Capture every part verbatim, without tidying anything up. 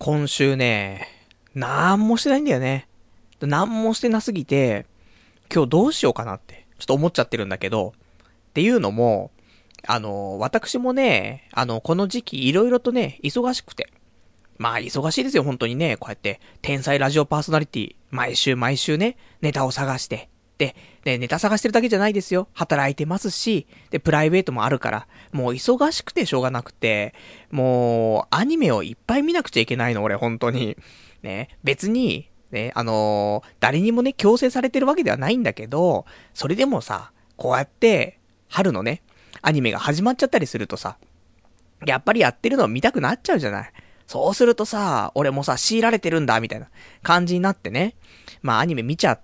今週ね、なんもしてないんだよね。なんもしてなすぎて、今日どうしようかなって、ちょっと思っちゃってるんだけど、っていうのも、あの、私もね、あの、この時期いろいろとね、忙しくて。まあ、忙しいですよ、本当にね。こうやって、天才ラジオパーソナリティ、毎週毎週ね、ネタを探して。で、ね、ネタ探してるだけじゃないですよ。働いてますし、で、プライベートもあるから、もう忙しくてしょうがなくて、もう、アニメをいっぱい見なくちゃいけないの、俺、本当に。ね、別に、ね、あのー誰にもね、強制されてるわけではないんだけど、それでもさ、こうやって、春のね、アニメが始まっちゃったりするとさ、やっぱりやってるのを見たくなっちゃうじゃない。そうするとさ、俺もさ、強いられてるんだ、みたいな感じになってね。まあアニメ見ちゃって、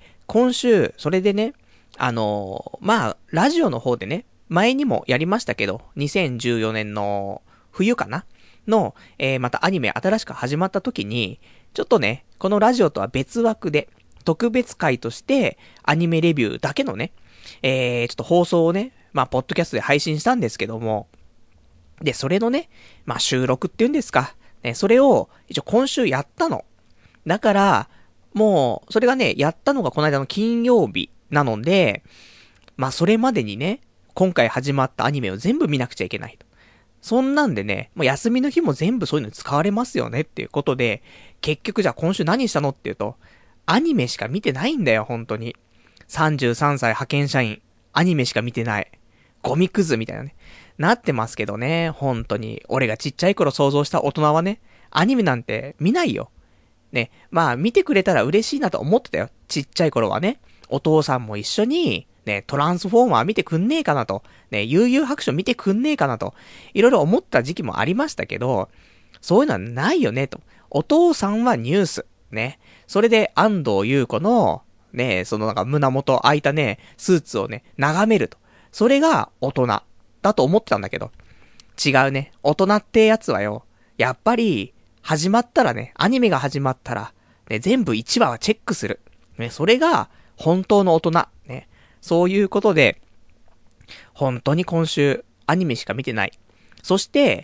今週、それでね、あのーまあ、ラジオの方でね、前にもやりましたけど、にせんじゅうよねんの冬かなの、えー、またアニメ新しく始まった時に、ちょっとね、このラジオとは別枠で、特別会として、アニメレビューだけのね、えー、ちょっと放送をね、まあ、ポッドキャストで配信したんですけども、で、それのね、まあ、収録っていうんですか。ね、それを、一応今週やったの。だから、もう、それがね、やったのがこの間の金曜日なので、まあ、それまでにね、今回始まったアニメを全部見なくちゃいけないと。そんなんでね、もう休みの日も全部そういうのに使われますよねっていうことで、結局じゃあ今週何したのっていうと、アニメしか見てないんだよ、本当に。さんじゅうさんさい派遣社員、アニメしか見てない。ゴミクズみたいなね。なってますけどね、本当に。俺がちっちゃい頃想像した大人はね、アニメなんて見ないよ。ね、まあ見てくれたら嬉しいなと思ってたよ。ちっちゃい頃はね。お父さんも一緒に、ね、トランスフォーマー見てくんねえかなと。ね、悠々白書見てくんねえかなと。いろいろ思った時期もありましたけど、そういうのはないよね、と。お父さんはニュース。ね。それで安藤優子の、ね、そのなんか胸元開いたね、スーツをね、眺めると。それが大人だと思ってたんだけど。違うね。大人ってやつはよ、やっぱり、始まったらね、アニメが始まったら、ね、全部いちわはチェックする。ね、それが、本当の大人。ね。そういうことで、本当に今週、アニメしか見てない。そして、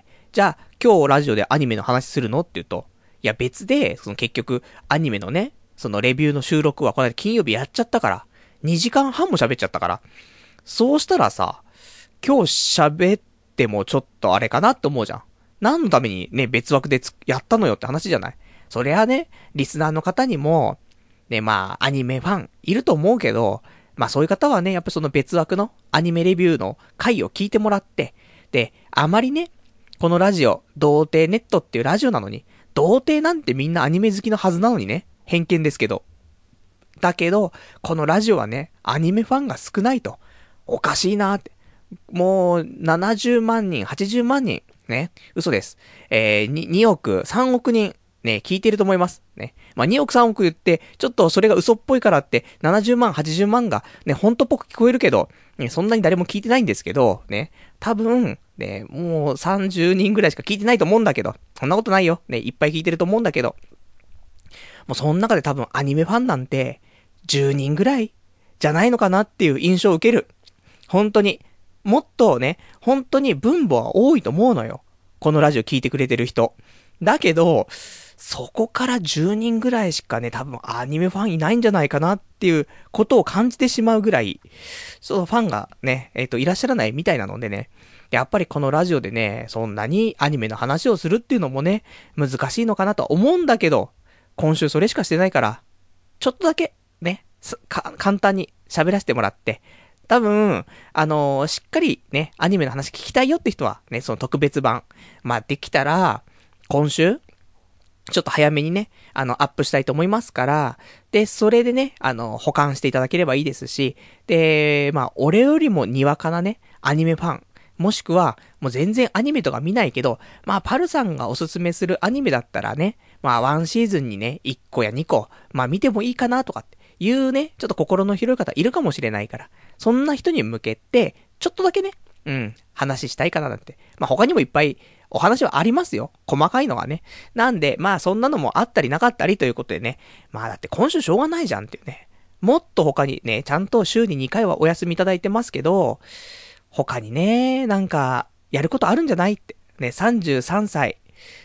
じゃあ、今日ラジオでアニメの話するのって言うと、いや別で、その結局、アニメのね、そのレビューの収録はこの間金曜日やっちゃったから、にじかんはんも喋っちゃったから、そうしたらさ、今日喋ってもちょっとあれかなって思うじゃん。何のためにね、別枠でつやったのよって話じゃない。そりゃね、リスナーの方にも、ね、まあ、アニメファンいると思うけど、まあそういう方はね、やっぱその別枠のアニメレビューの回を聞いてもらって、で、あまりね、このラジオ、童貞ネットっていうラジオなのに、童貞なんてみんなアニメ好きのはずなのにね、偏見ですけど。だけど、このラジオはね、アニメファンが少ないと。おかしいなーって。もう、ななじゅうまん人、はちじゅうまん人、ね、嘘です。えー、に、におく、さんおく人、ね、聞いてると思います。ね。まあ、におくさんおく言って、ちょっとそれが嘘っぽいからって、ななじゅうまん、はちじゅうまんが、ね、ほんとっぽく聞こえるけど、ね、そんなに誰も聞いてないんですけど、ね、多分、ね、もうさんじゅうにんぐらいしか聞いてないと思うんだけど、そんなことないよ。ね、いっぱい聞いてると思うんだけど、もうその中で多分アニメファンなんて、じゅうにんぐらい、じゃないのかなっていう印象を受ける。本当に。もっとね、本当に分母は多いと思うのよ。このラジオ聞いてくれてる人。だけど、そこからじゅうにんぐらいしかね、多分アニメファンいないんじゃないかなっていうことを感じてしまうぐらい、そのファンがね、えっと、いらっしゃらないみたいなのでね、やっぱりこのラジオでね、そんなにアニメの話をするっていうのもね、難しいのかなとは思うんだけど、今週それしかしてないから、ちょっとだけ、ね、か、簡単に喋らせてもらって、多分、あのーしっかりね、アニメの話聞きたいよって人は、ね、その特別版、まあ、できたら、今週、ちょっと早めにね、あの、アップしたいと思いますから、で、それでね、あの、保管していただければいいですし、で、まあ、俺よりもにわかなね、アニメファン、もしくは、もう全然アニメとか見ないけど、まあ、パルさんがおすすめするアニメだったらね、まあ、ワンシーズンにね、いっこやにこ、まあ、見てもいいかなとかっていうね、ちょっと心の広い方いるかもしれないから、そんな人に向けて、ちょっとだけね、うん、話したいかななんて。まあ、他にもいっぱいお話はありますよ。細かいのはね。なんで、まあそんなのもあったりなかったりということでね。まあだって今週しょうがないじゃんっていうね。もっと他にね、ちゃんと週ににかいはお休みいただいてますけど、他にね、なんか、やることあるんじゃないって。ね、さんじゅうさんさい。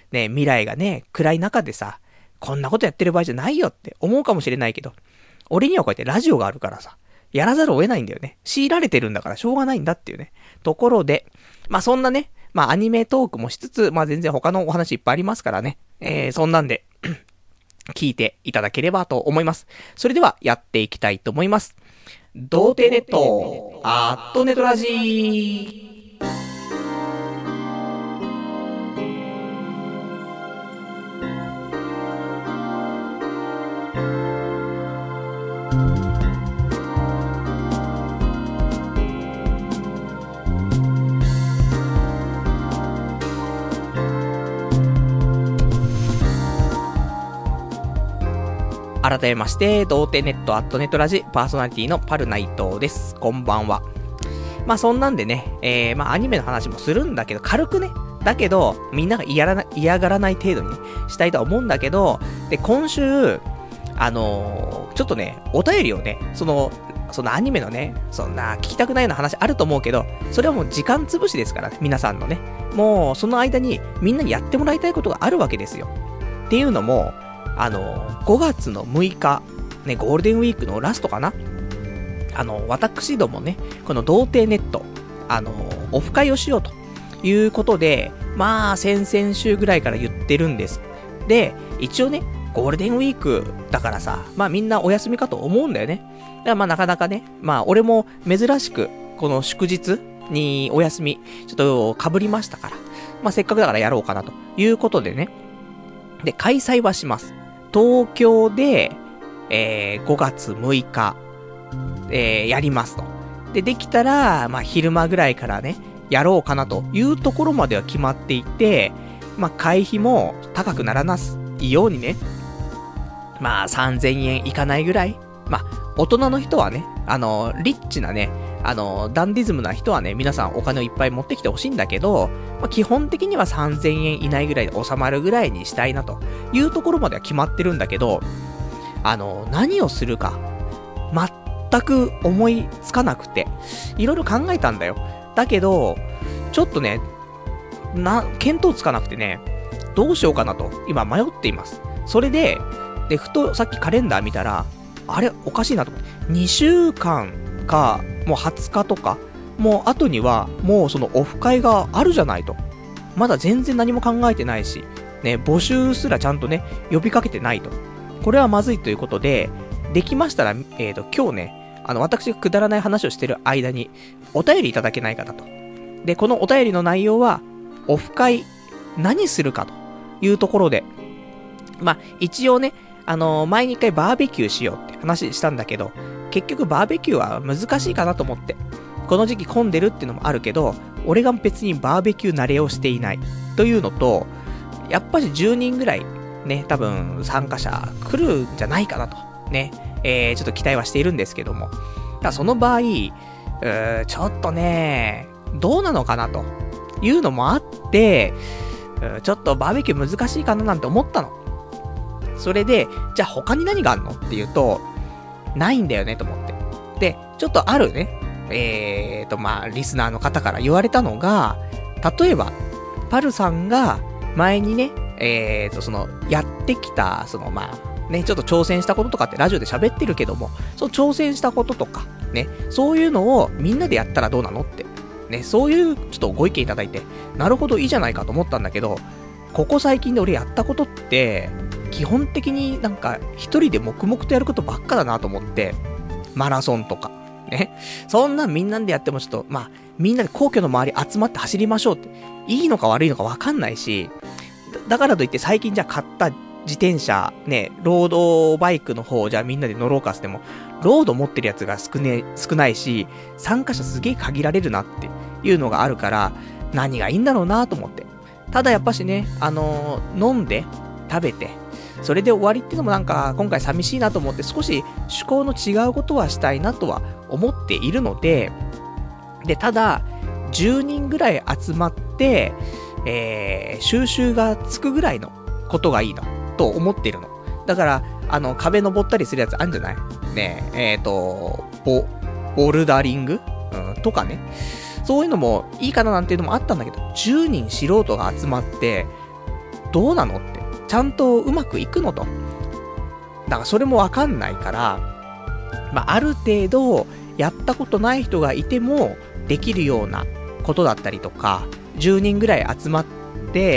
ね、未来がね、暗い中でさ、こんなことやってる場合じゃないよって思うかもしれないけど、俺にはこうやってラジオがあるからさ、やらざるを得ないんだよね。強いられてるんだからしょうがないんだっていうね。ところで、まあそんなね、まあアニメトークもしつつ、まあ全然他のお話いっぱいありますからね。えー、そんなんで、聞いていただければと思います。それではやっていきたいと思います。童貞ネット、アットネトラジー。改めまして、童貞ネットアットネットラジパーソナリティのパルナイトです。こんばんは。まあそんなんでね、えー、まあアニメの話もするんだけど、軽くね、だけど、みんなが嫌らな嫌がらない程度に、ね、したいとは思うんだけど、で、今週、あのー、ちょっとね、お便りをね、その、そのアニメのね、そんな聞きたくないような話あると思うけど、それはもう時間潰しですからね、皆さんのね。もう、その間にみんなにやってもらいたいことがあるわけですよ。っていうのも、あの、ごがつのむいか、ね、ゴールデンウィークのラストかな。あの、私どもね、この童貞ネット、あの、オフ会をしようということで、まあ、先々週ぐらいから言ってるんです。で、一応ね、ゴールデンウィークだからさ、まあみんなお休みかと思うんだよね。だからまあなかなかね、まあ俺も珍しく、この祝日にお休み、ちょっと被りましたから、まあせっかくだからやろうかなということでね。で、開催はします。東京で、えー、ごがつむいか、えー、やりますと。で、できたら、まあ、昼間ぐらいからね、やろうかなというところまでは決まっていて、まあ、会費も高くならないようにね、まあ、さんぜんえんいかないぐらい。まあ、大人の人はね、あの、リッチなね、あの、ダンディズムな人はね、皆さんお金をいっぱい持ってきてほしいんだけど、まあ、基本的にはさんぜんえん以内ぐらいで収まるぐらいにしたいなというところまでは決まってるんだけど、あの、何をするか、全く思いつかなくて、いろいろ考えたんだよ。だけど、ちょっとね、な、見当つかなくてね、どうしようかなと、今迷っています。それで、で、ふとさっきカレンダー見たら、あれ、おかしいなと思って、にしゅうかんか、もうはつかとか、もう後には、もうそのオフ会があるじゃないと。まだ全然何も考えてないし、ね、募集すらちゃんとね、呼びかけてないと。これはまずいということで、できましたら、えーと、今日ね、あの、私がくだらない話をしてる間に、お便りいただけないかなと。で、このお便りの内容は、オフ会、何するかというところで、まあ、一応ね、あのー、前に一回バーベキューしようって話したんだけど、結局バーベキューは難しいかなと思って。この時期混んでるっていうのもあるけど、俺が別にバーベキュー慣れをしていない。というのと、やっぱりじゅうにんぐらい、ね、多分参加者来るんじゃないかなと。ね、えー、ちょっと期待はしているんですけども。だからその場合、うーちょっとね、どうなのかなというのもあって、ちょっとバーベキュー難しいかななんて思ったの。それで、じゃあ他に何があんのっていうと、ないんだよねと思って。で、ちょっとあるね、えーと、まあ、リスナーの方から言われたのが、例えば、パルさんが前にね、えーと、その、やってきた、その、まあ、ね、ちょっと挑戦したこととかってラジオで喋ってるけども、その挑戦したこととか、ね、そういうのをみんなでやったらどうなのって、ね、そういうちょっとご意見いただいて、なるほどいいじゃないかと思ったんだけど、ここ最近で俺やったことって、基本的になんか一人で黙々とやることばっかだなと思って、マラソンとか、ね。そんなんみんなでやってもちょっと、まあ、みんなで皇居の周り集まって走りましょうって、いいのか悪いのかわかんないし、だ, だからといって最近じゃあ買った自転車、ね、ロードバイクの方じゃあみんなで乗ろうかっても、ロード持ってるやつが少ね、少ないし、参加者すげえ限られるなっていうのがあるから、何がいいんだろうなと思って。ただやっぱしね、あのー、飲んで、食べて、それで終わりっていうのもなんか今回寂しいなと思って少し趣向の違うことはしたいなとは思っているので、で、ただ、じゅうにんぐらい集まって、えー、収集がつくぐらいのことがいいの、と思っているの。だから、あの、壁登ったりするやつあるんじゃないねえ、えーと、ボ、ボルダリング、うん、とかね。そういうのもいいかななんていうのもあったんだけど、じゅうにん素人が集まって、 どうなのって。ちゃんとうまくいくのと。だからそれもわかんないから、まあ、ある程度、やったことない人がいても、できるようなことだったりとか、じゅうにんぐらい集まって、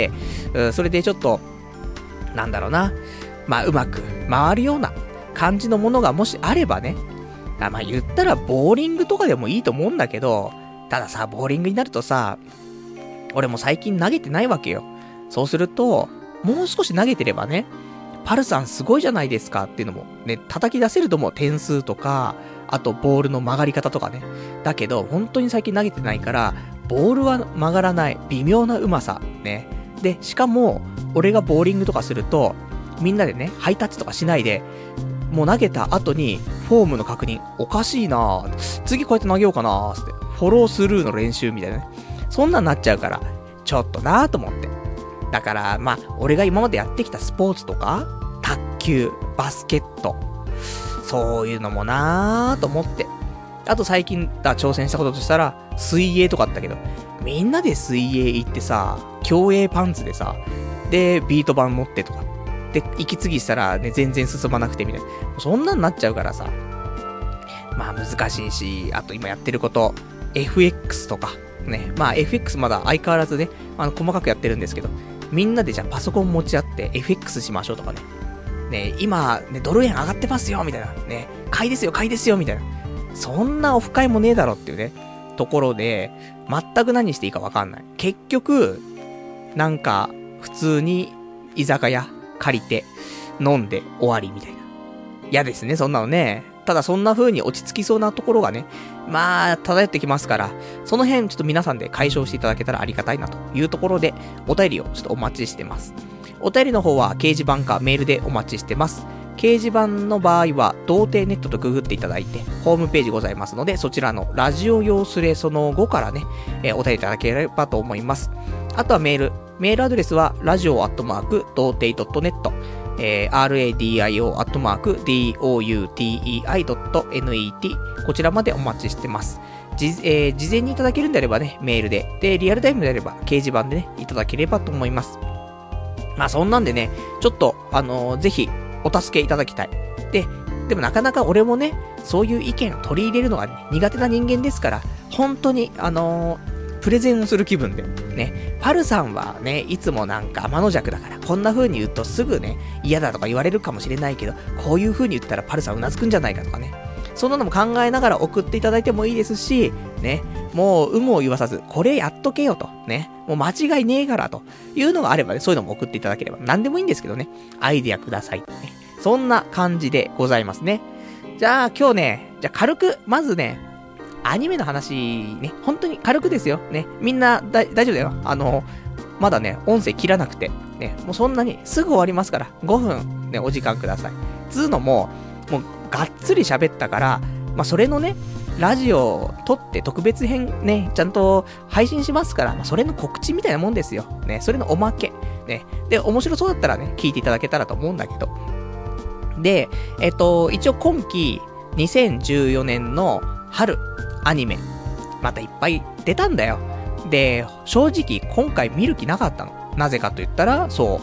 うん、それでちょっと、なんだろうな、まあ、うまく回るような感じのものがもしあればね、あまあ、言ったらボーリングとかでもいいと思うんだけど、たださ、ボーリングになるとさ、俺も最近投げてないわけよ。そうすると、もう少し投げてればね、パルさんすごいじゃないですかっていうのもね、叩き出せると思う。点数とか、あとボールの曲がり方とかね。だけど、本当に最近投げてないから、ボールは曲がらない。微妙なうまさ。ね。で、しかも、俺がボーリングとかすると、みんなでね、ハイタッチとかしないで、もう投げた後に、フォームの確認、おかしいなぁ。次こうやって投げようかなぁ。って。フォロースルーの練習みたいなね。そんなんなっちゃうから、ちょっとなぁと思って。だから、まあ、俺が今までやってきたスポーツとか、卓球、バスケット、そういうのもなぁと思って。あと最近だ挑戦したこととしたら、水泳とかあったけど、みんなで水泳行ってさ、競泳パンツでさ、で、ビート板持ってとか、で、息継ぎしたらね、全然進まなくてみたいな。そんなんなっちゃうからさ、まあ難しいし、あと今やってること、エフエックス とか、ね、まあ エフエックス まだ相変わらずね、あの、細かくやってるんですけど、みんなでじゃあパソコン持ち合って エフエックス しましょうとかね。ね、今、ね、ドル円上がってますよみたいな。ね、買いですよ、買いですよみたいな。そんなオフ会もねえだろっていうね、ところで、全く何していいかわかんない。結局、なんか、普通に居酒屋借りて、飲んで終わりみたいな。嫌ですね、そんなのね。ただそんな風に落ち着きそうなところがね、まあ、漂ってきますから、その辺ちょっと皆さんで解消していただけたらありがたいなというところで、お便りをちょっとお待ちしてます。お便りの方は掲示板かメールでお待ちしてます。掲示板の場合は、童貞ネットとググっていただいて、ホームページございますので、そちらのラジオ用スレそのごからね、えー、お便りいただければと思います。あとはメール。メールアドレスは、ラジオアットマーク、童貞 .net、えー、ラディオアットマーク、ドゥテイ ドット ネット、こちらまでお待ちしてます。じ、えー、事前にいただけるんであればね、メールで。で、リアルタイムであれば、掲示板でね、いただければと思います。まあ、そんなんでね、ちょっと、あのー、ぜひ、お助けいただきたい。で、でもなかなか俺もね、そういう意見を取り入れるのが、ね、苦手な人間ですから、本当に、あのー、プレゼンをする気分で。ね、パルさんはね、いつもなんか天の弱だから、こんな風に言うとすぐね、嫌だとか言われるかもしれないけど、こういう風に言ったらパルさんうなずくんじゃないかとかね。そんなのも考えながら送っていただいてもいいですし、ね、もう有無を言わさず、これやっとけよと、ね、もう間違いねえからというのがあればね、そういうのも送っていただければ、なんでもいいんですけどね、アイデアください、ね。そんな感じでございますね。じゃあ今日ね、じゃあ軽く、まずね、アニメの話ね、本当に軽くですよ。ね、みんなだ大丈夫だよ。あの、まだね、音声切らなくて、ね、もうそんなにすぐ終わりますから、ごふんね、お時間ください。つうのも、もうがっつり喋ったから、まあそれのね、ラジオを撮って特別編ね、ちゃんと配信しますから、まあそれの告知みたいなもんですよ。ね、それのおまけ。ね、で、面白そうだったらね、聞いていただけたらと思うんだけど。で、えっと、一応今期、にせんじゅうよねんの春、アニメ、またいっぱい出たんだよ。で、正直今回見る気なかったの。なぜかと言ったら、そう、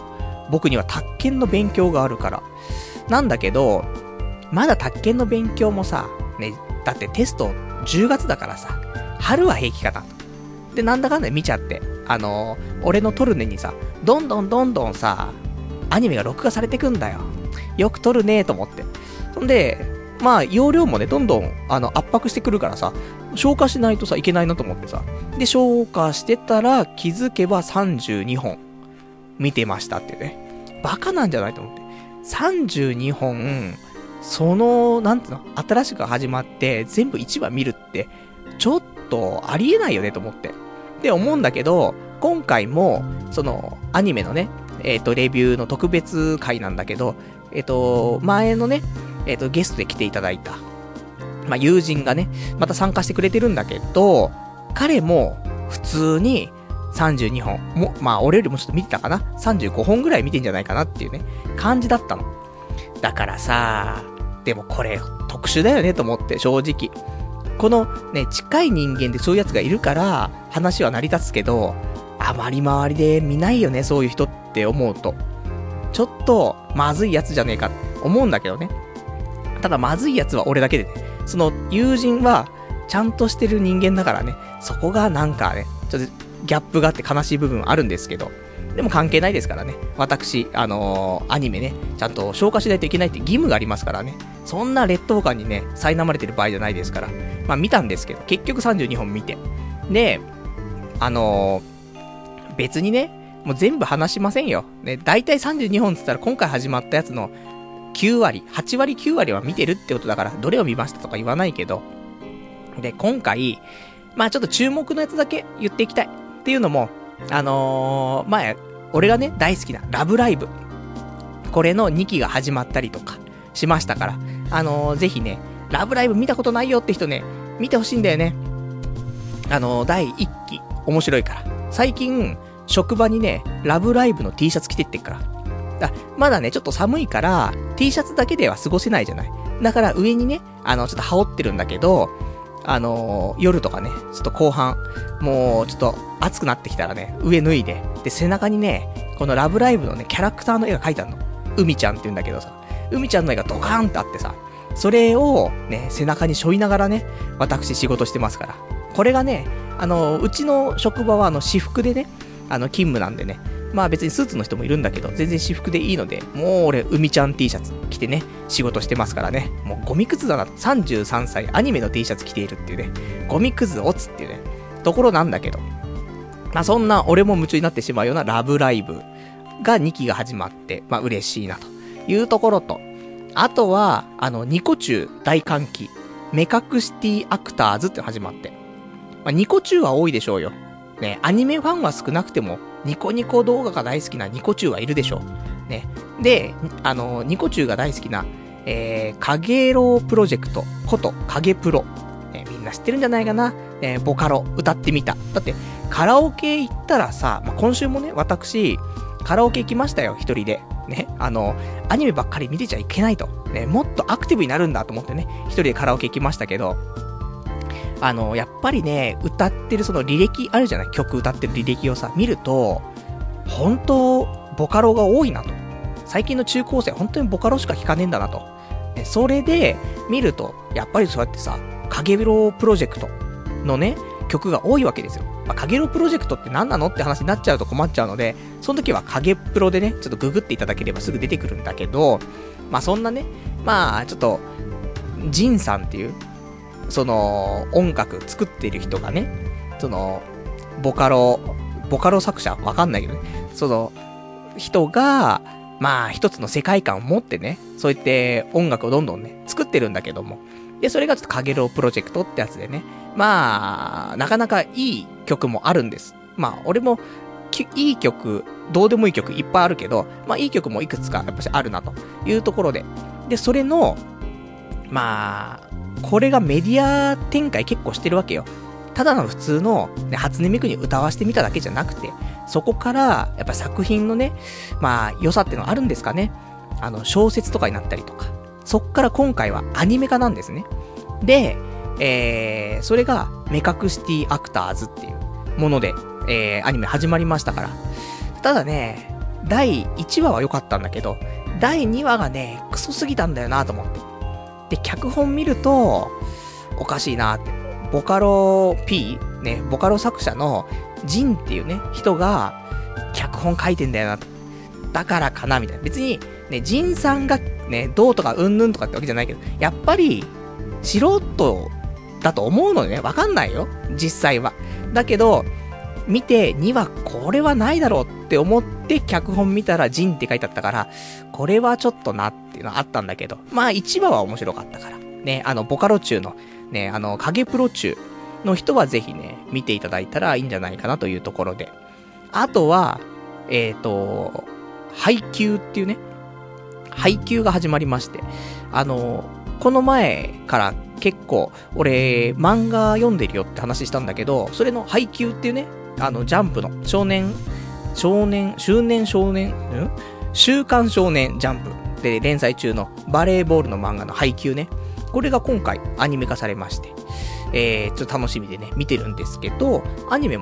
僕には宅建の勉強があるから。なんだけど、まだ宅建の勉強もさ、ね、だってテストじゅうがつだからさ、春は平気かな。で、なんだかんだ見ちゃって、あのー、俺の撮るねにさ、どんどんどんどんさ、アニメが録画されてくんだよ。よく撮るねーと思って。そんで、まあ、容量もね、どんどん、あの、圧迫してくるからさ、消化しないとさ、いけないなと思ってさ。で、消化してたら、気づけばさんじゅうにほん、見てましたってね。バカなんじゃないと思って。さんじゅうにほん、その、なんていうの、新しく始まって、全部いちわ見るって、ちょっと、ありえないよねと思って。で、思うんだけど、今回も、その、アニメのね、えっと、レビューの特別回なんだけど、えっと、前のね、えっと、ゲストで来ていただいた、まあ、友人がね、また参加してくれてるんだけど、彼も、普通に、さんじゅうにほん、も、まあ、俺よりもちょっと見てたかな ?さんじゅうごほんぐらい見てんじゃないかなっていうね、感じだったの。だからさ、でもこれ、特殊だよねと思って、正直。このね、近い人間でそういうやつがいるから、話は成り立つけど、 あまり周りで見ないよね、そういう人って思うと。ちょっと、まずいやつじゃねえかって思うんだけどね。ただ、まずいやつは俺だけでね、その友人は、ちゃんとしてる人間だからね、そこがなんかね、ちょっとギャップがあって悲しい部分あるんですけど、でも関係ないですからね。私、あのー、アニメね、ちゃんと消化しないといけないって義務がありますからね。そんな劣等感にね、苛まれてる場合じゃないですから。まあ見たんですけど、結局さんじゅうにほん見て。で、あのー、別にね、もう全部話しませんよ。ね、大体さんじゅうにほんって言ったら今回始まったやつのきゅうわり、はちわりきゅうわりは見てるってことだから、どれを見ましたとか言わないけど。で、今回、まあちょっと注目のやつだけ言っていきたい。っていうのも、あのー、前、俺がね、大好きなラブライブ。これのにきが始まったりとかしましたから、あのー、ぜひね、ラブライブ見たことないよって人ね、見てほしいんだよね。あのー、だいいっき、面白いから。最近、職場にね、ラブライブの T シャツ着てってっから。あ、まだね、ちょっと寒いから、T シャツだけでは過ごせないじゃない。だから上にね、あの、ちょっと羽織ってるんだけど、あのー、夜とかね、ちょっと後半、もうちょっと暑くなってきたらね、上脱いで、で、背中にね、このラブライブのね、キャラクターの絵が描いてあるの。海ちゃんって言うんだけどさ、海ちゃんの絵がドカーンってあってさ、それをね、背中に背負いながらね、私仕事してますから。これがね、あのー、うちの職場はあの、私服でね、あの、勤務なんでね、まあ別にスーツの人もいるんだけど、全然私服でいいので、もう俺、海ちゃん T シャツ着てね、仕事してますからね。もうゴミクズだな。さんじゅうさんさい、アニメの T シャツ着ているっていうね、ゴミクズオツっていうね、ところなんだけど。まあそんな俺も夢中になってしまうようなラブライブがにきが始まって、まあ嬉しいなというところと、あとは、あの、ニコ中大歓喜、目隠しティアクターズって始まって。まあニコ中は多いでしょうよ。ね、アニメファンは少なくても、ニコニコ動画が大好きなニコ中はいるでしょう。ね。で、あの、ニコ中が大好きな、えー、かげろうプロジェクトこと影プロ。ね、みんな知ってるんじゃないかな。えー、ボカロ歌ってみた。だって、カラオケ行ったらさ、まあ、今週もね、私、カラオケ行きましたよ、一人で。ね、あの、アニメばっかり見てちゃいけないと。ね、もっとアクティブになるんだと思ってね、一人でカラオケ行きましたけど、あの、やっぱりね、歌ってるその履歴あるじゃない、曲歌ってる履歴をさ、見ると、本当ボカロが多いなと。最近の中高生、本当にボカロしか聴かねえんだなと。ね、それで、見ると、やっぱりそうやってさ、かげろうプロジェクトのね、曲が多いわけですよ。まあ、かげろうプロジェクトって何なのって話になっちゃうと困っちゃうので、その時は影プロでね、ちょっとググっていただければすぐ出てくるんだけど、まあそんなね、まあちょっと、ジンさんっていう、その、音楽作ってる人がね、その、ボカロ、ボカロ作者わかんないけどね、その、人が、まあ一つの世界観を持ってね、そうやって音楽をどんどんね、作ってるんだけども、で、それがちょっとかげろうプロジェクトってやつでね、まあ、なかなかいい曲もあるんです。まあ、俺も、いい曲、どうでもいい曲いっぱいあるけど、まあいい曲もいくつかやっぱしあるなというところで、で、それの、まあ、これがメディア展開結構してるわけよ。ただの普通の、ね、初音ミクに歌わせてみただけじゃなくて、そこから、やっぱ作品のね、まあ、良さっていうのはあるんですかね。あの、小説とかになったりとか。そっから今回はアニメ化なんですね。で、えー、それが、目隠しティアクターズっていうもので、えー、アニメ始まりましたから。ただね、だいいちわは良かったんだけど、だいにわがね、クソすぎたんだよなと思って。で、脚本見ると、おかしいなって。ボカロ P、ね、ボカロ作者のジンっていうね、人が、脚本書いてんだよな。だからかな、みたいな。別に、ね、ジンさんがね、どうとかうんぬんとかってわけじゃないけど、やっぱり、素人だと思うのよね。わかんないよ。実際は。だけど、見てにわこれはないだろうって思って脚本見たらジンって書いてあったから、これはちょっとなっていうのはあったんだけど、まあいちわは面白かったから。ね、あの、ボカロ中の、ね、あの、影プロ中の人はぜひね、見ていただいたらいいんじゃないかなというところで。あとは、えっと、配給っていうね、配給が始まりまして、あの、この前から結構、俺、漫画読んでるよって話したんだけど、それの配給っていうね、あの、ジャンプの少年、少年、周年少年、ん週刊少年ジャンプで連載中のバレーボールの漫画の配給ね。これが今回アニメ化されまして、えー、ちょっと楽しみでね、見てるんですけど、アニメもね、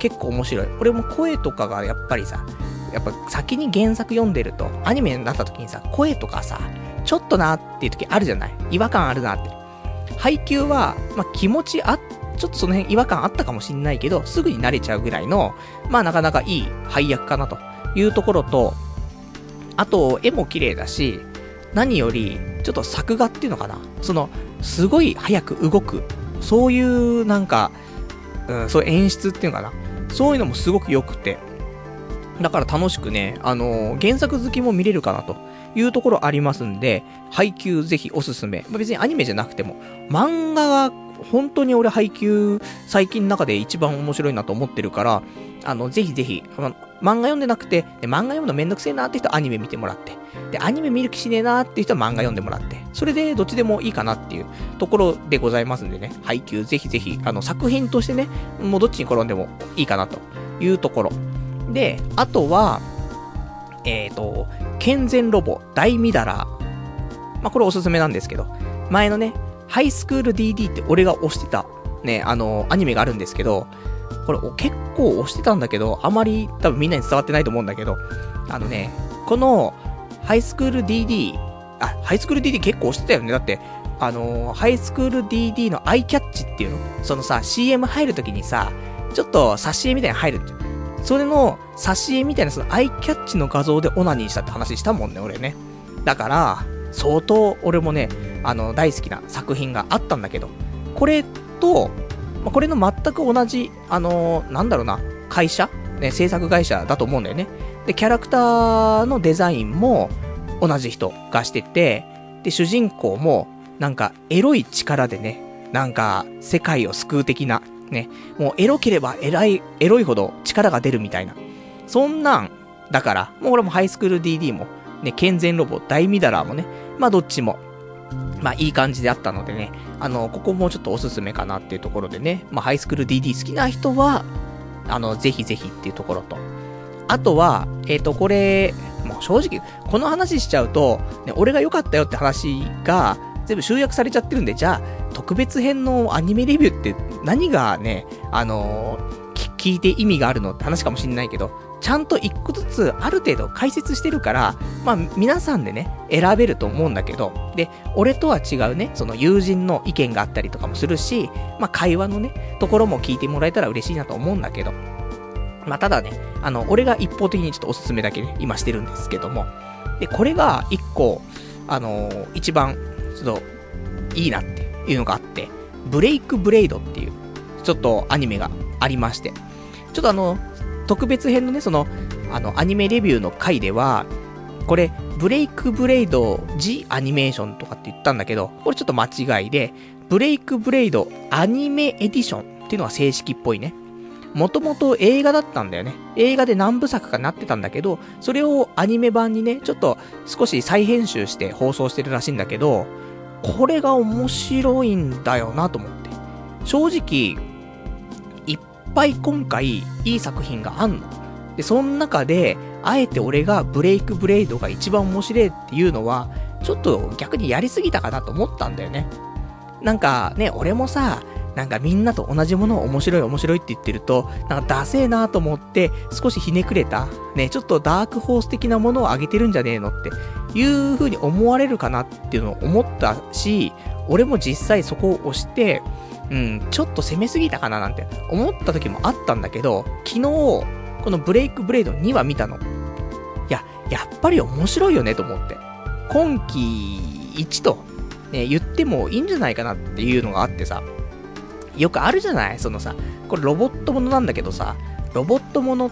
結構面白い。俺も声とかがやっぱりさ、やっぱ先に原作読んでると、アニメになった時にさ、声とかさ、ちょっとなっていう時あるじゃない？違和感あるなって。配給は、まあ、気持ちあ、ちょっとその辺違和感あったかもしんないけど、すぐに慣れちゃうぐらいの、まあなかなかいい配役かなというところと、あと、絵も綺麗だし、何より、ちょっと作画っていうのかな。その、すごい早く動く。そういうなんか、うん、そういう演出っていうのかな。そういうのもすごく良くて。だから楽しくね、あのー、原作好きも見れるかなというところありますんで、配給ぜひおすすめ。まあ、別にアニメじゃなくても、漫画は本当に俺配給最近の中で一番面白いなと思ってるから、あの、ぜひぜひ、ま、漫画読んでなくて、で漫画読むのめんどくせえなって人はアニメ見てもらって、で、アニメ見る気しねえなっていう人は漫画読んでもらって、それでどっちでもいいかなっていうところでございますんでね、配給ぜひぜひ、あの、作品としてね、もうどっちに転んでもいいかなというところ。で、あとは、えーと、健全ロボ大ミダラー。まあ、これおすすめなんですけど、前のね、ハイスクール ディーディー って俺が推してた、ね、あの、アニメがあるんですけど、これ結構推してたんだけど、あまり多分みんなに伝わってないと思うんだけど、あのね、この、ハイスクール ディーディー、あ、ハイスクール ディーディー 結構推してたよね。だって、あの、ハイスクール ディーディー のアイキャッチっていうの、そのさ、シーエム 入るときにさ、ちょっと挿絵みたいに入る。それの挿絵みたいなそのアイキャッチの画像でオナニーしたって話したもんね、俺ね。だから、相当俺もね、あの、大好きな作品があったんだけど、これと、まあ、これの全く同じ、あのー、なんだろうな、会社ね、制作会社だと思うんだよね。で、キャラクターのデザインも同じ人がしてて、で、主人公も、なんか、エロい力でね、なんか、世界を救う的な、ね、もうエロければ偉い、エロいほど力が出るみたいな。そんなん、だから、もう俺もハイスクール ディーディー も、ね、健全ロボ、大ミダラーもね、まあどっちも、まあいい感じであったのでね、あの、ここもちょっとおすすめかなっていうところでね、まあハイスクール ディーディー 好きな人は、あの、ぜひぜひっていうところと、あとは、えっと、これ、もう正直、この話しちゃうと、ね、俺が良かったよって話が、全部集約されちゃってるんで、じゃあ、特別編のアニメレビューって何がね、あのー、聞いて意味があるのって話かもしんないけど、ちゃんと一個ずつある程度解説してるから、まあ皆さんでね、選べると思うんだけど、で、俺とは違うね、その友人の意見があったりとかもするし、まあ会話のね、ところも聞いてもらえたら嬉しいなと思うんだけど、まあただね、あの、俺が一方的にちょっとおすすめだけね、今してるんですけども、で、これが一個、あのー、一番、ちょっと、いいなっていうのがあって、ブレイクブレイドっていう、ちょっとアニメがありまして、ちょっとあの、特別編のね、その、あの、アニメレビューの回では、これ、ブレイクブレイド ジ アニメーションとかって言ったんだけど、これちょっと間違いで、ブレイクブレイドアニメエディションっていうのが正式っぽいね。もともと映画だったんだよね。映画で何部作かなってたんだけど、それをアニメ版にね、ちょっと少し再編集して放送してるらしいんだけど、これが面白いんだよなと思って。正直、いっぱい今回いい作品があんの。で、その中で、あえて俺がブレイクブレイドが一番面白いっていうのは、ちょっと逆にやりすぎたかなと思ったんだよね。なんかね、俺もさ、なんかみんなと同じものを面白い面白いって言ってると、なんかダセーなと思って少しひねくれた、ね、ちょっとダークホース的なものをあげてるんじゃねえのっていう風に思われるかなっていうのを思ったし、俺も実際そこを押して、うん、ちょっと攻めすぎたかななんて思った時もあったんだけど、昨日、このブレイクブレイドには見たの。いや、やっぱり面白いよねと思って。今季いちと、ね、言ってもいいんじゃないかなっていうのがあってさ、よくあるじゃないそのさ、これロボットものなんだけどさ、ロボットものって、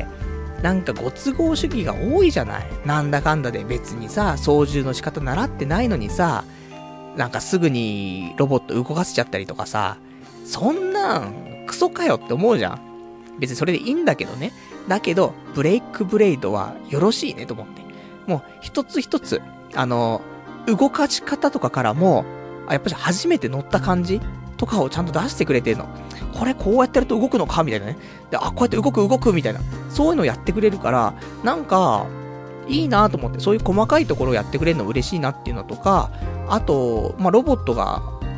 なんかご都合主義が多いじゃないなんだかんだで別にさ、操縦の仕方習ってないのにさ、なんかすぐにロボット動かせちゃったりとかさ、そんなんクソかよって思うじゃん。別にそれでいいんだけどね。だけど、ブレイクブレイドはよろしいねと思って。もう一つ一つ、あの、動かし方とかからも、あ、やっぱり初めて乗った感じとかをちゃんと出してくれてんの。これこうやってやると動くのかみたいなね。で、あ、こうやって動く動くみたいな。そういうのをやってくれるから、なんか、いいなと思って、そういう細かいところをやってくれるの嬉しいなっていうのとか、あと、まあ、ロボットが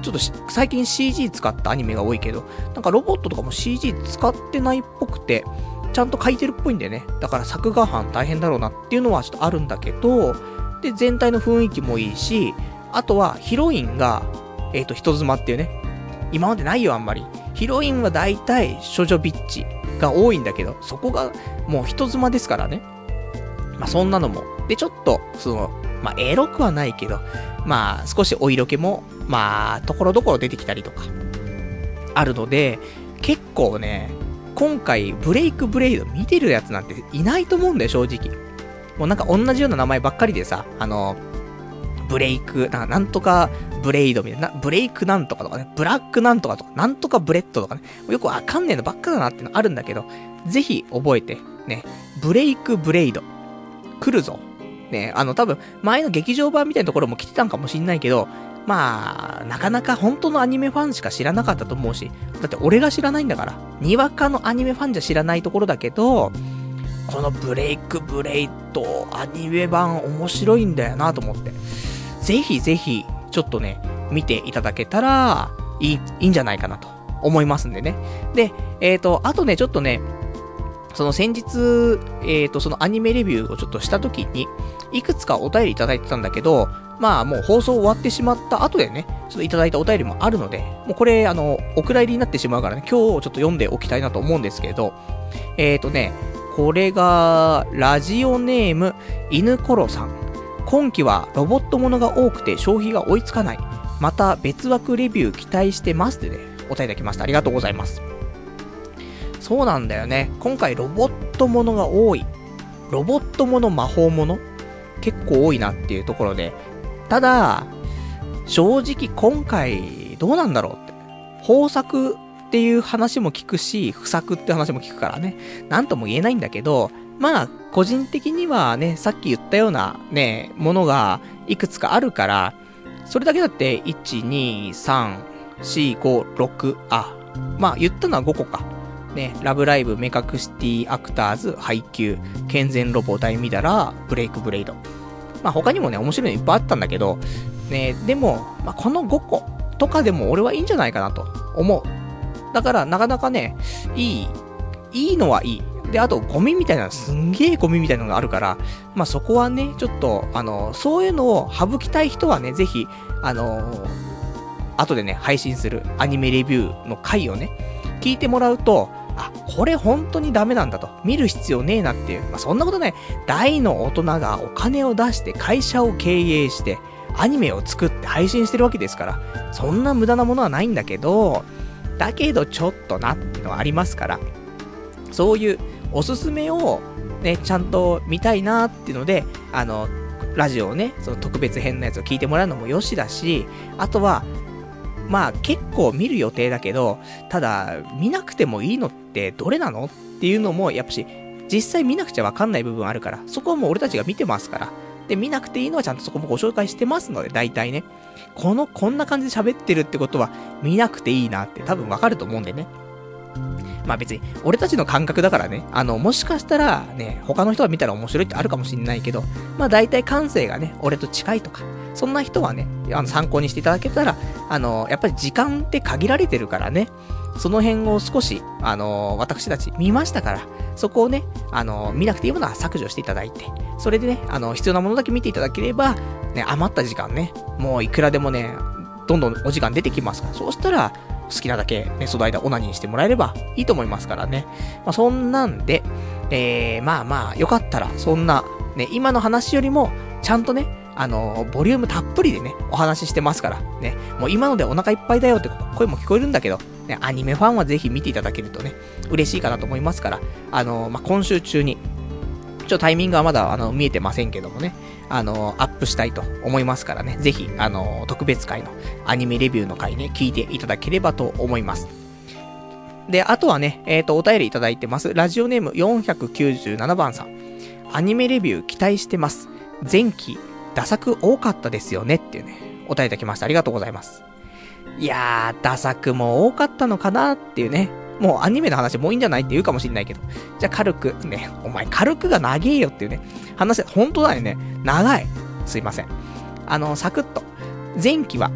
ちょっと最近 シージー 使ったアニメが多いけど、なんかロボットとかも シージー 使ってないっぽくて、ちゃんと描いてるっぽいんだよね。だから作画班大変だろうなっていうのはちょっとあるんだけど、で、全体の雰囲気もいいし、あとはヒロインが、えっと、人妻っていうね、今までないよあんまり。ヒロインは大体処女ビッチが多いんだけど、そこがもう人妻ですからね。まあそんなのも。で、ちょっと、その、まあエロくはないけど、まあ少しお色気も、まあ、ところどころ出てきたりとか、あるので、結構ね、今回ブレイクブレイド見てるやつなんていないと思うんだよ、正直。もうなんか同じような名前ばっかりでさ、あの、ブレイク、なんかなんとかブレイドみたいな、ブレイクなんとかとかね、ブラックなんとかとか、なんとかブレッドとかね、よくわかんねえのばっかだなってのあるんだけど、ぜひ覚えて、ね、ブレイクブレイド、来るぞ。ね、あの多分、前の劇場版みたいなところも来てたんかもしんないけど、まあ、なかなか本当のアニメファンしか知らなかったと思うし、だって俺が知らないんだから、にわかのアニメファンじゃ知らないところだけど、このブレイクブレイドアニメ版面白いんだよなと思って。ぜひぜひ、ちょっとね、見ていただけたら、いい、いいんじゃないかなと思いますんでね。で、えっと、あとね、ちょっとね、その先日、えっと、そのアニメレビューをちょっとした時に、いくつかお便りいただいてたんだけど、まあもう放送終わってしまった後でね、ちょっといただいたお便りもあるので、もうこれ、あの、お蔵入りになってしまうからね、今日ちょっと読んでおきたいなと思うんですけど、えっとね、これが、ラジオネーム、犬コロさん。今期はロボットものが多くて消費が追いつかない。また別枠レビュー期待してますってね、お便りいただきました。ありがとうございます。そうなんだよね。今回ロボットものが多い。ロボットもの魔法もの結構多いなっていうところで。ただ、正直今回どうなんだろうって。豊作っていう話も聞くし、不作って話も聞くからね。なんとも言えないんだけど、まあ、個人的にはね、さっき言ったようなね、ものがいくつかあるから、それだけだって、いち、に、さん、よん、ご、ろく、あ、まあ言ったのはごこか。ね、ラブライブ、メカクシティ、アクターズ、ハイキュー、健全ロボ、ダイミダラ、ブレイクブレイド。まあ他にもね、面白いのいっぱいあったんだけど、ね、でも、まあこのごことかでも俺はいいんじゃないかなと思う。だからなかなかね、いい、いいのはいい。で、あとゴミみたいな、すんげえゴミみたいなのがあるから、まあそこはね、ちょっと、あの、そういうのを省きたい人はね、ぜひ、あの、後でね、配信するアニメレビューの回をね、聞いてもらうと、あ、これ本当にダメなんだと。見る必要ねえなっていう。まあ、そんなことね、大の大人がお金を出して会社を経営して、アニメを作って配信してるわけですから、そんな無駄なものはないんだけど、だけどちょっとなってのはありますから、そういうおすすめをね、ちゃんと見たいなっていうので、あの、ラジオをね、その特別編のやつを聞いてもらうのもよしだし、あとは、まあ結構見る予定だけど、ただ見なくてもいいのってどれなのっていうのもやっぱし実際見なくちゃわかんない部分あるから、そこはもう俺たちが見てますから。で、見なくていいのはちゃんとそこもご紹介してますので、大体ね。この、こんな感じで喋ってるってことは見なくていいなって多分わかると思うんでね。まあ別に俺たちの感覚だからね、あの、もしかしたらね、他の人が見たら面白いってあるかもしれないけど、まあ大体感性がね、俺と近いとか、そんな人はね、あの参考にしていただけたら、あの、やっぱり時間って限られてるからね、その辺を少し、あの、私たち見ましたから、そこをね、あの、見なくていいものは削除していただいて、それでね、あの、必要なものだけ見ていただければ、ね、余った時間ね、もういくらでもね、どんどんお時間出てきますから、そうしたら、好きなだけ、ね、その間オナニーしてもらえればいいと思いますからね。まあ、そんなんで、えー、まあまあ、よかったら、そんな、ね、今の話よりも、ちゃんとね、あのー、ボリュームたっぷりでね、お話ししてますから、ね、もう今のでお腹いっぱいだよって声も聞こえるんだけど、ね、アニメファンはぜひ見ていただけるとね、嬉しいかなと思いますから、あのー、まあ、今週中に、ちょっとタイミングはまだ、あの、見えてませんけどもね、あの、アップしたいと思いますからね、ぜひ、あの、特別回のアニメレビューの回ね、聞いていただければと思います。で、あとはね、えっと、お便りいただいてます。ラジオネームよんひゃくきゅうじゅうななばんさん。アニメレビュー期待してます。前期、ダ作多かったですよねっていうね、お便りいただきました。ありがとうございます。いやー、ダ作も多かったのかなっていうね、もうアニメの話もういいんじゃないって言うかもしんないけど。じゃあ軽く、ね、お前軽くが長えよっていうね、話、本当だよね。長い。すいません。あの、サクッと。前期は、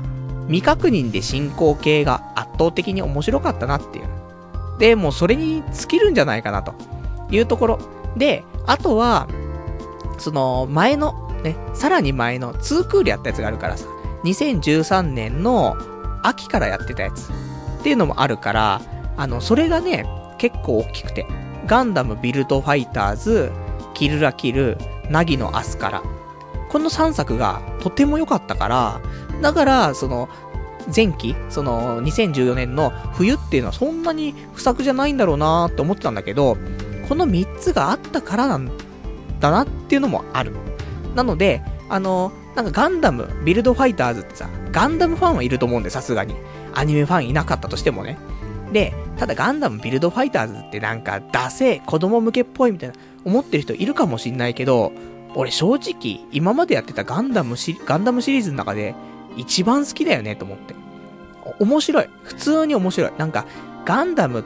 未確認で進行形が圧倒的に面白かったなっていう。で、もうそれに尽きるんじゃないかなというところ。で、あとは、その前の、ね、さらに前のツークールやったやつがあるからさ、にせんじゅうさんねんの秋からやってたやつっていうのもあるから、あの、それがね、結構大きくて、ガンダムビルドファイターズ、キルラキル、ナギのアスカラ。このさんさくがとても良かったから、だから、その、前期、その、にせんじゅうよねんの冬っていうのはそんなに不作じゃないんだろうなーって思ってたんだけど、このみっつがあったからなんだなっていうのもある。なので、あの、なんかガンダム、ビルドファイターズってさ、ガンダムファンはいると思うんで、さすがに。アニメファンいなかったとしてもね。で、ただガンダムビルドファイターズってなんか、ダセー、子供向けっぽいみたいな、思ってる人いるかもしんないけど、俺正直、今までやってたガンダムシ、ガンダムシリーズの中で、一番好きだよね、と思って。面白い。普通に面白い。なんか、ガンダムって、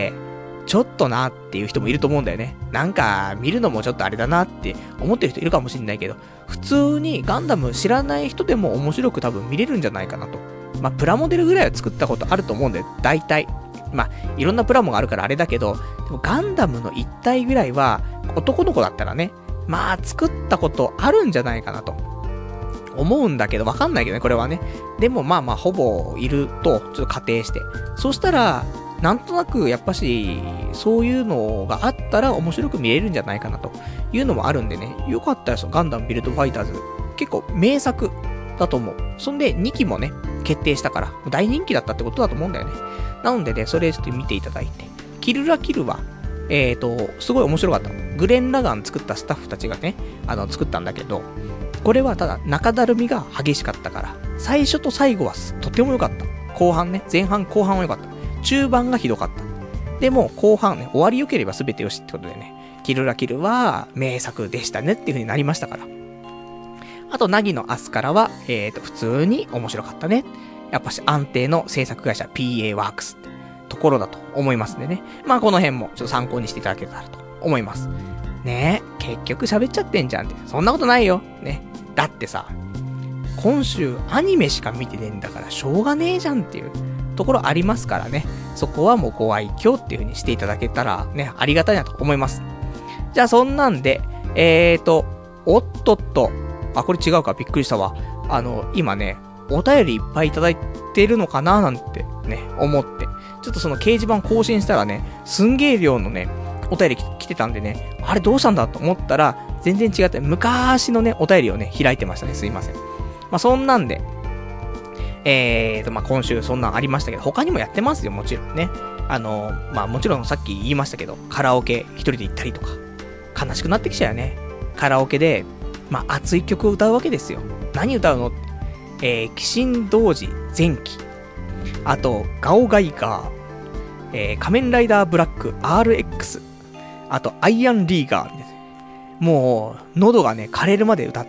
ちょっとなっていう人もいると思うんだよね。なんか、見るのもちょっとあれだなって思ってる人いるかもしんないけど、普通にガンダム知らない人でも面白く多分見れるんじゃないかなと。まあ、プラモデルぐらいは作ったことあると思うんだよ。大体。まあ、いろんなプラモがあるからあれだけど、でもガンダムの一体ぐらいは、男の子だったらね、まあ、作ったことあるんじゃないかなと。思うんだけど、わかんないけどね、これはね。でもまあまあ、ほぼいると、ちょっと仮定して。そしたら、なんとなく、やっぱし、そういうのがあったら面白く見れるんじゃないかなというのもあるんでね。よかったですよ、ガンダムビルドファイターズ。結構名作だと思う。そんで、にきもね、決定したから、大人気だったってことだと思うんだよね。なのでね、それちょっと見ていただいて。キルラキルは、えーと、すごい面白かった。グレン・ラガン作ったスタッフたちがね、あの、作ったんだけど、これはただ中だるみが激しかったから、最初と最後はとても良かった。後半ね、前半後半は良かった。中盤がひどかった。でも後半ね、終わり良ければ全てよしってことでね、キルラキルは名作でしたねっていう風になりましたから。あと、ナギのアスカラは、えーと、普通に面白かったね。やっぱし安定の制作会社 ピーエー ワークスってところだと思いますんでね。まあこの辺もちょっと参考にしていただけたらと思います。ねえ、結局喋っちゃってんじゃんって。そんなことないよ。ね。だってさ、今週アニメしか見てねえんだからしょうがねえじゃんっていうところありますからね。そこはもうご愛嬌っていう風にしていただけたらね、ありがたいなと思います。じゃあそんなんで、えーと、おっとっと、あ、これ違うか、びっくりしたわ。あの、今ね、お便りいっぱいいただいてるのかななんてね、思って。ちょっとその掲示板更新したらね、すんげー量のね、お便り来てたんでね、あれどうしたんだと思ったら、全然違って、昔のね、お便りをね、開いてましたね。すいません。まあ、そんなんで、えーと、まあ、今週そんなんありましたけど、他にもやってますよ、もちろんね。あの、まあ、もちろんさっき言いましたけど、カラオケ一人で行ったりとか、悲しくなってきちゃうよね。カラオケで、まあ、熱い曲を歌うわけですよ。何歌うのって。えー、鬼神童子前期。あと、ガオガイガー。えー、仮面ライダーブラック アールエックス。あと、アイアンリーガー。もう、喉がね、枯れるまで歌って。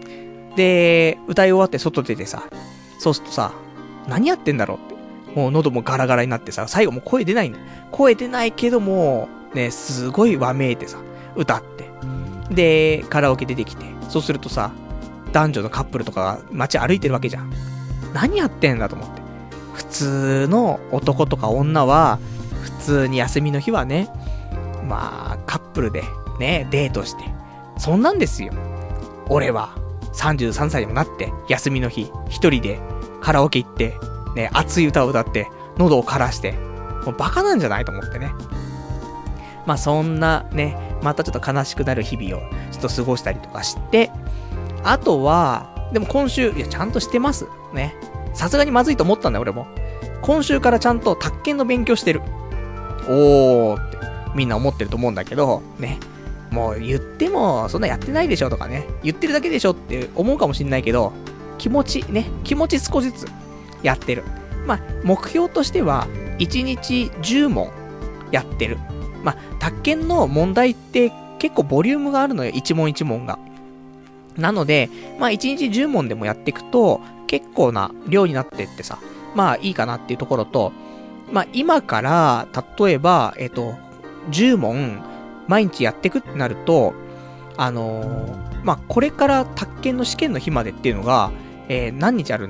で、歌い終わって外出てさ、そうするとさ、何やってんだろうって。もう喉もガラガラになってさ、最後もう声出ないんだよ。声出ないけども、ね、すごいわめいてさ、歌って。で、カラオケ出てきて、そうするとさ、男女のカップルとかが街歩いてるわけじゃん。何やってんだと思って。普通の男とか女は、普通に休みの日はね、まあ、カップルでね、デートして。そんなんですよ。俺は、さんじゅうさんさいにもなって、休みの日、一人でカラオケ行って、ね、熱い歌を歌って、喉を枯らして、もうバカなんじゃないと思ってね。まあそんなね、またちょっと悲しくなる日々をちょっと過ごしたりとかして、あとは、でも今週、いや、ちゃんとしてます。ね。さすがにまずいと思ったんだよ、俺も。今週からちゃんと宅建の勉強してる。おーって、みんな思ってると思うんだけど、ね。もう言っても、そんなやってないでしょとかね。言ってるだけでしょって思うかもしんないけど、気持ち、ね。気持ち少しずつやってる。まあ、目標としては、いちにちじゅう問やってる。まあ、宅建の問題って結構ボリュームがあるのよ。一問一問が。なので、まあ、いちにちじゅう問でもやっていくと、結構な量になってってさ、まあ、いいかなっていうところと、まあ、今から、例えば、えっと、じゅう問、毎日やっていくってなると、あのー、まあ、これから宅建の試験の日までっていうのが、えー、何日あるんだ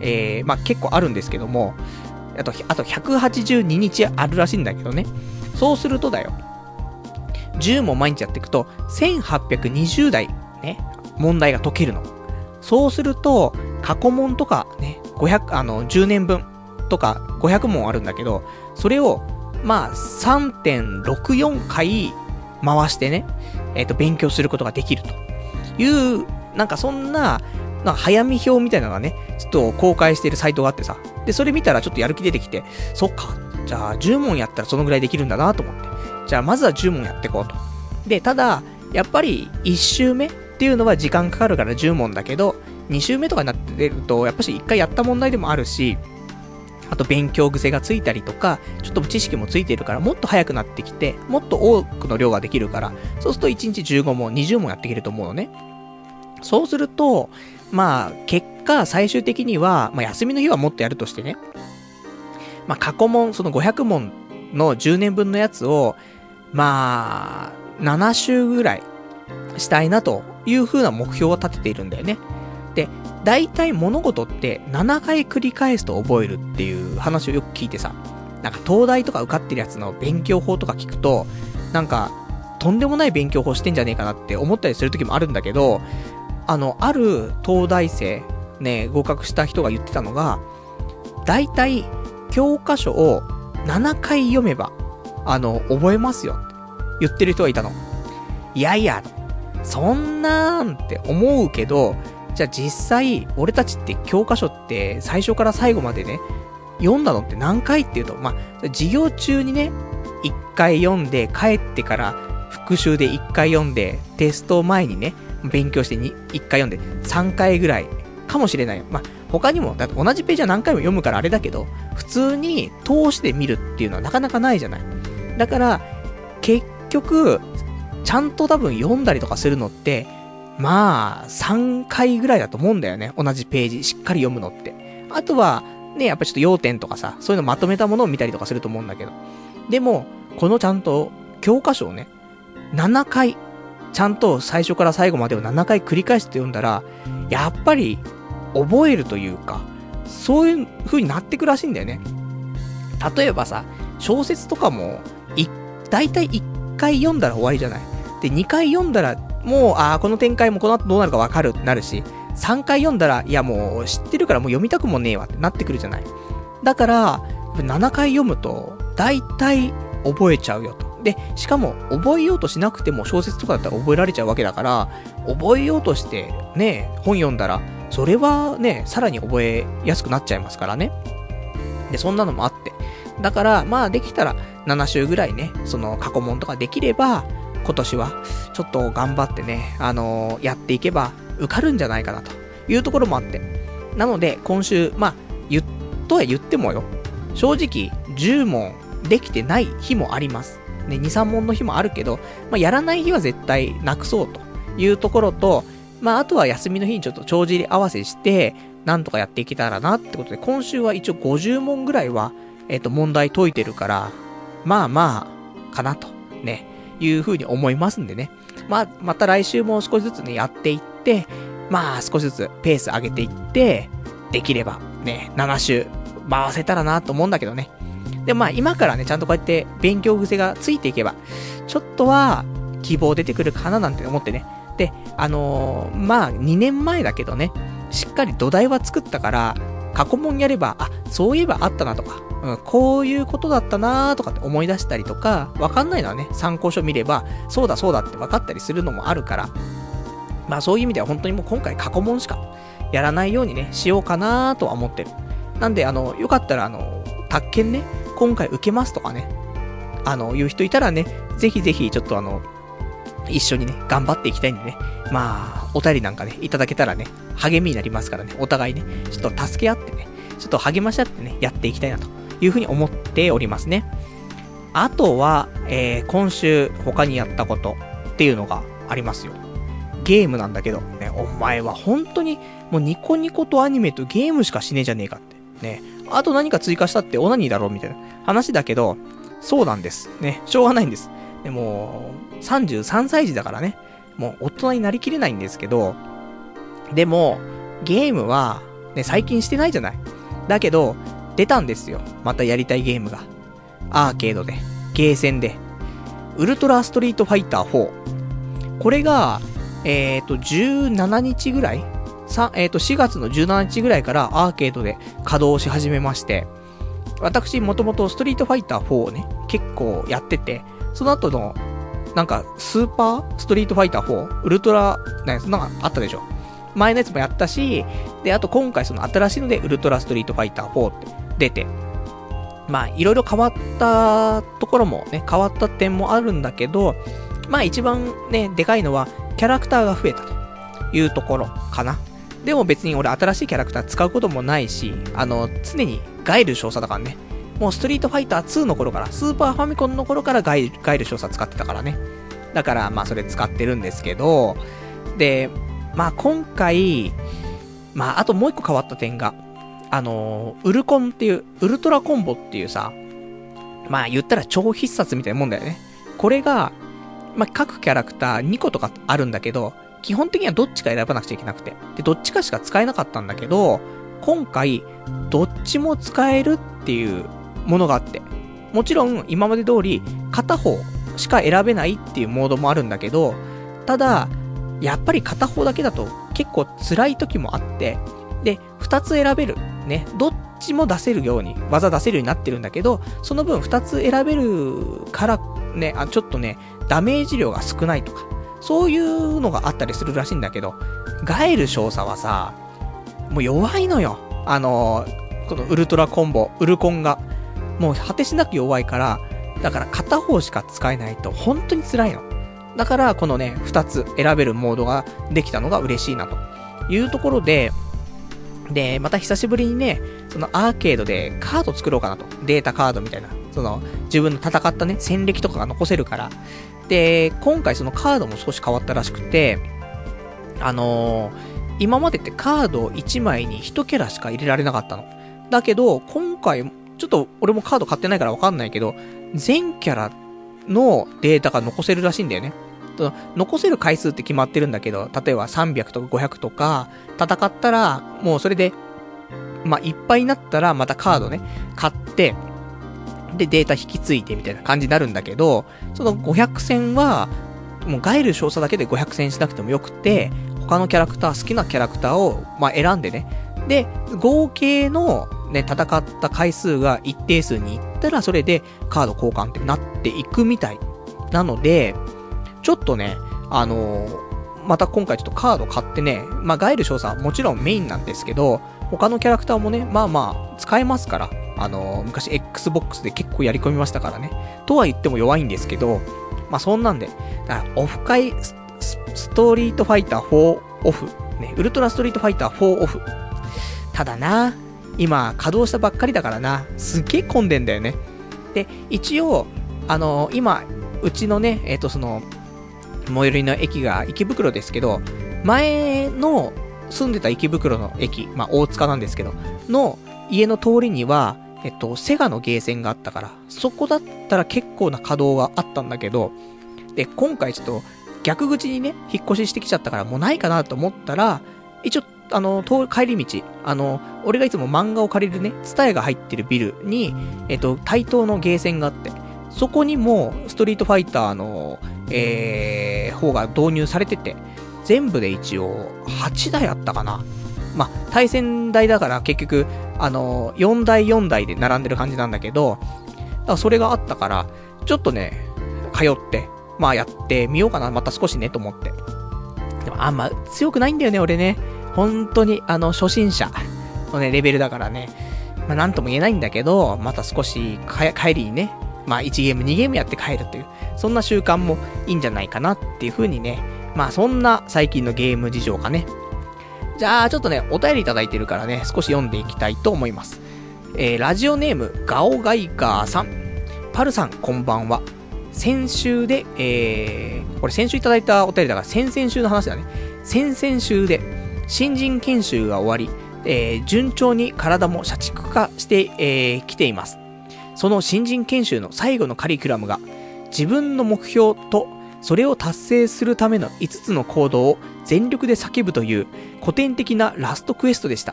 えー、まあ結構あるんですけども、あと、あとひゃくはちじゅうににちあるらしいんだけどね。そうするとだよ。じゅう問毎日やっていくと、せんはっぴゃくにじゅうだい、ね、問題が解けるの。そうすると、過去問とかね、ごひゃく、あの、じゅうねんぶんとかごひゃく問あるんだけど、それを、まあ、さんてんろくよんかい回してね、えっと、勉強することができるという、なんかそんな、なんか早見表みたいなのがね、ちょっと公開しているサイトがあってさ。で、それ見たらちょっとやる気出てきて、そっか、じゃあじゅう問やったらそのぐらいできるんだなと思って。じゃあまずはじゅう問やっていこうと。で、ただ、やっぱりいち周目っていうのは時間かかるからじゅう問だけど、に周目とかになってると、やっぱしいっかいやった問題でもあるし、あと勉強癖がついたりとか、ちょっと知識もついてるから、もっと早くなってきて、もっと多くの量ができるから、そうするといちにちじゅうご問、にじゅう問やっていけると思うのね。そうすると、まあ、結果、最終的には、まあ、休みの日はもっとやるとしてね。まあ、過去問、そのごひゃく問のじゅうねんぶんのやつを、まあ、なな週ぐらいしたいなという風な目標を立てているんだよね。で、大体物事ってななかい繰り返すと覚えるっていう話をよく聞いてさ、なんか東大とか受かってるやつの勉強法とか聞くと、なんか、とんでもない勉強法してんじゃねえかなって思ったりする時もあるんだけど、あの、ある東大生、ね、合格した人が言ってたのが、大体、教科書をななかい読めば、あの、覚えますよって言ってる人がいたの。いやいや、そんなんって思うけど、じゃあ実際、俺たちって教科書って最初から最後までね、読んだのって何回っていうと、まあ、授業中にね、いっかい読んで、帰ってから復習でいっかい読んで、テスト前にね、勉強してにいっかい読んで、さんかいぐらいかもしれないよ。まあ、他にも、だって同じページは何回も読むからあれだけど、普通に通して見るっていうのはなかなかないじゃない。だから、結局、ちゃんと多分読んだりとかするのって、まあ、さんかいぐらいだと思うんだよね。同じページ、しっかり読むのって。あとは、ね、やっぱちょっと要点とかさ、そういうのまとめたものを見たりとかすると思うんだけど。でも、このちゃんと、教科書をね、ななかい、ちゃんと最初から最後までをななかい繰り返して読んだら、やっぱり、覚えるというか、そういう風になってくらしいんだよね。例えばさ、小説とかも、い、だいたいいっかい読んだら終わりじゃない。で、にかい読んだら、もう、ああ、この展開もこの後どうなるかわかるってなるし、さんかい読んだら、いやもう知ってるからもう読みたくもねえわってなってくるじゃない。だから、ななかい読むと、だいたい覚えちゃうよと。で、しかも、覚えようとしなくても小説とかだったら覚えられちゃうわけだから、覚えようとして、ね、本読んだら、それはね、さらに覚えやすくなっちゃいますからね。で、そんなのもあって。だから、まあできたら、なな週ぐらいね、その過去問とかできれば、今年は、ちょっと頑張ってね、あのー、やっていけば、受かるんじゃないかな、というところもあって。なので、今週、まあ、言っとは言ってもよ、正直、じゅう問できてない日もあります。ね、に、さん問の日もあるけど、まあ、やらない日は絶対なくそうというところと、まあ、あとは休みの日にちょっと帳尻合わせして、なんとかやっていけたらなってことで、今週は一応ごじゅう問ぐらいは、えっと、問題解いてるから、まあまあ、かなと、ね、いう風に思いますんでね。まあ、また来週も少しずつね、やっていって、まあ、少しずつペース上げていって、できれば、ね、なな週回せたらなと思うんだけどね。で、まあ、今からね、ちゃんとこうやって勉強癖がついていけば、ちょっとは、希望出てくるかななんて思ってね。で、あのー、まあ、にねんまえだけどね、しっかり土台は作ったから、過去問やれば、あ、そういえばあったなとか、うん、こういうことだったなーとかって思い出したりとか、わかんないのはね、参考書見れば、そうだそうだって分かったりするのもあるから、まあそういう意味では本当にもう今回過去問しかやらないようにね、しようかなーとは思ってる。なんで、あの、よかったら、あの、宅建ね、今回受けますとかね、あの、いう人いたらね、ぜひぜひ、ちょっとあの、一緒にね、頑張っていきたいんでね。まあ、お便りなんかね、いただけたらね、励みになりますからね、お互いね、ちょっと助け合ってね、ちょっと励まし合ってね、やっていきたいなというふうに思っておりますね。あとは、えー、今週他にやったことっていうのがありますよ。ゲームなんだけど、ね、お前は本当にもうニコニコとアニメとゲームしかしねえじゃねえかって。ね。あと何か追加したってオナニーだろうみたいな話だけど、そうなんです。ね。しょうがないんです。でも、さんじゅうさんさい児だからね。もう大人になりきれないんですけど、でも、ゲームは、 ね、最近してないじゃない。だけど、出たんですよ。またやりたいゲームが。アーケードで、ゲーセンで。ウルトラストリートファイターフォー。これが、えっと、じゅうしちにちぐらいさ、えっと、しがつのじゅうしちにちぐらいからアーケードで稼働し始めまして、私、もともとストリートファイターフォーをね、結構やってて、その後の、なんか、スーパーストリートファイターフォー、ウルトラ、なんか、なんかあったでしょ。前のやつもやったし、で、あと今回その新しいので、ウルトラストリートファイターフォーって出て、まあ、いろいろ変わったところもね、変わった点もあるんだけど、まあ一番ね、でかいのは、キャラクターが増えたというところかな。でも別に俺新しいキャラクター使うこともないし、あの、常にガイル少佐だからね。もうストリートファイターツーの頃から、スーパーファミコンの頃からガイル、ガイル少佐使ってたからね。だからまあそれ使ってるんですけど、で、まあ今回、まああともう一個変わった点が、あのー、ウルコンっていう、ウルトラコンボっていうさ、まあ言ったら超必殺みたいなもんだよね。これが、まあ各キャラクターにことかあるんだけど、基本的にはどっちか選ばなくちゃいけなくて。で、どっちかしか使えなかったんだけど、今回、どっちも使えるっていうものがあって。もちろん、今まで通り、片方しか選べないっていうモードもあるんだけど、ただ、やっぱり片方だけだと結構辛い時もあって、で、二つ選べる。ね。どっちも出せるように、技出せるようになってるんだけど、その分二つ選べるから、ね、あ、ちょっとね、ダメージ量が少ないとか、そういうのがあったりするらしいんだけど、ガエル少佐はさ、もう弱いのよ。あのー、このウルトラコンボ、ウルコンが。もう果てしなく弱いから、だから片方しか使えないと本当に辛いの。だからこのね、二つ選べるモードができたのが嬉しいなというところで、で、また久しぶりにね、そのアーケードでカード作ろうかなと。データカードみたいな。その、自分の戦ったね、戦歴とかが残せるから。で、今回そのカードも少し変わったらしくて、あのー、今までってカードいちまいにいちキャラしか入れられなかったの。だけど、今回、ちょっと俺もカード買ってないからわかんないけど、全キャラのデータが残せるらしいんだよね。残せる回数って決まってるんだけど、例えばさんびゃくとかごひゃくとか、戦ったら、もうそれで、まあ、いっぱいになったらまたカードね、買って、で、データ引き継いでみたいな感じになるんだけど、そのごひゃく戦は、もうガイル少佐だけでごひゃく戦しなくてもよくて、他のキャラクター、好きなキャラクターを、まあ、選んでね。で、合計のね、戦った回数が一定数にいったら、それでカード交換ってなっていくみたい。なので、ちょっとね、あのー、また今回ちょっとカード買ってね、まあ、ガイル少佐はもちろんメインなんですけど、他のキャラクターもね、まあまあ、使えますから、あのー、昔 Xbox で結構やり込みましたからね。とは言っても弱いんですけど、まあそんなんで、だからオフ会ス、ストリートファイターフォーオフ、ね、ウルトラストリートファイターフォーオフ。ただな、今稼働したばっかりだからな、すっげえ混んでんだよね。で、一応、あのー、今、うちのね、えっとその、最寄りの駅が池袋ですけど、前の住んでた池袋の駅、まあ大塚なんですけど、の家の通りには、えっと、セガのゲーセンがあったから、そこだったら結構な稼働があったんだけど、で、今回ちょっと逆口にね、引っ越ししてきちゃったからもうないかなと思ったら、一応、あの、通帰り道、あの、俺がいつも漫画を借りるね、ツタヤが入ってるビルに、えっと、対等のゲーセンがあって、そこにも、ストリートファイターの、えー、方が導入されてて、全部で一応、はちだいあったかな。まあ、対戦台だから結局、あのー、よんだいよんだいで並んでる感じなんだけど、だからそれがあったから、ちょっとね、通って、まあやってみようかな、また少しね、と思って。でもあんま強くないんだよね、俺ね。本当に、あの、初心者のね、レベルだからね。まあなんとも言えないんだけど、また少し帰りにね、まあいちゲームにゲームやって帰るという、そんな習慣もいいんじゃないかなっていう風にね、まあそんな最近のゲーム事情かね。じゃあちょっとね、お便りいただいてるからね、少し読んでいきたいと思います。えー、ラジオネーム、ガオガイガーさん。パルさん、こんばんは。先週で、えー、これ先週いただいたお便りだから先々週の話だね。先々週で、新人研修が終わり、えー、順調に体も社畜化してき、えー、ています。その新人研修の最後のカリキュラムが、自分の目標と、それを達成するためのいつつの行動を全力で叫ぶという古典的なラストクエストでした。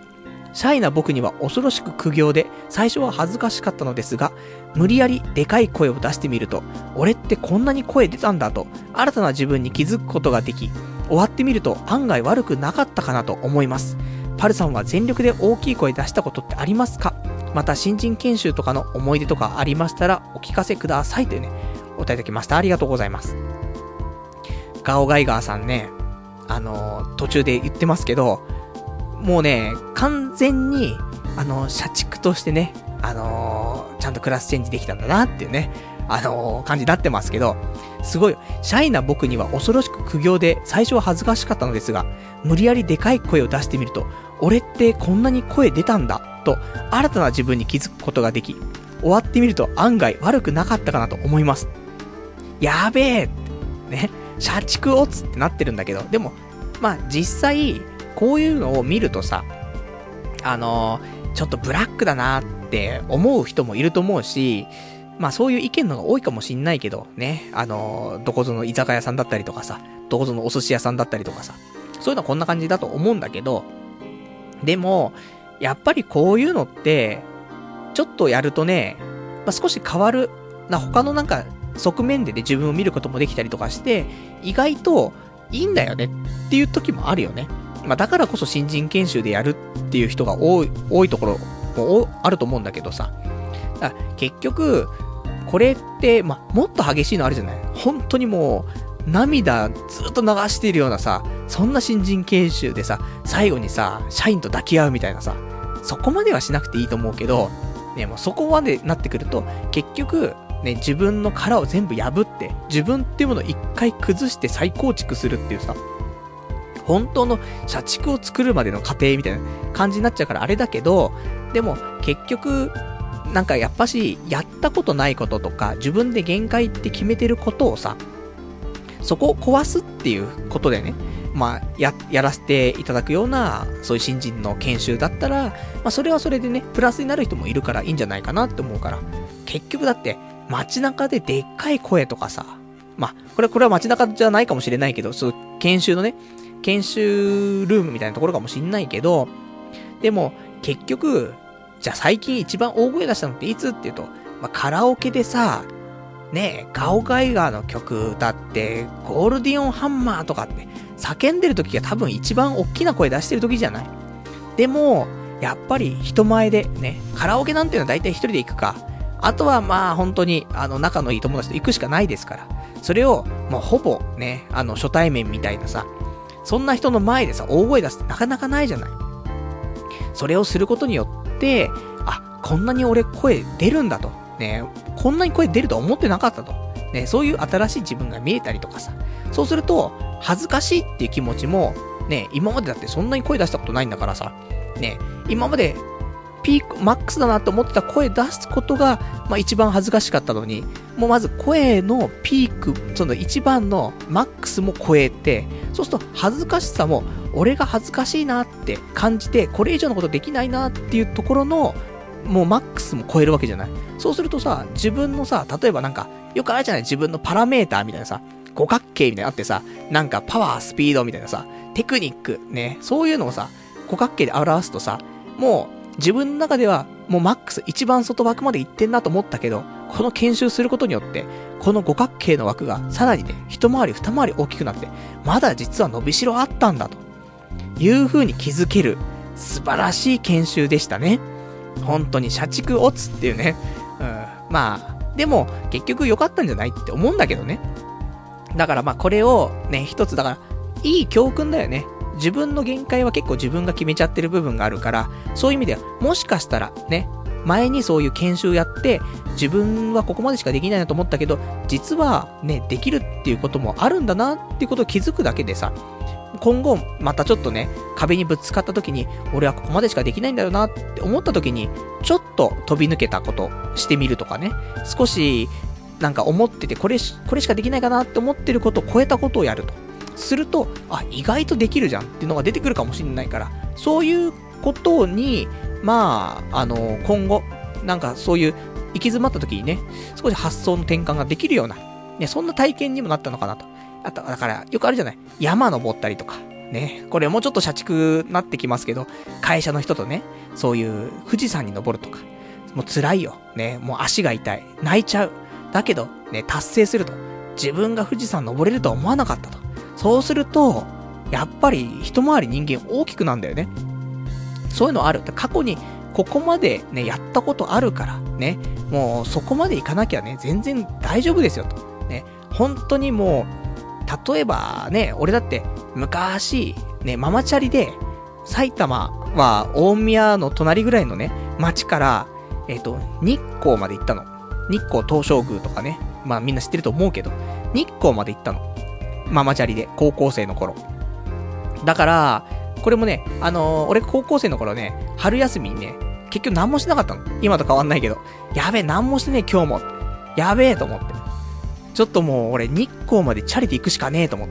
シャイな僕には恐ろしく苦行で、最初は恥ずかしかったのですが、無理やりでかい声を出してみると、俺ってこんなに声出たんだと、新たな自分に気づくことができ、終わってみると案外悪くなかったかなと思います。パルさんは全力で大きい声出したことってありますか？また新人研修とかの思い出とかありましたらお聞かせくださいというね、お答えいただきました。ありがとうございます。ガオガイガーさんね、あのー、途中で言ってますけど、もうね、完全に、あのー、社畜としてね、あのー、ちゃんとクラスチェンジできたんだなっていうね、あのー、感じになってますけど、すごい、シャイな僕には恐ろしく苦行で、最初は恥ずかしかったのですが、無理やりでかい声を出してみると、俺ってこんなに声出たんだ、と、新たな自分に気づくことができ、終わってみると案外悪くなかったかなと思います。やべえって、ね、社畜オツってなってるんだけど、でも、まあ実際、こういうのを見るとさ、あのー、ちょっとブラックだなって思う人もいると思うし、まあそういう意見のが多いかもしんないけど、ね、あのー、どこぞの居酒屋さんだったりとかさ、どこぞのお寿司屋さんだったりとかさ、そういうのはこんな感じだと思うんだけど、でも、やっぱりこういうのって、ちょっとやるとね、まあ、少し変わる、な、他のなんか、側面でね、自分を見ることもできたりとかして、意外といいんだよねっていう時もあるよね。まあだからこそ新人研修でやるっていう人が多い、多いところもあると思うんだけどさ。だから結局、これって、まあもっと激しいのあるじゃない？本当にもう、涙ずっと流しているようなさ、そんな新人研修でさ、最後にさ、社員と抱き合うみたいなさ、そこまではしなくていいと思うけど、ね、もうそこまでなってくると、結局、ね、自分の殻を全部破って、自分っていうものを一回崩して再構築するっていうさ、本当の社畜を作るまでの過程みたいな感じになっちゃうからあれだけど、でも結局、なんかやっぱし、やったことないこととか、自分で限界って決めてることをさ、そこを壊すっていうことでね、まあ、や、やらせていただくような、そういう新人の研修だったら、まあそれはそれでね、プラスになる人もいるからいいんじゃないかなって思うから、結局だって、街中ででっかい声とかさ、まあ、これ、これは街中じゃないかもしれないけど、そう、研修のね、研修ルームみたいなところかもしんないけど、でも、結局、じゃあ最近一番大声出したのっていつって言うと、まあ、カラオケでさ、ねえ、ガオガイガーの曲だって、ゴールディオンハンマーとかって、叫んでる時が多分一番大きな声出してる時じゃない？でも、やっぱり人前でね、カラオケなんていうのは大体一人で行くか、あとはまあ本当にあの仲のいい友達と行くしかないですから、それをもうほぼね、あの初対面みたいなさ、そんな人の前でさ、大声出すってなかなかないじゃない。それをすることによって、あ、こんなに俺声出るんだと。ね、こんなに声出るとは思ってなかったと。ね、そういう新しい自分が見えたりとかさ。そうすると、恥ずかしいっていう気持ちも、ね、今までだってそんなに声出したことないんだからさ。ね、今まで、ピーク、マックスだなって思ってた声出すことが、まあ一番恥ずかしかったのに、もうまず声のピーク、その一番のマックスも超えて、そうすると恥ずかしさも、俺が恥ずかしいなって感じて、これ以上のことできないなっていうところの、もうマックスも超えるわけじゃない。そうするとさ、自分のさ、例えばなんか、よくあるじゃない、自分のパラメーターみたいなさ、五角形みたいなのあってさ、なんかパワー、スピードみたいなさ、テクニック、ね、そういうのをさ、五角形で表すとさ、もう、自分の中では、もうマックス、一番外枠まで行ってんなと思ったけど、この研修することによって、この五角形の枠が、さらにね、一回り二回り大きくなって、まだ実は伸びしろあったんだと、いう風に気づける、素晴らしい研修でしたね。本当に社畜オツっていうね。うん。まあ、でも、結局良かったんじゃないって思うんだけどね。だからまあ、これをね、一つだから、いい教訓だよね。自分の限界は結構自分が決めちゃってる部分があるから、そういう意味では、もしかしたらね、前にそういう研修やって、自分はここまでしかできないなと思ったけど、実はね、できるっていうこともあるんだなっていうことを気づくだけでさ、今後、またちょっとね、壁にぶつかった時に、俺はここまでしかできないんだよなって思った時に、ちょっと飛び抜けたことしてみるとかね、少し、なんか思ってて、これし、これしかできないかなって思ってることを超えたことをやると。すると、あ、意外とできるじゃんっていうのが出てくるかもしれないから、そういうことに、まあ、あの、今後、なんかそういう、行き詰まった時にね、少し発想の転換ができるような、ね、そんな体験にもなったのかなと。あと、だから、よくあるじゃない。山登ったりとか、 ね、これもうちょっと社畜なってきますけど、会社の人とね、そういう富士山に登るとか、もう辛いよ。ね、もう足が痛い。泣いちゃう。だけど、ね、達成すると。自分が富士山登れるとは思わなかったと。そうすると、やっぱり一回り人間大きくなんだよね。そういうのある。過去にここまでね、やったことあるから、ね、もうそこまでいかなきゃね、全然大丈夫ですよと。ね、本当にもう、例えばね、俺だって昔、ね、ママチャリで、埼玉は大宮の隣ぐらいのね、町から、えっと、日光まで行ったの。日光東照宮とかね、まあみんな知ってると思うけど、日光まで行ったの。ママチャリで、高校生の頃。だから、これもね、あのー、俺高校生の頃ね、春休みにね、結局何もしなかったの。今と変わんないけど。やべえ、何もしてねえ、今日も。やべえと思って。ちょっともう俺日光までチャリで行くしかねえと思って。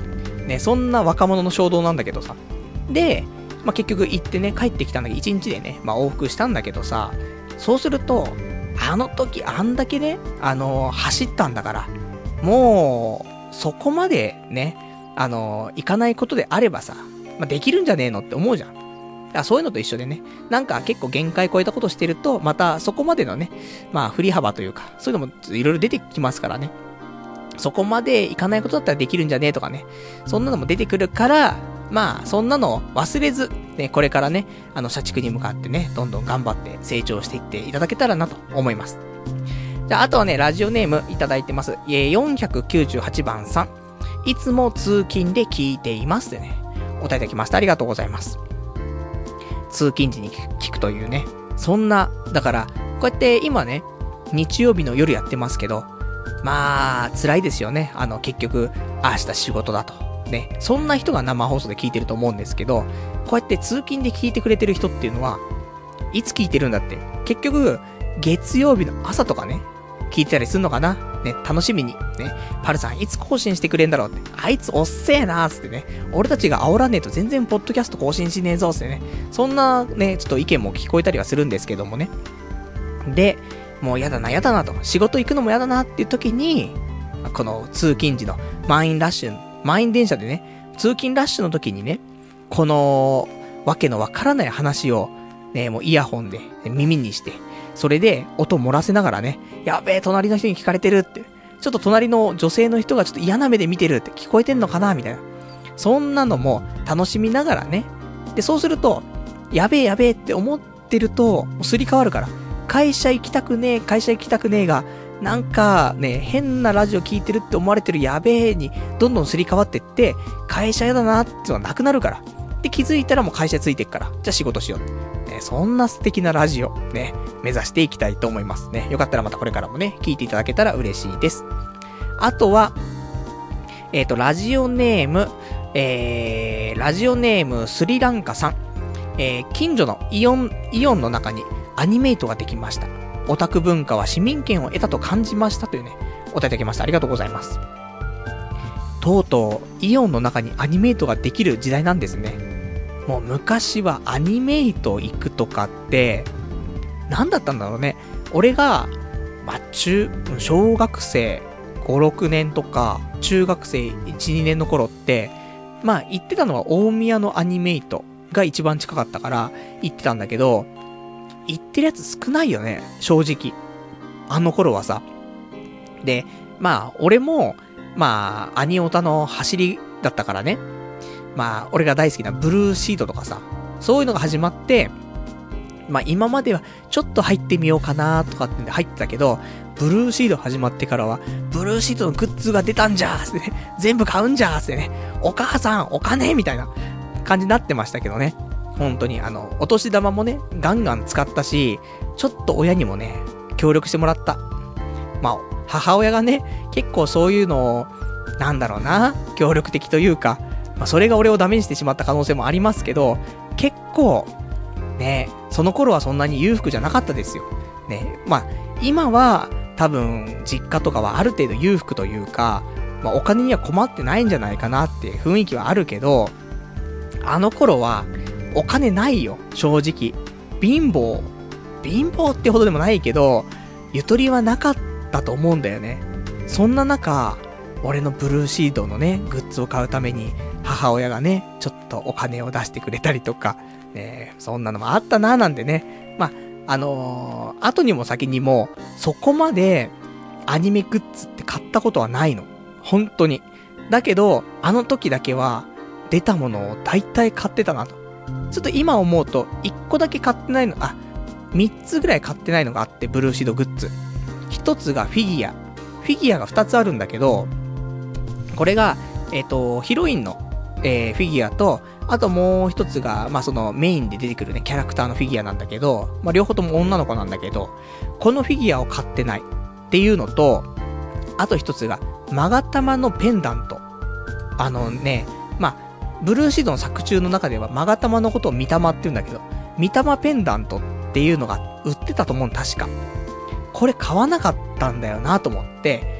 ね、そんな若者の衝動なんだけどさ。で、まあ、結局行ってね、帰ってきたんだけど、一日でね、まあ、往復したんだけどさ、そうすると、あの時あんだけね、あのー、走ったんだから、もう、そこまでね、あのー、行かないことであればさ、まあ、できるんじゃねえのって思うじゃん。だからそういうのと一緒でね、なんか結構限界超えたことしてると、またそこまでのね、まあ振り幅というか、そういうのもいろいろ出てきますからね。そこまでいかないことだったらできるんじゃねえとかね、そんなのも出てくるから、まあそんなのを忘れず、ね、これからね、あの社畜に向かってね、どんどん頑張って成長していっていただけたらなと思います。じゃあ、あとはね、ラジオネームいただいてます。よんひゃくきゅうじゅうはちばんさん。いつも通勤で聞いていますでね、お答えいただきました。ありがとうございます。通勤時に聞くというね、そんな、だから、こうやって今ね、日曜日の夜やってますけど、まあ、辛いですよね。あの、結局、明日仕事だと。ね。そんな人が生放送で聞いてると思うんですけど、こうやって通勤で聞いてくれてる人っていうのは、いつ聞いてるんだって。結局、月曜日の朝とかね、聞いてたりするのかなね、楽しみに。ね。パルさんいつ更新してくれんだろうって。あいつおっせえなーつってね。俺たちが煽らねえと全然ポッドキャスト更新しねえぞーってね。そんなね、ちょっと意見も聞こえたりはするんですけどもね。で、もうやだな、やだなと。仕事行くのもやだなっていう時に、この通勤時の満員ラッシュ、満員電車でね、通勤ラッシュの時にね、このわけのわからない話をね、もうイヤホンで耳にして、それで音漏らせながらね、やべえ、隣の人に聞かれてるって。ちょっと隣の女性の人がちょっと嫌な目で見てるって聞こえてんのかなみたいな。そんなのも楽しみながらね。で、そうすると、やべえやべえって思ってると、すり替わるから。会社行きたくねえ、会社行きたくねえが、なんかね、変なラジオ聞いてるって思われてるやべえに、どんどんすり替わってって、会社やだなっていうのはなくなるから。で、気づいたらもう会社ついてっから。じゃあ仕事しよう。ね、そんな素敵なラジオ、ね、目指していきたいと思いますね。よかったらまたこれからもね、聞いていただけたら嬉しいです。あとは、えっと、ラジオネーム、えー、ラジオネームスリランカさん。えー、近所のイオン、イオンの中にアニメイトができました。オタク文化は市民権を得たと感じましたというね、お答えいただきました。ありがとうございます。とうとう、イオンの中にアニメイトができる時代なんですね。もう昔はアニメイト行くとかって、何だったんだろうね。俺が、まあ、中、小学生ご、ろくねんとか、中学生いち、にねんの頃って、まあ行ってたのは大宮のアニメイトが一番近かったから行ってたんだけど、行ってるやつ少ないよね、正直。あの頃はさ。で、まあ俺も、まあアニオタの走りだったからね。まあ俺が大好きなブルーシートとかさ、そういうのが始まって、まあ今まではちょっと入ってみようかなとかってんで入ってたけど、ブルーシート始まってからは、ブルーシートのグッズが出たんじゃーってね、全部買うんじゃーってね、お母さんお金みたいな感じになってましたけどね。本当にあの、お年玉もね、ガンガン使ったし、ちょっと親にもね、協力してもらった。まあ、母親がね、結構そういうのを、なんだろうな、協力的というか、まあそれが俺をダメにしてしまった可能性もありますけど、結構、ね、その頃はそんなに裕福じゃなかったですよ。ね、まあ、今は、多分、実家とかはある程度裕福というか、まあお金には困ってないんじゃないかなっていう雰囲気はあるけど、あの頃は、お金ないよ、正直。貧乏。貧乏ってほどでもないけど、ゆとりはなかったと思うんだよね。そんな中、俺のブルーシードのね、グッズを買うために、母母親がね、ちょっとお金を出してくれたりとか、ね、そんなのもあったなーなんでね。まあ、あのー、後にも先にも、そこまでアニメグッズって買ったことはないの。本当に。だけど、あの時だけは、出たものを大体買ってたなと。ちょっと今思うと、いっこだけ買ってないの、あ、みっつぐらい買ってないのがあって、ブルーシードグッズ。ひとつがフィギュア。フィギュアがふたつあるんだけど、これが、えっと、ヒロインの、えー、フィギュアと、あともう一つが、まあ、そのメインで出てくるね、キャラクターのフィギュアなんだけど、まあ、両方とも女の子なんだけど、このフィギュアを買ってないっていうのと、あと一つが、マガタマのペンダント。あのね、まあ、ブルーシードの作中の中では、マガタマのことをミタマって言うんだけど、ミタマペンダントっていうのが売ってたと思うの、確か。これ買わなかったんだよなと思って、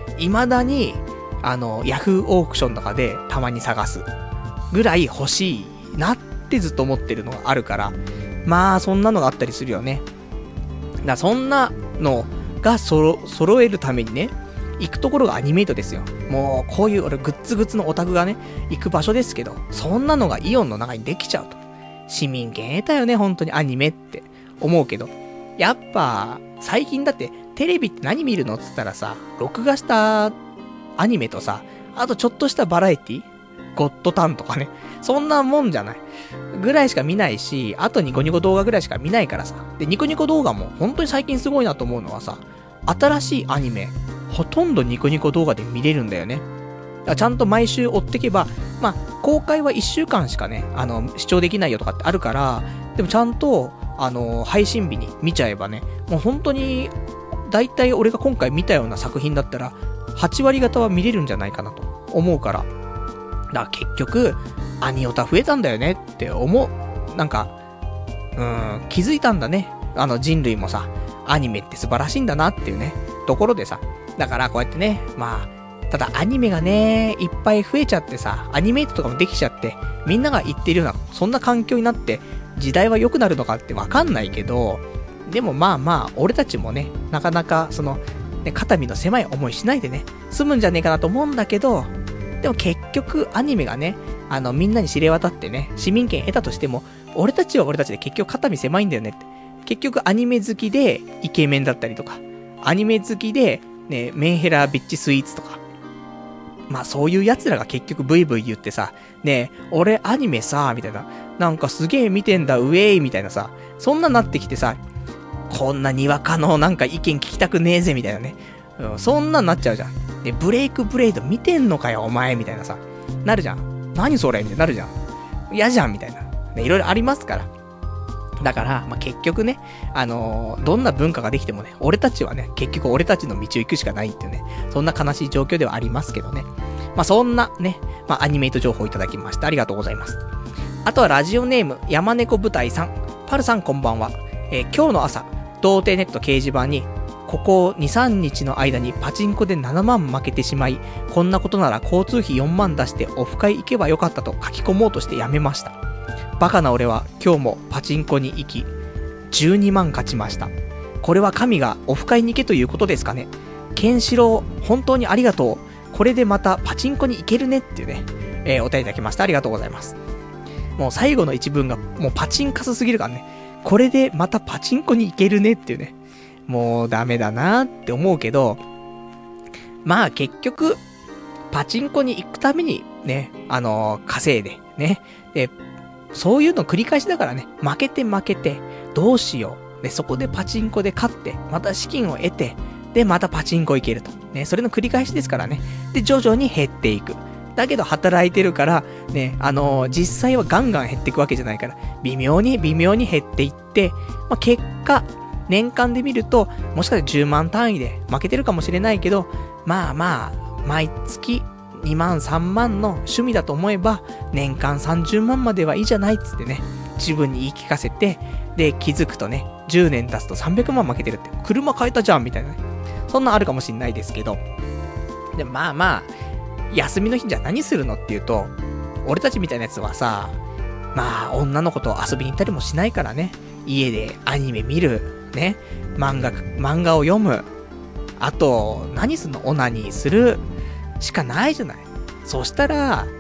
未だに、あの、ヤフーオークションとかでたまに探すぐらい欲しいなってずっと思ってるのがあるから、まあそんなのがあったりするよね。だからそんなのがそろ、揃えるためにね、行くところがアニメイトですよ。もうこういう俺グッズグッズのオタクがね、行く場所ですけど、そんなのがイオンの中にできちゃうと。市民権得たよね、本当にアニメって思うけど。やっぱ、最近だってテレビって何見るのって言ったらさ、録画したアニメとさ、あとちょっとしたバラエティゴッドタンとかね。そんなもんじゃない。ぐらいしか見ないし、あとニコニコ動画ぐらいしか見ないからさ。で、ニコニコ動画も本当に最近すごいなと思うのはさ、新しいアニメ、ほとんどニコニコ動画で見れるんだよね。だからちゃんと毎週追ってけば、まあ、公開はいっしゅうかんしかね、あの、視聴できないよとかってあるから、でもちゃんと、あの、配信日に見ちゃえばね、もう本当に、だいたい俺が今回見たような作品だったら、はちわり方は見れるんじゃないかなと思うから。だから結局、アニオタ増えたんだよねって思う。なんか、うーん、気づいたんだね。あの人類もさ、アニメって素晴らしいんだなっていうね、ところでさ。だからこうやってね、まあ、ただアニメがね、いっぱい増えちゃってさ、アニメートとかもできちゃって、みんなが言ってるような、そんな環境になって、時代は良くなるのかってわかんないけど、でもまあまあ、俺たちもね、なかなか、その、ね、肩身の狭い思いしないでね、済むんじゃねえかなと思うんだけど、でも結局アニメがね、あのみんなに知れ渡ってね、市民権得たとしても、俺たちは俺たちで結局肩身狭いんだよねって。結局アニメ好きでイケメンだったりとか、アニメ好きでね、メンヘラビッチスイーツとか。まあそういう奴らが結局ブイブイ言ってさ、ねえ、俺アニメさ、みたいな。なんかすげえ見てんだ、ウェイみたいなさ、そんななってきてさ、こんなにわかのなんか意見聞きたくねえぜみたいなね。うん、そんなんなっちゃうじゃん。で、ブレイクブレイド見てんのかよ、お前みたいなさ。なるじゃん。何それってなるじゃん。嫌じゃんみたいな。ね、いろいろありますから。だから、まあ、結局ね、あのー、どんな文化ができてもね、俺たちはね、結局俺たちの道を行くしかないっていうね、そんな悲しい状況ではありますけどね。まあ、そんなね、まあ、アニメイト情報いただきました。ありがとうございます。あとはラジオネーム、山猫舞台さん。パルさんこんばんは。えー、今日の朝、童貞ネット掲示板に、ここに、さんにちの間にパチンコでななまん負けてしまい、こんなことなら交通費よんまん出してオフ会行けばよかったと書き込もうとしてやめました。バカな俺は今日もパチンコに行き、じゅうにまん勝ちました。これは神がオフ会に行けということですかね。ケンシロウ、本当にありがとう。これでまたパチンコに行けるねっていうね、えー、お便りいただきました。ありがとうございます。もう最後の一文がもうパチンカスすぎるからね。これでまたパチンコに行けるねっていうね。もうダメだなって思うけど、まあ結局、パチンコに行くためにね、あのー、稼いで、ね。で、そういうの繰り返しだからね、負けて負けて、どうしよう。で、そこでパチンコで勝って、また資金を得て、で、またパチンコ行けると。ね、それの繰り返しですからね。で、徐々に減っていく。だけど働いてるから、ね、あのー、実際はガンガン減っていくわけじゃないから、微妙に微妙に減っていって、まあ、結果、年間で見ると、もしかしたらじゅうまん単位で負けてるかもしれないけど、まあまあ、毎月にまんさんまんの趣味だと思えば、年間さんじゅうまんまではいいじゃないっつってね、自分に言い聞かせて、で、気づくとね、じゅうねん経つとさんびゃくまん負けてるって、車買えたじゃんみたいなね。そんなあるかもしれないですけど、で、まあまあ、休みの日じゃ何するのっていうと、俺たちみたいなやつはさ、まあ、女の子と遊びに行ったりもしないからね、家でアニメ見る、ね、漫画、漫画を読む。あと、何すんの？オナニーするしかないじゃない。そしたら、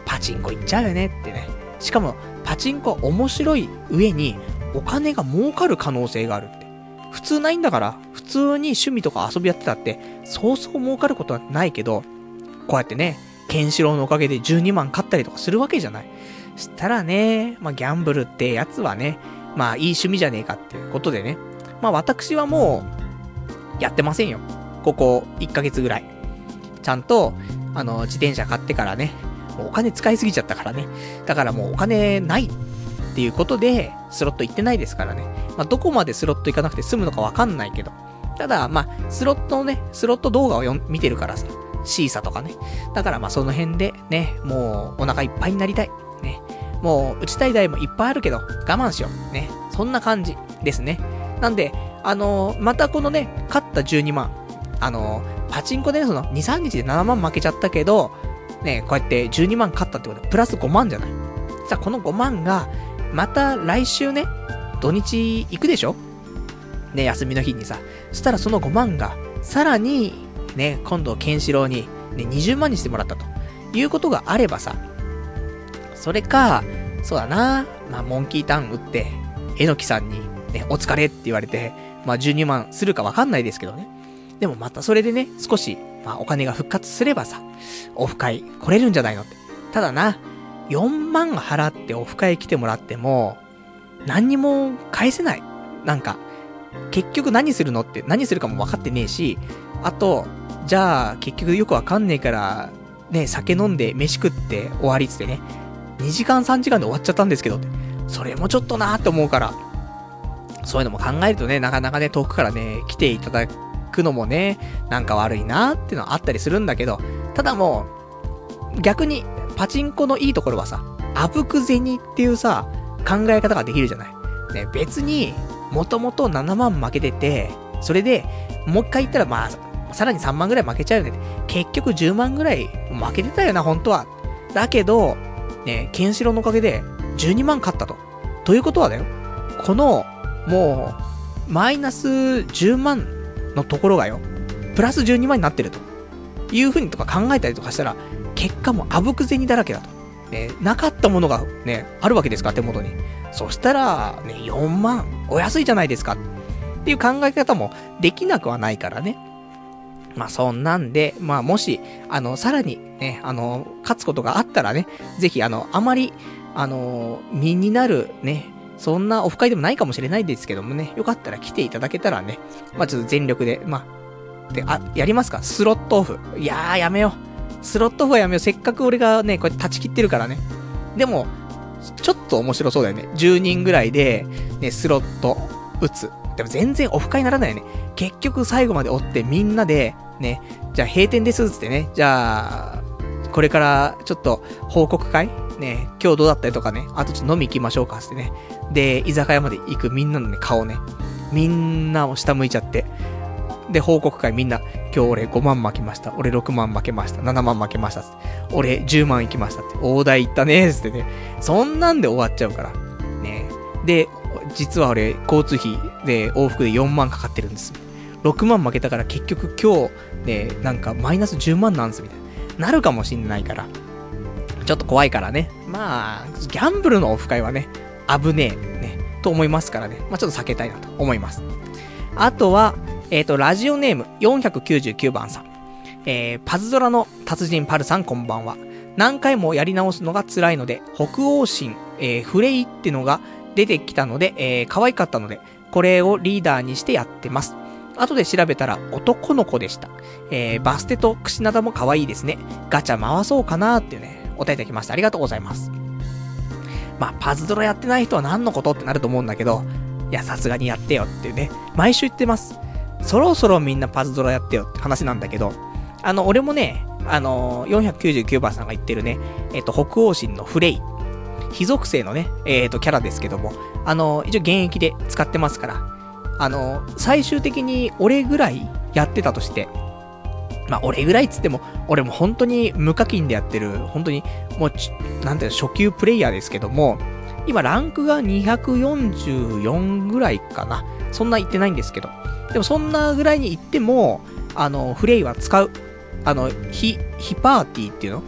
パチンコ行っちゃうよねってね。しかも、パチンコは面白い上に、お金が儲かる可能性があるって。普通ないんだから、普通に趣味とか遊びやってたって、そうそう儲かることはないけど、こうやってね、ケンシロウのおかげでじゅうにまん買ったりとかするわけじゃない。したらね、まあギャンブルってやつはね、まあいい趣味じゃねえかっていうことでね、まあ私はもう、やってませんよ。ここいっかげつぐらい。ちゃんと、あの、自転車買ってからね、もうお金使いすぎちゃったからね。だからもうお金ないっていうことで、スロット行ってないですからね。まあどこまでスロット行かなくて済むのかわかんないけど。ただ、まあ、スロットのね、スロット動画をよ見てるからさ、シーサとかね。だからまあその辺でね、もうお腹いっぱいになりたい。ね。もう打ちたい台もいっぱいあるけど、我慢しよう。ね。そんな感じですね。なんで、あのー、またこのね、勝ったじゅうにまん。あのー、パチンコでね、その、に、さんにちでななまん負けちゃったけど、ね、こうやってじゅうにまん勝ったってことで、プラスごまんじゃない。さあ、このごまんが、また来週ね、土日行くでしょね、休みの日にさ。そしたらそのごまんが、さらに、ね、今度、ケンシロウに、ね、にじゅうまんにしてもらったと。いうことがあればさ、それか、そうだな、まあ、モンキーターン打って、えのきさんに、ね、お疲れって言われて、まあ、じゅうにまんするかわかんないですけどね。でもまたそれでね、少し、まあ、お金が復活すればさ、オフ会来れるんじゃないのって。ただな、よんまん払ってオフ会来てもらっても、何にも返せない。なんか、結局何するのって何するかも分かってねえし、あと、じゃあ、結局よくわかんねえから、ね、酒飲んで飯食って終わりっつってね、にじかんさんじかんで終わっちゃったんですけどって。それもちょっとなーって思うから、そういうのも考えるとね、なかなかね、遠くからね、来ていただくのもね、なんか悪いなーっていうのはあったりするんだけど、ただもう、逆に、パチンコのいいところはさ、あぶく銭っていうさ、考え方ができるじゃない。ね、別に、もともとななまん負けてて、それで、もう一回言ったらまあ、さらにさんまんぐらい負けちゃうよね。結局じゅうまんぐらい負けてたよな、本当は。だけど、ね、ケンシロウのおかげでじゅうにまん勝ったと。ということはだよ、この、もう、マイナスじゅうまんのところがよ、プラスじゅうにまんになってると。いう風にとか考えたりとかしたら、結果もあぶく銭だらけだと。ね、なかったものがね、あるわけですから、手元に。そしたら、ね、よんまん、お安いじゃないですか。っていう考え方もできなくはないからね。まあそんなんで、まあもし、あの、さらにね、あの、勝つことがあったらね、ぜひあの、あまり、あの、身になるね、そんなオフ会でもないかもしれないですけどもね、よかったら来ていただけたらね、まあちょっと全力で、まあ、で、あ、やりますか？スロットオフ。いやー、やめよう。スロットオフはやめよう。せっかく俺がね、こうやって断ち切ってるからね。でも、ちょっと面白そうだよね。じゅうにんぐらいで、ね、スロット打つ。でも全然オフ会にならないよね。結局最後まで追ってみんなで、ね、じゃあ閉店ですっつってね、じゃあ、これからちょっと報告会ね、今日どうだったりとかね、あとちょっと飲み行きましょうかっつってね。で、居酒屋まで行くみんなのね、顔ね。みんなを下向いちゃって。で、報告会みんな、今日俺ごまん負けました。俺ろくまん負けました。ななまん負けました。俺じゅうまん行きましたって。大台行ったねーつってね。そんなんで終わっちゃうから。ね。で、実は俺、交通費で往復でよんまんかかってるんです。ろくまん負けたから結局今日、ね、なんかマイナスじゅうまんなんですみたいな。なるかもしんないから。ちょっと怖いからね。まあ、ギャンブルのオフ会はね、危ねえ、ね、と思いますからね。まあちょっと避けたいなと思います。あとは、えっと、ラジオネームよんひゃくきゅうじゅうきゅうばんさん。えー、パズドラの達人パルさんこんばんは。何回もやり直すのが辛いので、北欧神、えー、フレイってのが出てきたので、えー、可愛かったので、これをリーダーにしてやってます。後で調べたら男の子でした。えー、バステとクシナダも可愛いですね。ガチャ回そうかなーっていうね、お答えいただきました。ありがとうございます。まあ、パズドラやってない人は何のことってなると思うんだけど、いや、さすがにやってよっていうね、毎週言ってます。そろそろみんなパズドラやってよって話なんだけど、あの、俺もね、あのー、よんひゃくきゅうじゅうきゅうばんさんが言ってるね、えっと、北欧神のフレイ、非属性のね、えっと、キャラですけども、あのー、一応現役で使ってますから、あのー、最終的に俺ぐらいやってたとして、まあ、俺ぐらいっつっても、俺も本当に無課金でやってる、本当に、もうち、なんていうの、初級プレイヤーですけども、今ランクがにひゃくよんじゅうよんぐらいかな。そんな言ってないんですけど。でもそんなぐらいに行っても、あの、フレイは使う。あの、ヒ、ヒパーティーっていうの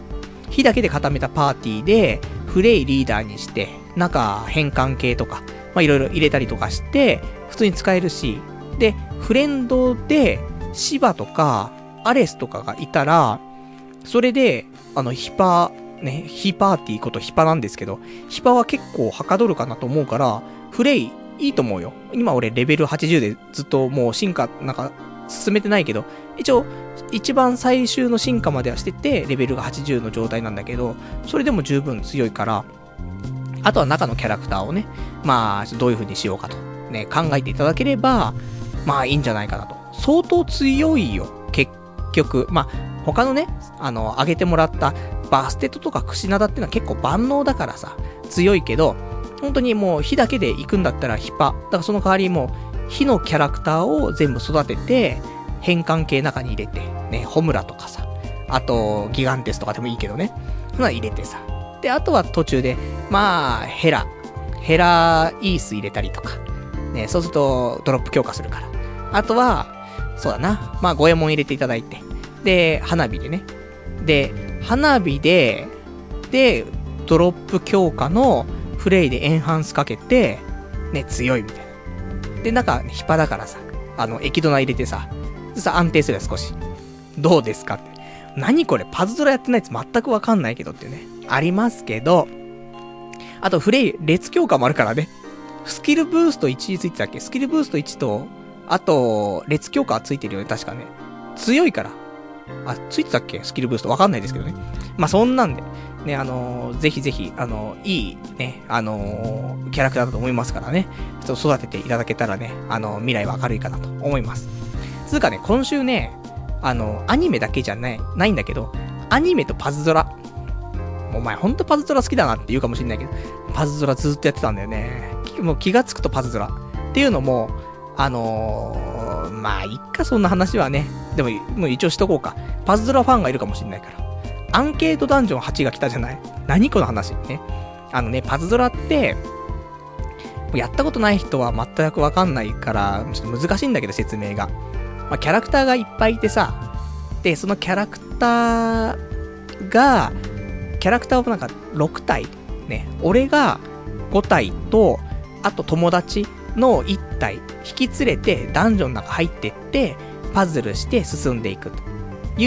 火だけで固めたパーティーで、フレイリーダーにして、中変換系とか、まあいろいろ入れたりとかして、普通に使えるし、で、フレンドで、シバとか、アレスとかがいたら、それで、あの、ヒパ、ね、ヒパーティーことヒパなんですけど、ヒパは結構はかどるかなと思うから、フレイ、いいと思うよ。今俺レベルはちじゅうでずっともう進化、なんか、進めてないけど、一応、一番最終の進化まではしてて、レベルがはちじゅうの状態なんだけど、それでも十分強いから、あとは中のキャラクターをね、まあ、どういう風にしようかと、ね、考えていただければ、まあいいんじゃないかなと。相当強いよ、結局。まあ、他のね、あの、上げてもらったバステットとかクシナダってのは結構万能だからさ、強いけど、本当にもう火だけで行くんだったらヒパ。だからその代わりもう火のキャラクターを全部育てて、変換系中に入れて、ね、ホムラとかさ、あとギガンテスとかでもいいけどね、そんな入れてさ。で、あとは途中で、まあ、ヘラ、ヘライース入れたりとか、ね、そうするとドロップ強化するから。あとは、そうだな、まあ、五右衛門入れていただいて、で、花火でね。で、花火で、で、ドロップ強化のフレイでエンハンスかけて、ね、強いみたいな。で、なんか、ヒパだからさ、あの、エキドナ入れてさ、でさ、安定するよ少し。どうですかって。何これ、パズドラやってないやつ全くわかんないけどっていうね。ありますけど、あと、フレイ、列強化もあるからね。スキルブーストいちついてたっけ？スキルブーストいちと、あと、列強化ついてるよね、確かね。強いから。あ、ついてたっけ？スキルブーストわかんないですけどね。まあ、そんなんで。ね、あのー、ぜひぜひ、あのー、いい、ね、あのー、キャラクターだと思いますからね。ちょっと育てていただけたらね、あのー、未来は明るいかなと思います。つうかね、今週ね、あのー、アニメだけじゃない、ないんだけど、アニメとパズドラ。お前ほんとパズドラ好きだなって言うかもしんないけど、パズドラずっとやってたんだよね。もう気がつくとパズドラ。っていうのも、あのー、まあ、いっか、そんな話はね。でも、もう一応しとこうか。パズドラファンがいるかもしんないから。アンケートダンジョンはちが来たじゃない？何この話ね。あのね、パズドラって、やったことない人は全くわかんないから、ちょっと難しいんだけど、説明が。まあ、キャラクターがいっぱいいてさ、で、そのキャラクターが、キャラクターをなんかろくたい、ね、俺がごたいと、あと友達のいったい引き連れてダンジョンの中入ってって、パズルして進んでいくという、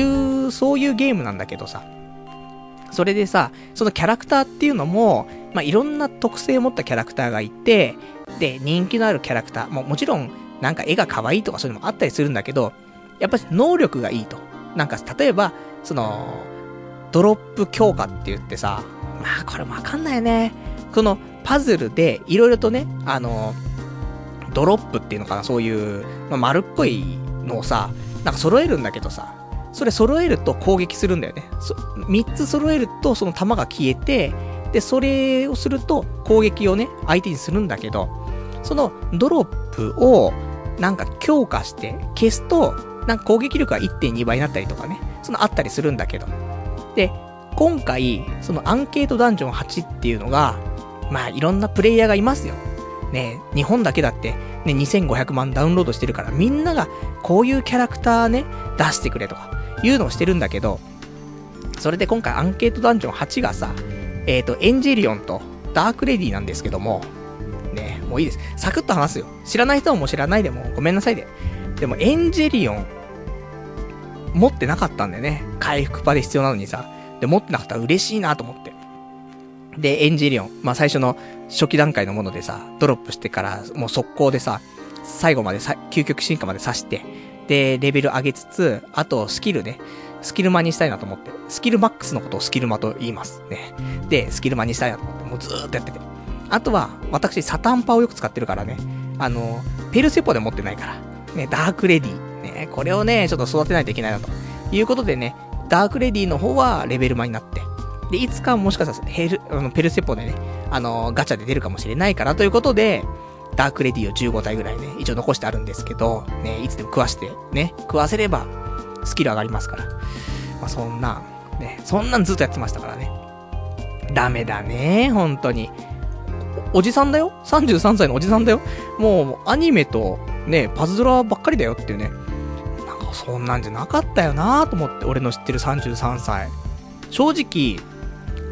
そういうゲームなんだけどさ。それでさ、そのキャラクターっていうのも、まあ、いろんな特性を持ったキャラクターがいて、で、人気のあるキャラクター、ももちろん、なんか絵が可愛いとかそういうのもあったりするんだけど、やっぱり能力がいいと。なんか、例えば、その、ドロップ強化って言ってさ、まあ、これもわかんないよね。この、パズルで、いろいろとね、あの、ドロップっていうのかな、そういう、まあ、丸っこいのをさ、なんか揃えるんだけどさ、それ揃えると攻撃するんだよね。みっつ揃えるとその弾が消えて、で、それをすると攻撃をね、相手にするんだけど、そのドロップをなんか強化して消すと、なんか攻撃力が いってんにばいになったりとかね、そのあったりするんだけど。で、今回、そのアンケートダンジョンはちっていうのが、まあいろんなプレイヤーがいますよ。ね、日本だけだって、ね、にせんごひゃくまんダウンロードしてるから、みんながこういうキャラクターね、出してくれとか、いうのをしてるんだけど、それで今回アンケートダンジョンはちがさ、えっと、エンジェリオンとダークレディなんですけども、ね、もういいです。サクッと話すよ。知らない人はもう知らないでもごめんなさいで。でもエンジェリオン、持ってなかったんだよね。回復パで必要なのにさ。で、持ってなかったら嬉しいなと思って。で、エンジェリオン、まあ最初の初期段階のものでさ、ドロップしてからもう速攻でさ、最後までさ、究極進化まで刺して、で、レベル上げつつ、あとスキルね、スキルマにしたいなと思って、スキルマックスのことをスキルマと言いますね。で、スキルマにしたいなと思って、もうずーっとやってて。あとは、私サタンパをよく使ってるからね、あの、ペルセポで持ってないから、ね、ダークレディ、ね、これをね、ちょっと育てないといけないなということでね、ダークレディの方はレベルマになって、で、いつかもしかしたらヘル、あの、ペルセポでね、あの、ガチャで出るかもしれないからということで、ダークレディをじゅうごたいぐらいね、一応残してあるんですけど、ね、いつでも食わして、ね、食わせれば、スキル上がりますから。まあ、そんな、ね、そんなんずっとやってましたからね。ダメだね、本当に。お、おじさんだよ ?さんじゅうさん 歳のおじさんだよ。もう、アニメと、ね、パズドラばっかりだよっていうね。なんか、そんなんじゃなかったよなと思って、俺の知ってるさんじゅうさんさい。正直、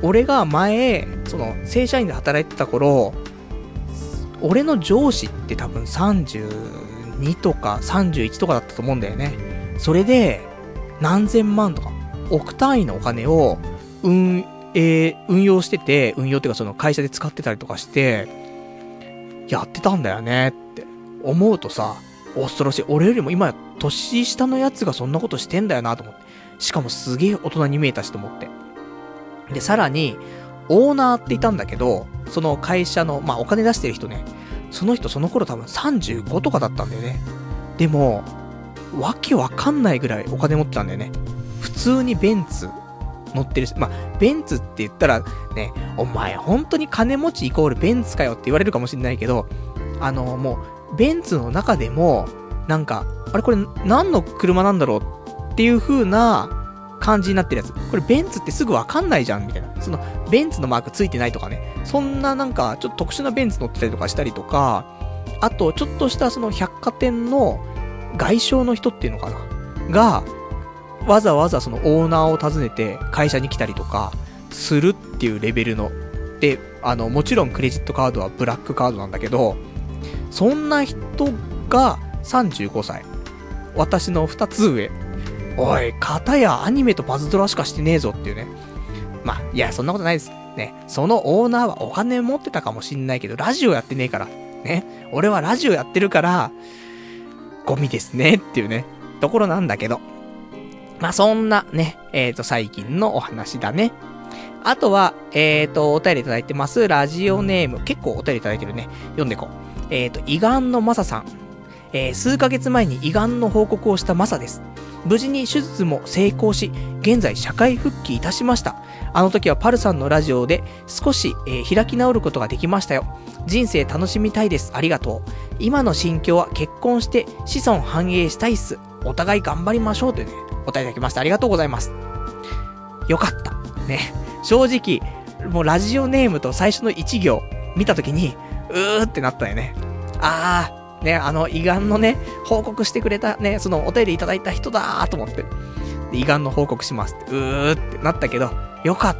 俺が前、その、正社員で働いてた頃、俺の上司って多分さんじゅうにとかさんじゅういちとかだったと思うんだよね。それで、何千万とか、億単位のお金を、運、えー、運用してて、運用っていうかその会社で使ってたりとかして、やってたんだよねって思うとさ、恐ろしい。俺よりも今、年下のやつがそんなことしてんだよなと思って。しかもすげえ大人に見えたしと思って。で、さらに、オーナーっていたんだけど、その会社の、まあ、お金出してる人ね、その人その頃多分さんじゅうごとかだったんだよね。でも、わけわかんないぐらいお金持ってたんだよね。普通にベンツ乗ってるし、まあ、ベンツって言ったらね、お前本当に金持ちイコールベンツかよって言われるかもしれないけど、あの、もう、ベンツの中でも、なんか、あれこれ何の車なんだろうっていう風な感じになってるやつ。これベンツってすぐわかんないじゃんみたいな。その、ベンツのマークついてないとかね。そんななんか、ちょっと特殊なベンツ乗ってたりとかしたりとか、あと、ちょっとしたその百貨店の外商の人っていうのかなが、わざわざそのオーナーを訪ねて会社に来たりとか、するっていうレベルの。で、あの、もちろんクレジットカードはブラックカードなんだけど、そんな人がさんじゅうごさい。私のふたつ上。おい、片やアニメとパズドラしかしてねえぞっていうね。まあ、いや、そんなことないです。ね。そのオーナーはお金持ってたかもしんないけど、ラジオやってねえから。ね。俺はラジオやってるから、ゴミですねっていうね、ところなんだけど。まあ、そんなね、えっと、最近のお話だね。あとは、えっと、お便りいただいてます。ラジオネーム。結構お便りいただいてるね。読んでいこう。えっと、胃がんのマサさん。えー、数ヶ月前に胃がんの報告をしたマサです。無事に手術も成功し、現在社会復帰いたしました。あの時はパルさんのラジオで少し、えー、開き直ることができましたよ。人生楽しみたいです。ありがとう。今の心境は結婚して子孫繁栄したいっす。お互い頑張りましょうというね、お便りいただきました。ありがとうございます。よかった。ね。正直、もうラジオネームと最初の一行見たときに、うーってなったよね。あー。ね、あの、胃がんのね、報告してくれたね、そのお便りいただいた人だーと思って。胃がんの報告しますって、うーってなったけど、よかった。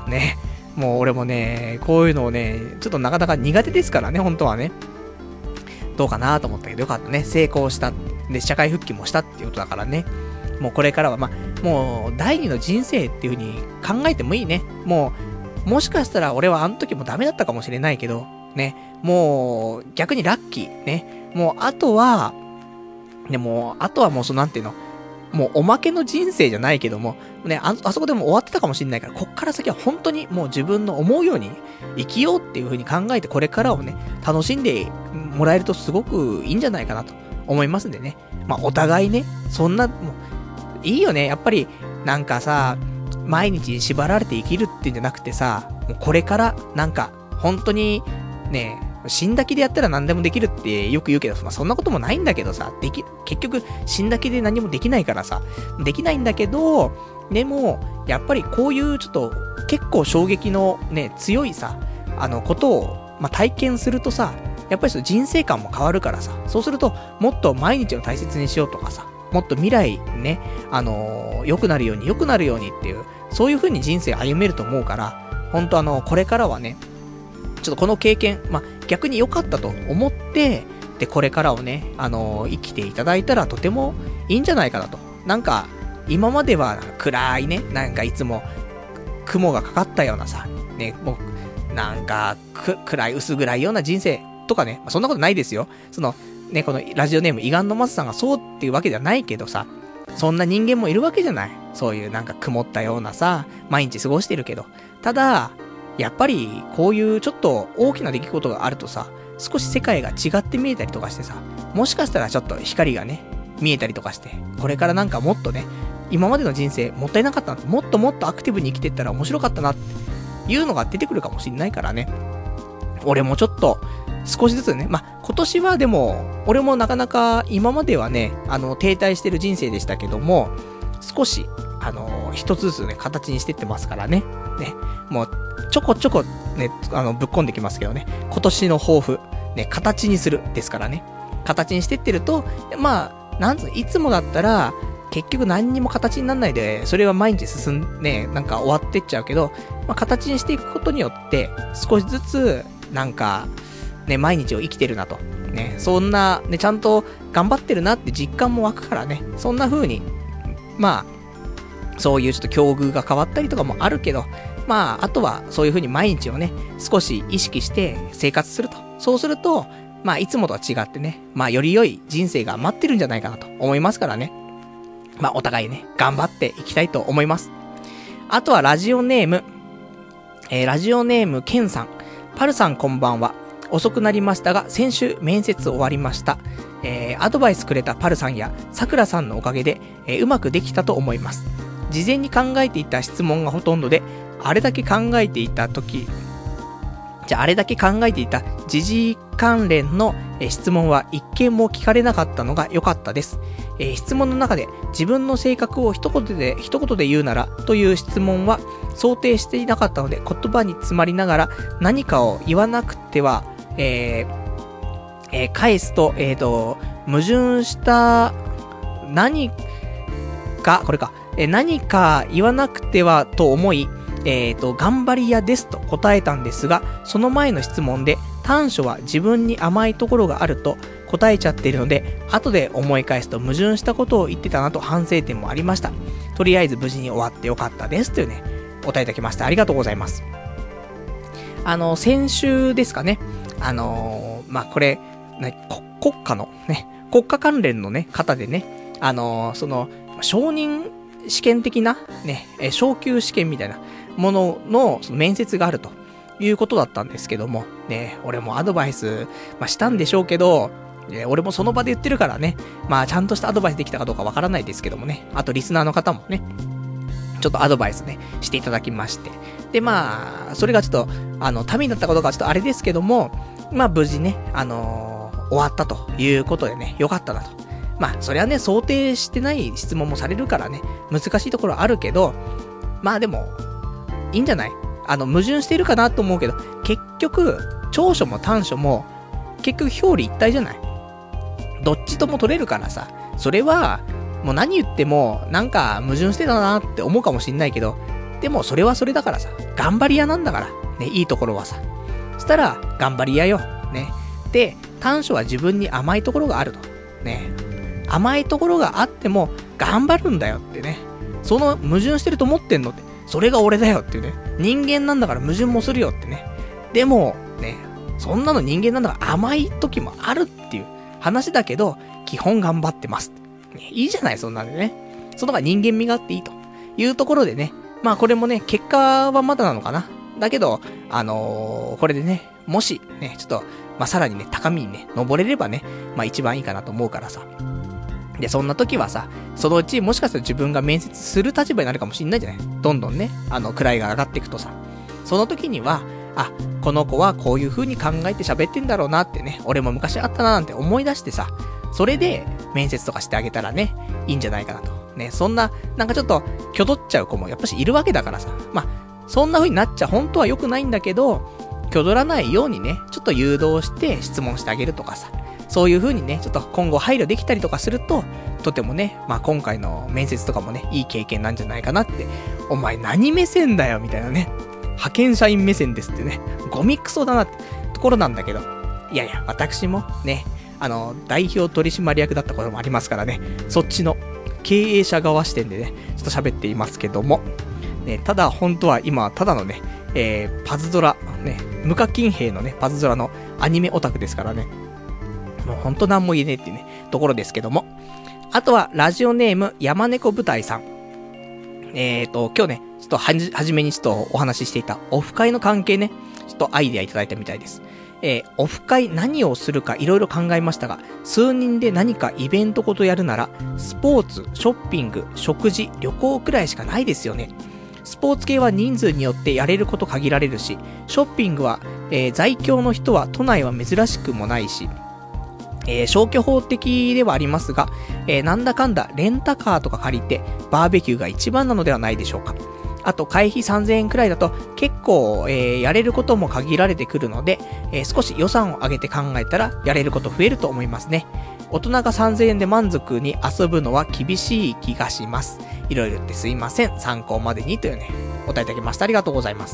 ね。もう俺もね、こういうのをね、ちょっとなかなか苦手ですからね、本当はね。どうかなーと思ったけど、よかったね。成功した。で、社会復帰もしたっていうことだからね。もうこれからは、まあ、もう、第二の人生っていう風に考えてもいいね。もう、もしかしたら俺はあの時もダメだったかもしれないけど、ね。もう、逆にラッキー。ね。もう、あとは、でも、あとはもう、その、なんていうの、もう、おまけの人生じゃないけども、ね、あ、あそこでも終わってたかもしれないから、こっから先は本当にもう自分の思うように生きようっていう風に考えて、これからをね、楽しんでもらえるとすごくいいんじゃないかなと思いますんでね。まあ、お互いね、そんな、もう、いいよね。やっぱり、なんかさ、毎日縛られて生きるっていうんじゃなくてさ、もうこれから、なんか、本当に、ね、死んだ気でやったら何でもできるってよく言うけど、まあ、そんなこともないんだけどさ、でき、結局、死んだ気で何もできないからさ、できないんだけど、でも、やっぱりこういうちょっと、結構衝撃のね、強いさ、あの、ことを、まあ、体験するとさ、やっぱりその人生観も変わるからさ、そうすると、もっと毎日を大切にしようとかさ、もっと未来ね、あのー、良くなるように良くなるようにっていう、そういう風に人生歩めると思うから、本当あの、これからはね、ちょっとこの経験、まあ、逆に良かったと思って、で、これからをね、あのー、生きていただいたらとてもいいんじゃないかなと。なんか、今までは暗いね、なんかいつも雲がかかったようなさ、ね、もう、なんか、く、暗い薄暗いような人生とかね、まあ、そんなことないですよ。その、ね、このラジオネーム、胃がんのマスさんがそうっていうわけじゃないけどさ、そんな人間もいるわけじゃない。そういうなんか曇ったようなさ、毎日過ごしてるけど。ただ、やっぱり、こういうちょっと大きな出来事があるとさ、少し世界が違って見えたりとかしてさ、もしかしたらちょっと光がね、見えたりとかして、これからなんかもっとね、今までの人生もったいなかったな、もっともっとアクティブに生きていったら面白かったなっていうのが出てくるかもしんないからね。俺もちょっと、少しずつね、まあ、今年はでも、俺もなかなか今まではね、あの、停滞してる人生でしたけども、少し、あの、一つずつね、形にしてってますからね。ね。もう、ちょこちょこね、あの、ぶっ込んできますけどね。今年の抱負、ね、形にするですからね。形にしてってると、まあ、なんつう、いつもだったら、結局何にも形にならないで、それは毎日進んで、ね、なんか終わってっちゃうけど、ままあ、形にしていくことによって、少しずつ、なんか、ね、毎日を生きてるなと。ね、そんな、ね、ちゃんと頑張ってるなって実感も湧くからね、そんな風に、まあ、そういうちょっと境遇が変わったりとかもあるけど、まあ、あとはそういう風に毎日をね、少し意識して生活すると。そうすると、まあ、いつもとは違ってね、まあ、より良い人生が待ってるんじゃないかなと思いますからね。まあ、お互いね、頑張っていきたいと思います。あとはラジオネーム、えー、ラジオネーム、ケンさん。パルさんこんばんは。遅くなりましたが、先週面接終わりました。えー、アドバイスくれたパルさんやさくらさんのおかげで、えー、うまくできたと思います。事前に考えていた質問がほとんどで、あれだけ考えていたとき、じゃああれだけ考えていた時事関連の、えー、質問は一件も聞かれなかったのが良かったです。えー、質問の中で自分の性格を一言で一言で言うならという質問は想定していなかったので、言葉に詰まりながら何かを言わなくては、えーえー、返すと、えーと、矛盾した何か、これか、えー、何か言わなくてはと思い、えーと、頑張り屋ですと答えたんですが、その前の質問で短所は自分に甘いところがあると答えちゃっているので、後で思い返すと矛盾したことを言ってたなと反省点もありました。とりあえず無事に終わってよかったですというね、お答えいただきました。ありがとうございます。あの、先週ですかね。あのー、まあ、これ、ね、国家のね、国家関連のね、方でね、あのー、その、承認試験的な、ね、え、昇級試験みたいなものの、その面接があるということだったんですけども、ね、俺もアドバイス、まあ、したんでしょうけど、え、俺もその場で言ってるからね、まあ、ちゃんとしたアドバイスできたかどうかわからないですけどもね、あとリスナーの方もね、ちょっとアドバイスね、していただきまして。で、まあ、それがちょっと、あの、ためになったかどうかはちょっとあれですけども、まあ、無事ね、あのー、終わったということでね、よかったなと。まあ、それはね、想定してない質問もされるからね、難しいところはあるけど、まあでも、いいんじゃない？あの、矛盾しているかなと思うけど、結局、長所も短所も、結局表裏一体じゃない？どっちとも取れるからさ、それは、もう何言っても、なんか矛盾してたなって思うかもしんないけど、でもそれはそれだからさ、頑張り屋なんだから、ね、いいところはさ。そしたら、頑張り屋よ。ね。で、短所は自分に甘いところがあると。ね。甘いところがあっても、頑張るんだよってね。その矛盾してると思ってんのって、それが俺だよっていうね。人間なんだから矛盾もするよってね。でも、ね、そんなの人間なんだから甘い時もあるっていう話だけど、基本頑張ってます。ね、いいじゃない、そんなんでね。その方が人間味があっていいというところでね。まあこれもね、結果はまだなのかな。だけど、あのー、これでね、もし、ね、ちょっと、まあさらにね、高みにね、登れればね、まあ一番いいかなと思うからさ。で、そんな時はさ、そのうちもしかしたら自分が面接する立場になるかもしんないじゃない。どんどんね、あの、位が上がっていくとさ。その時には、あ、この子はこういう風に考えて喋ってんだろうなってね、俺も昔あったななんて思い出してさ、それで面接とかしてあげたらね、いいんじゃないかなと。ね、そんな、なんかちょっと、挙取っちゃう子もやっぱしいるわけだからさ。まあ、そんな風になっちゃ本当は良くないんだけど、挙取らないようにね、ちょっと誘導して質問してあげるとかさ。そういう風にね、ちょっと今後配慮できたりとかすると、とてもね、まあ今回の面接とかもね、いい経験なんじゃないかなって。お前何目線だよみたいなね。派遣社員目線ですってね。ゴミクソだなってところなんだけど。いやいや、私もね、あの、代表取締役だったこともありますからね。そっちの経営者側視点でね、ちょっと喋っていますけども。ね、ただ本当は今、ただのね、えー、パズドラ、ね、無課金兵のね、パズドラのアニメオタクですからね。もうほんとなんも言えねえっていうね、ところですけども。あとは、ラジオネーム、山猫舞台さん。えーと、今日ね、ちょっとはじ、はじめにちょっとお話ししていたオフ会の関係ね、ちょっとアイデアいただいたみたいです。えー、オフ会何をするかいろいろ考えましたが、数人で何かイベントごとやるなら、スポーツ、ショッピング、食事、旅行くらいしかないですよね。スポーツ系は人数によってやれること限られるし、ショッピングは、えー、在京の人は都内は珍しくもないし、えー、消去法的ではありますが、えー、なんだかんだレンタカーとか借りてバーベキューが一番なのではないでしょうか。あと会費さんぜんえんくらいだと結構、えー、やれることも限られてくるので、えー、少し予算を上げて考えたらやれること増えると思いますね。 大人がさんぜんえんで満足に遊ぶのは厳しい気がします。いろいろ言ってすいません。参考までにというね、お答えいただきました。ありがとうございます。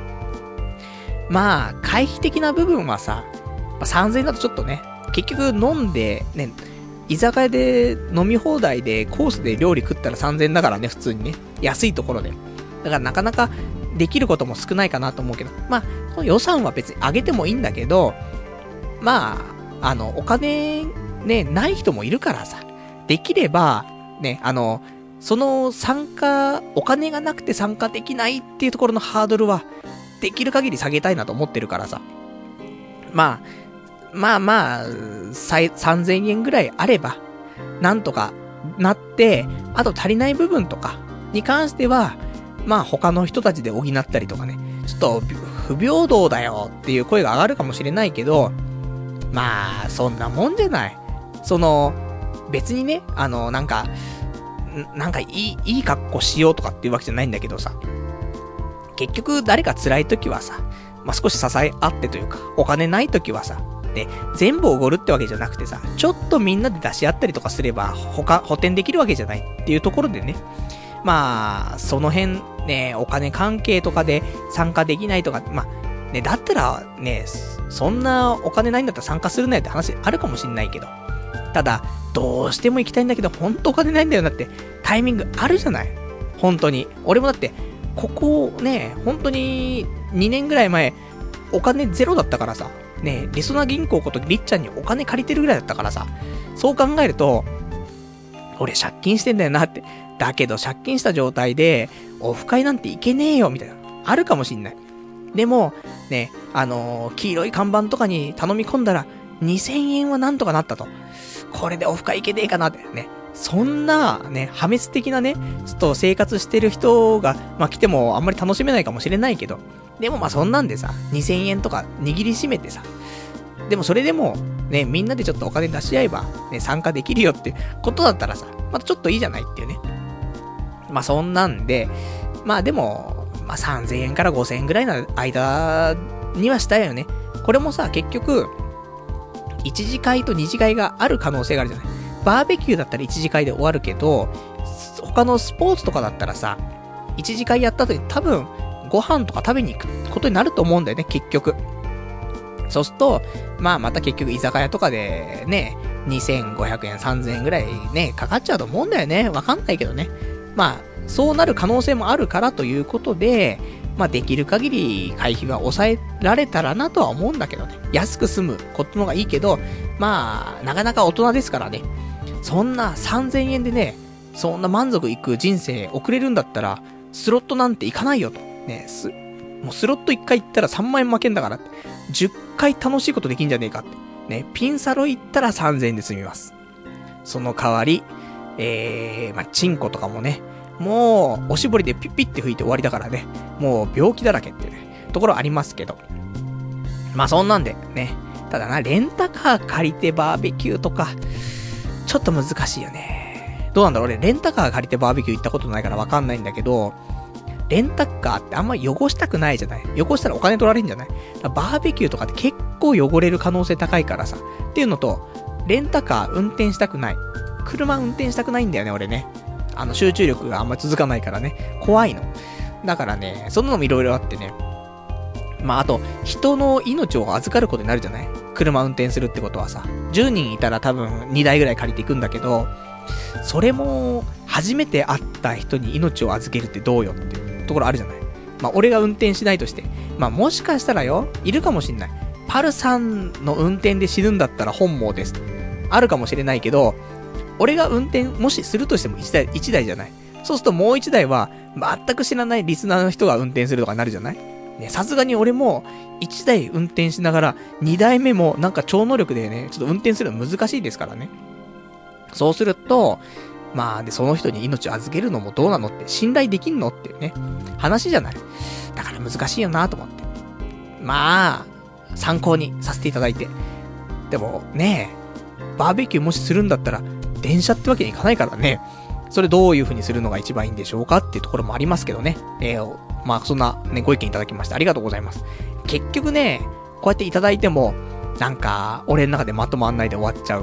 まあ、回避的な部分はさ、まあ、さんぜんえんだとちょっとね、結局飲んで、ね、居酒屋で飲み放題でコースで料理食ったらさんぜんえんだからね、普通にね。安いところで。だからなかなかできることも少ないかなと思うけど、まあ、その予算は別に上げてもいいんだけど、まあ、あの、お金、ね、ない人もいるからさ、できれば、ね、あの、その参加、お金がなくて参加できないっていうところのハードルは、できる限り下げたいなと思ってるからさ。まあ、まあまあ、さんぜんえんぐらいあれば、なんとかなって、あと足りない部分とかに関しては、まあ他の人たちで補ったりとかね、ちょっと不平等だよっていう声が上がるかもしれないけど、まあ、そんなもんじゃない。その、別にね、あの、なんか、なんかいい、いい格好しようとかっていうわけじゃないんだけどさ、結局誰か辛い時はさ、まあ、少し支え合ってというか、お金ない時はさ、で、全部おごるってわけじゃなくてさ、ちょっとみんなで出し合ったりとかすれば、他、補填できるわけじゃないっていうところでね、まあ、その辺ね、お金関係とかで参加できないとか、まあ、ね、だったらね、そんなお金ないんだったら参加するなよって話あるかもしんないけど、ただ、どうしても行きたいんだけど、ほんとお金ないんだよなってタイミングあるじゃない。本当に。俺もだって、ここね、本当ににねんぐらい前、お金ゼロだったからさ、ね、りそな銀行ことりっちゃんにお金借りてるぐらいだったからさ、そう考えると、俺借金してんだよなって。だけど借金した状態で、オフ会なんて行けねえよ、みたいな。あるかもしんない。でも、ね、あのー、黄色い看板とかに頼み込んだら、にせんえんはなんとかなったと。これでオフ会行けねえかなってね。そんな、ね、破滅的なね、ちょっと生活してる人が、まあ、来てもあんまり楽しめないかもしれないけど、でもまあそんなんでさ、にせんえんとか握りしめてさ、でもそれでも、ね、みんなでちょっとお金出し合えば、ね、参加できるよってことだったらさ、またちょっといいじゃないっていうね。まあそんなんで、まあでも、まあさんぜんえんからごせんえんぐらいの間にはしたいよね。これもさ、結局、一次会と二次会がある可能性があるじゃない。バーベキューだったら一次会で終わるけど、他のスポーツとかだったらさ、一次会やった後に多分、ご飯とか食べに行くことになると思うんだよね、結局。そうすると、まあまた結局居酒屋とかでね、にせんごひゃくえん、さんぜんえんぐらいね、かかっちゃうと思うんだよね。わかんないけどね。まあ、そうなる可能性もあるからということで、まあできる限り会費は抑えられたらなとは思うんだけどね。安く済むことの方がいいけど、まあ、なかなか大人ですからね。そんなさんぜんえんでね、そんな満足いく人生送れるんだったら、スロットなんて行かないよと。ね、す、もうスロットいっかい行ったらさんまんえん負けんだからって。じゅっかい楽しいことできんじゃねえかって。ね、ピンサロ行ったらさんぜんえんで済みます。その代わり、えー、まあ、チンコとかもね、もう、おしぼりでピッピッて吹いて終わりだからね。もう、病気だらけっていうね、ところありますけど。まあ、そんなんで、ね。ただな、レンタカー借りてバーベキューとか、ちょっと難しいよね。どうなんだろう、俺、レンタカー借りてバーベキュー行ったことないからわかんないんだけど、レンタカーってあんま汚したくないじゃない。汚したらお金取られるんじゃない。バーベキューとかって結構汚れる可能性高いからさ。っていうのと、レンタカー運転したくない。車運転したくないんだよね、俺ね。あの、集中力があんまり続かないからね。怖いの。だからね、そんなのもいろいろあってね。まあ、あと、人の命を預かることになるじゃない。車運転するってことはさ。じゅうにんいたら多分にだいぐらい借りていくんだけど、それも、初めて会った人に命を預けるってどうよっていうところあるじゃない。まあ、俺が運転しないとして。まあ、もしかしたらよ、いるかもしんない。パルさんの運転で死ぬんだったら本望です。あるかもしれないけど、俺が運転、もしするとしてもいちだい、いちだいじゃない。そうするともういちだいは、全く知らないリスナーの人が運転するとかになるじゃないね。さすがに俺も、いちだい運転しながら、にだいめもなんか超能力でね、ちょっと運転するの難しいですからね。そうすると、まあ、で、その人に命を預けるのもどうなのって、信頼できんのっていうね、話じゃない。だから難しいよなと思って。まあ、参考にさせていただいて。でも、ねえ、バーベキューもしするんだったら、電車ってわけにいかないからね。それどういう風にするのが一番いいんでしょうかっていうところもありますけどね。えー、まあ、そんなね、ご意見いただきましてありがとうございます。結局ね、こうやっていただいても、なんか、俺の中でまとまんないで終わっちゃう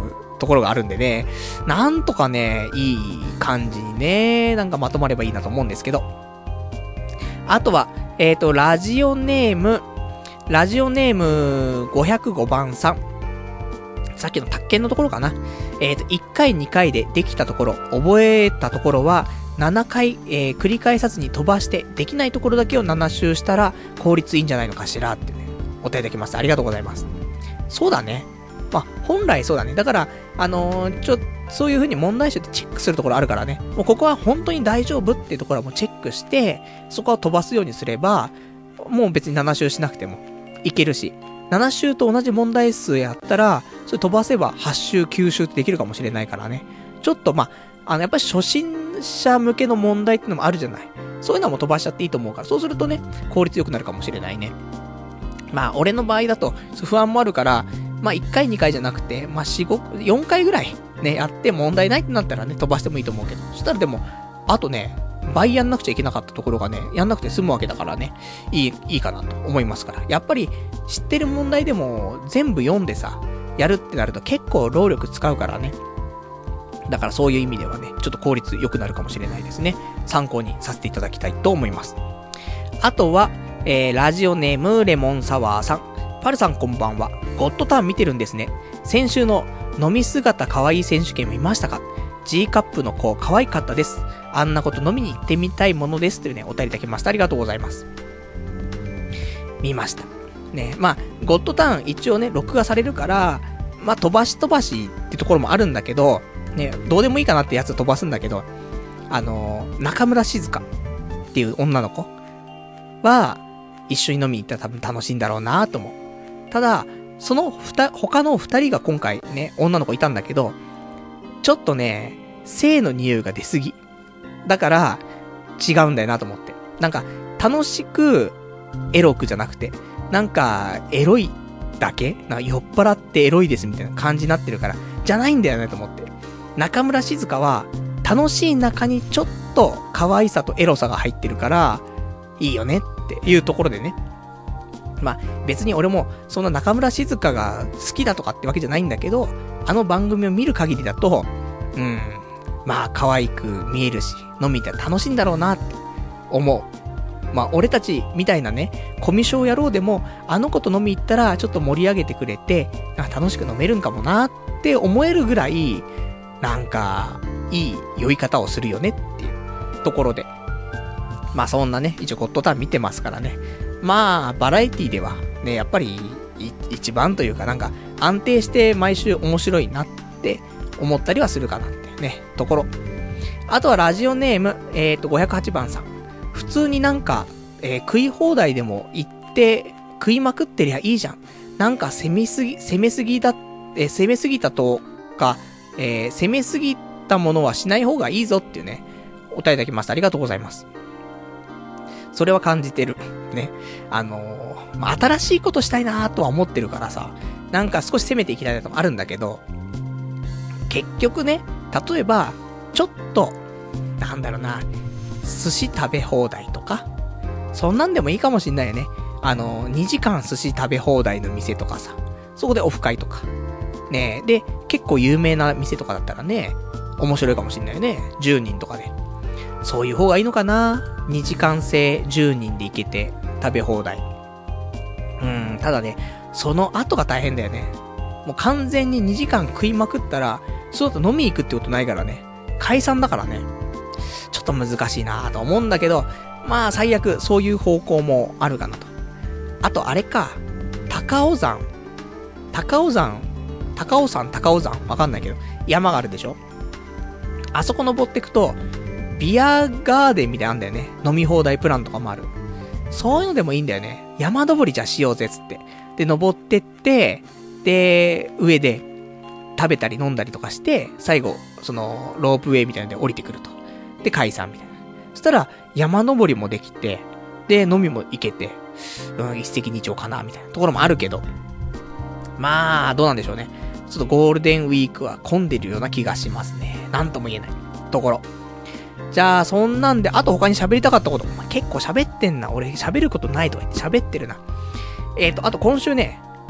ところがあるんでね、なんとかね、いい感じにね、なんかまとまればいいなと思うんですけど。あとは、えっと、ラジオネーム、ラジオネームごひゃくごばんさん。さっきの宅建のところかな。えっと、いっかいにかいでできたところ、覚えたところは、ななかい、えー、繰り返さずに飛ばして、できないところだけをなな周したら、効率いいんじゃないのかしらってね、お答えいただきました。ありがとうございます。そうだね。まあ、本来そうだね。だから、あのー、ちょ、そういう風に問題集ってチェックするところあるからね。もうここは本当に大丈夫っていうところはもうチェックして、そこは飛ばすようにすれば、もう別になな周しなくてもいけるし、なな周と同じ問題数やったら、それ飛ばせばはち周、きゅう周ってできるかもしれないからね。ちょっとまあ、あの、やっぱり初心者向けの問題ってのもあるじゃない。そういうのも飛ばしちゃっていいと思うから、そうするとね、効率良くなるかもしれないね。まあ、俺の場合だと、不安もあるから、まあ、いっかいにかいじゃなくて、まあ、よん、ご、よんかいぐらいね、やって問題ないってなったらね、飛ばしてもいいと思うけど。そしたらでも、あとね、倍やんなくちゃいけなかったところがね、やんなくて済むわけだからね、いい、いいかなと思いますから。やっぱり、知ってる問題でも、全部読んでさ、やるってなると結構労力使うからね。だからそういう意味ではね、ちょっと効率良くなるかもしれないですね。参考にさせていただきたいと思います。あとは、えー、ラジオネームレモンサワーさん。パルさんこんばんは。ゴッドターン見てるんですね。先週の飲み姿可愛い選手権見ましたか？ G カップの子可愛かったです。あんなこと飲みに行ってみたいものですというね、お便りいただきました。ありがとうございます。見ました。ね、まあ、ゴッドターン一応ね、録画されるから、まあ、飛ばし飛ばしってところもあるんだけど、ね、どうでもいいかなってやつ飛ばすんだけど、あのー、中村静香っていう女の子は、一緒に飲みに行ったら多分楽しいんだろうなと思う。ただ、そのふた、他の二人が今回ね、女の子いたんだけど、ちょっとね、性の匂いが出すぎ。だから、違うんだよなと思って。なんか、楽しく、エロくじゃなくて、なんか、エロいだけなんか酔っ払ってエロいですみたいな感じになってるから、じゃないんだよねと思って。中村静香は、楽しい中にちょっと可愛さとエロさが入ってるから、いいよねっていうところでね。まあ、別に俺も、そんな中村静香が好きだとかってわけじゃないんだけど、あの番組を見る限りだと、うん、まあ、可愛く見えるし、飲みに行ったら楽しいんだろうなって思う。まあ、俺たちみたいなね、コミュ障野郎でも、あの子と飲み行ったらちょっと盛り上げてくれて、なんか楽しく飲めるんかもなって思えるぐらい、なんか、いい酔い方をするよねっていうところで。まあそんなね、一応ゴッドターン見てますからね。まあ、バラエティではね、やっぱり、一番というかなんか、安定して毎週面白いなって思ったりはするかなってね、ところ。あとはラジオネーム、えっと、ごひゃくはちばんさん。普通になんか、えー、食い放題でも行って食いまくってりゃいいじゃん。なんか攻めすぎ、攻めすぎだ、えー、攻めすぎたとか、えー、攻めすぎたものはしない方がいいぞっていうね、お答えいただきました。ありがとうございます。それは感じてる。ね。あのー、まあ、新しいことしたいなーとは思ってるからさ、なんか少し攻めていきたいなともあるんだけど、結局ね、例えば、ちょっと、なんだろうな、寿司食べ放題とか、そんなんでもいいかもしんないよね。あのー、にじかん寿司食べ放題の店とかさ、そこでオフ会とか。ねえ、で、結構有名な店とかだったらね、面白いかもしんないよね。じゅうにんとかで。そういう方がいいのかな？にじかん制じゅうにんで行けて食べ放題。うん、ただね、その後が大変だよね。もう完全ににじかん食いまくったら、そうだと飲み行くってことないからね。解散だからね。ちょっと難しいなぁと思うんだけど、まあ最悪そういう方向もあるかなと。あとあれか、高尾山。高尾山、高尾山、高尾山わかんないけど、山があるでしょ？あそこ登ってくと、ビアガーデンみたいなんだよね。飲み放題プランとかもある。そういうのでもいいんだよね。山登りじゃしようぜつって。で、登ってって、で、上で食べたり飲んだりとかして、最後、その、ロープウェイみたいなので降りてくると。で、解散みたいな。そしたら、山登りもできて、で、飲みも行けて、うん、一石二鳥かな、みたいなところもあるけど。まあ、どうなんでしょうね。ちょっとゴールデンウィークは混んでるような気がしますね。なんとも言えないところ。じゃあ、そんなんで、あと他に喋りたかったこと、まあ、結構喋ってんな。俺喋ることないとか言って喋ってるな。えーと、あと今週ね、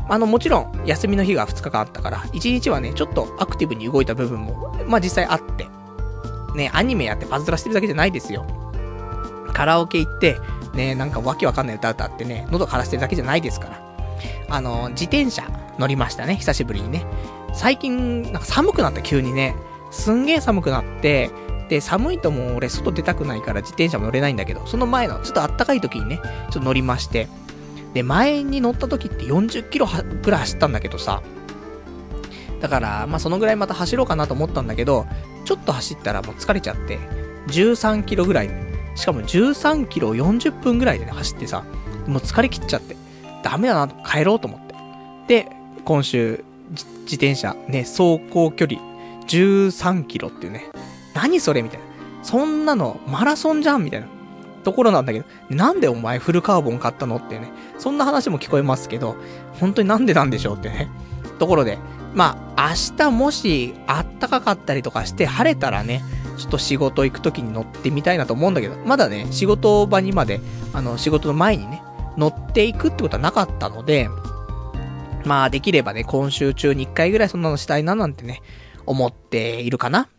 あの、もちろん、休みの日がふつかかんあったから、いちにちはね、ちょっとアクティブに動いた部分も、まあ実際あって、ね、アニメやってパズドラしてるだけじゃないですよ。カラオケ行って、ね、なんかわけわかんない歌歌ってね、喉枯らしてるだけじゃないですから。あの、自転車乗りましたね、久しぶりにね。最近、なんか寒くなった急にね、すんげー寒くなって、で、寒いともう俺外出たくないから自転車も乗れないんだけど、その前のちょっとあったかい時にね、ちょっと乗りまして、で、前に乗った時ってよんじゅっキロぐらい走ったんだけどさ、だから、まあ、そのぐらいまた走ろうかなと思ったんだけど、ちょっと走ったらもう疲れちゃって、じゅうさんキロぐらい、しかもじゅうさんキロをよんじゅっぷんぐらいでね、走ってさ、もう疲れ切っちゃって、ダメだなと、帰ろうと思って。で、今週、自転車、ね、走行距離、じゅうさんキロっていうね、何それみたいな。そんなの、マラソンじゃんみたいな。ところなんだけど、なんでお前フルカーボン買ったのっていうね、そんな話も聞こえますけど、本当になんでなんでしょうってね。ところで、まあ、明日もし、あったかかったりとかして、晴れたらね、ちょっと仕事行く時に乗ってみたいなと思うんだけど、まだね、仕事場にまで、あの、仕事の前にね、乗っていくってことはなかったので、まあ、できればね、今週中にいっかいぐらいそんなのしたいななんてね、思っているかな。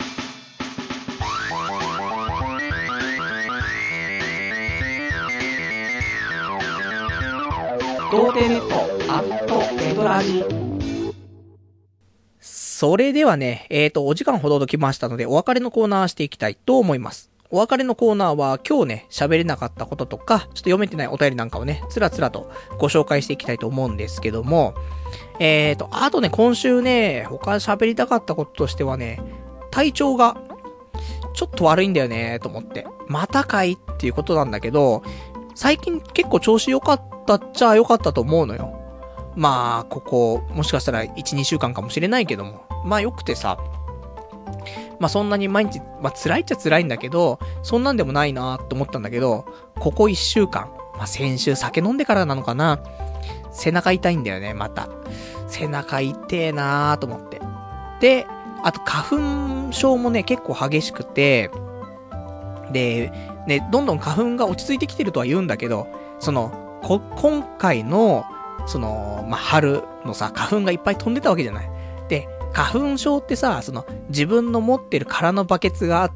童貞ネットアットネトラジ。それではね、えーと、お時間ほどときましたので、お別れのコーナーしていきたいと思います。お別れのコーナーは今日ね、喋れなかったこととか、ちょっと読めてないお便りなんかをね、つらつらとご紹介していきたいと思うんですけども、えーと、あとね、今週ね、他喋りたかったこととしてはね、体調がちょっと悪いんだよね、と思って。またかいっていうことなんだけど、最近結構調子良かったっちゃ良かったと思うのよ。まあ、ここ、もしかしたらいち、にしゅうかんかもしれないけども、まあ良くてさ、まあそんなに毎日、まあ辛いっちゃ辛いんだけど、そんなんでもないなーって思ったんだけど、ここいっしゅうかん、まあ先週酒飲んでからなのかな、背中痛いんだよね、また。背中痛えなーと思って。で、あと花粉症もね、結構激しくて、で、ね、どんどん花粉が落ち着いてきてるとは言うんだけど、その、こ、今回の、その、まあ、春のさ、花粉がいっぱい飛んでたわけじゃない。で、花粉症ってさ、その、自分の持ってる空のバケツがあって、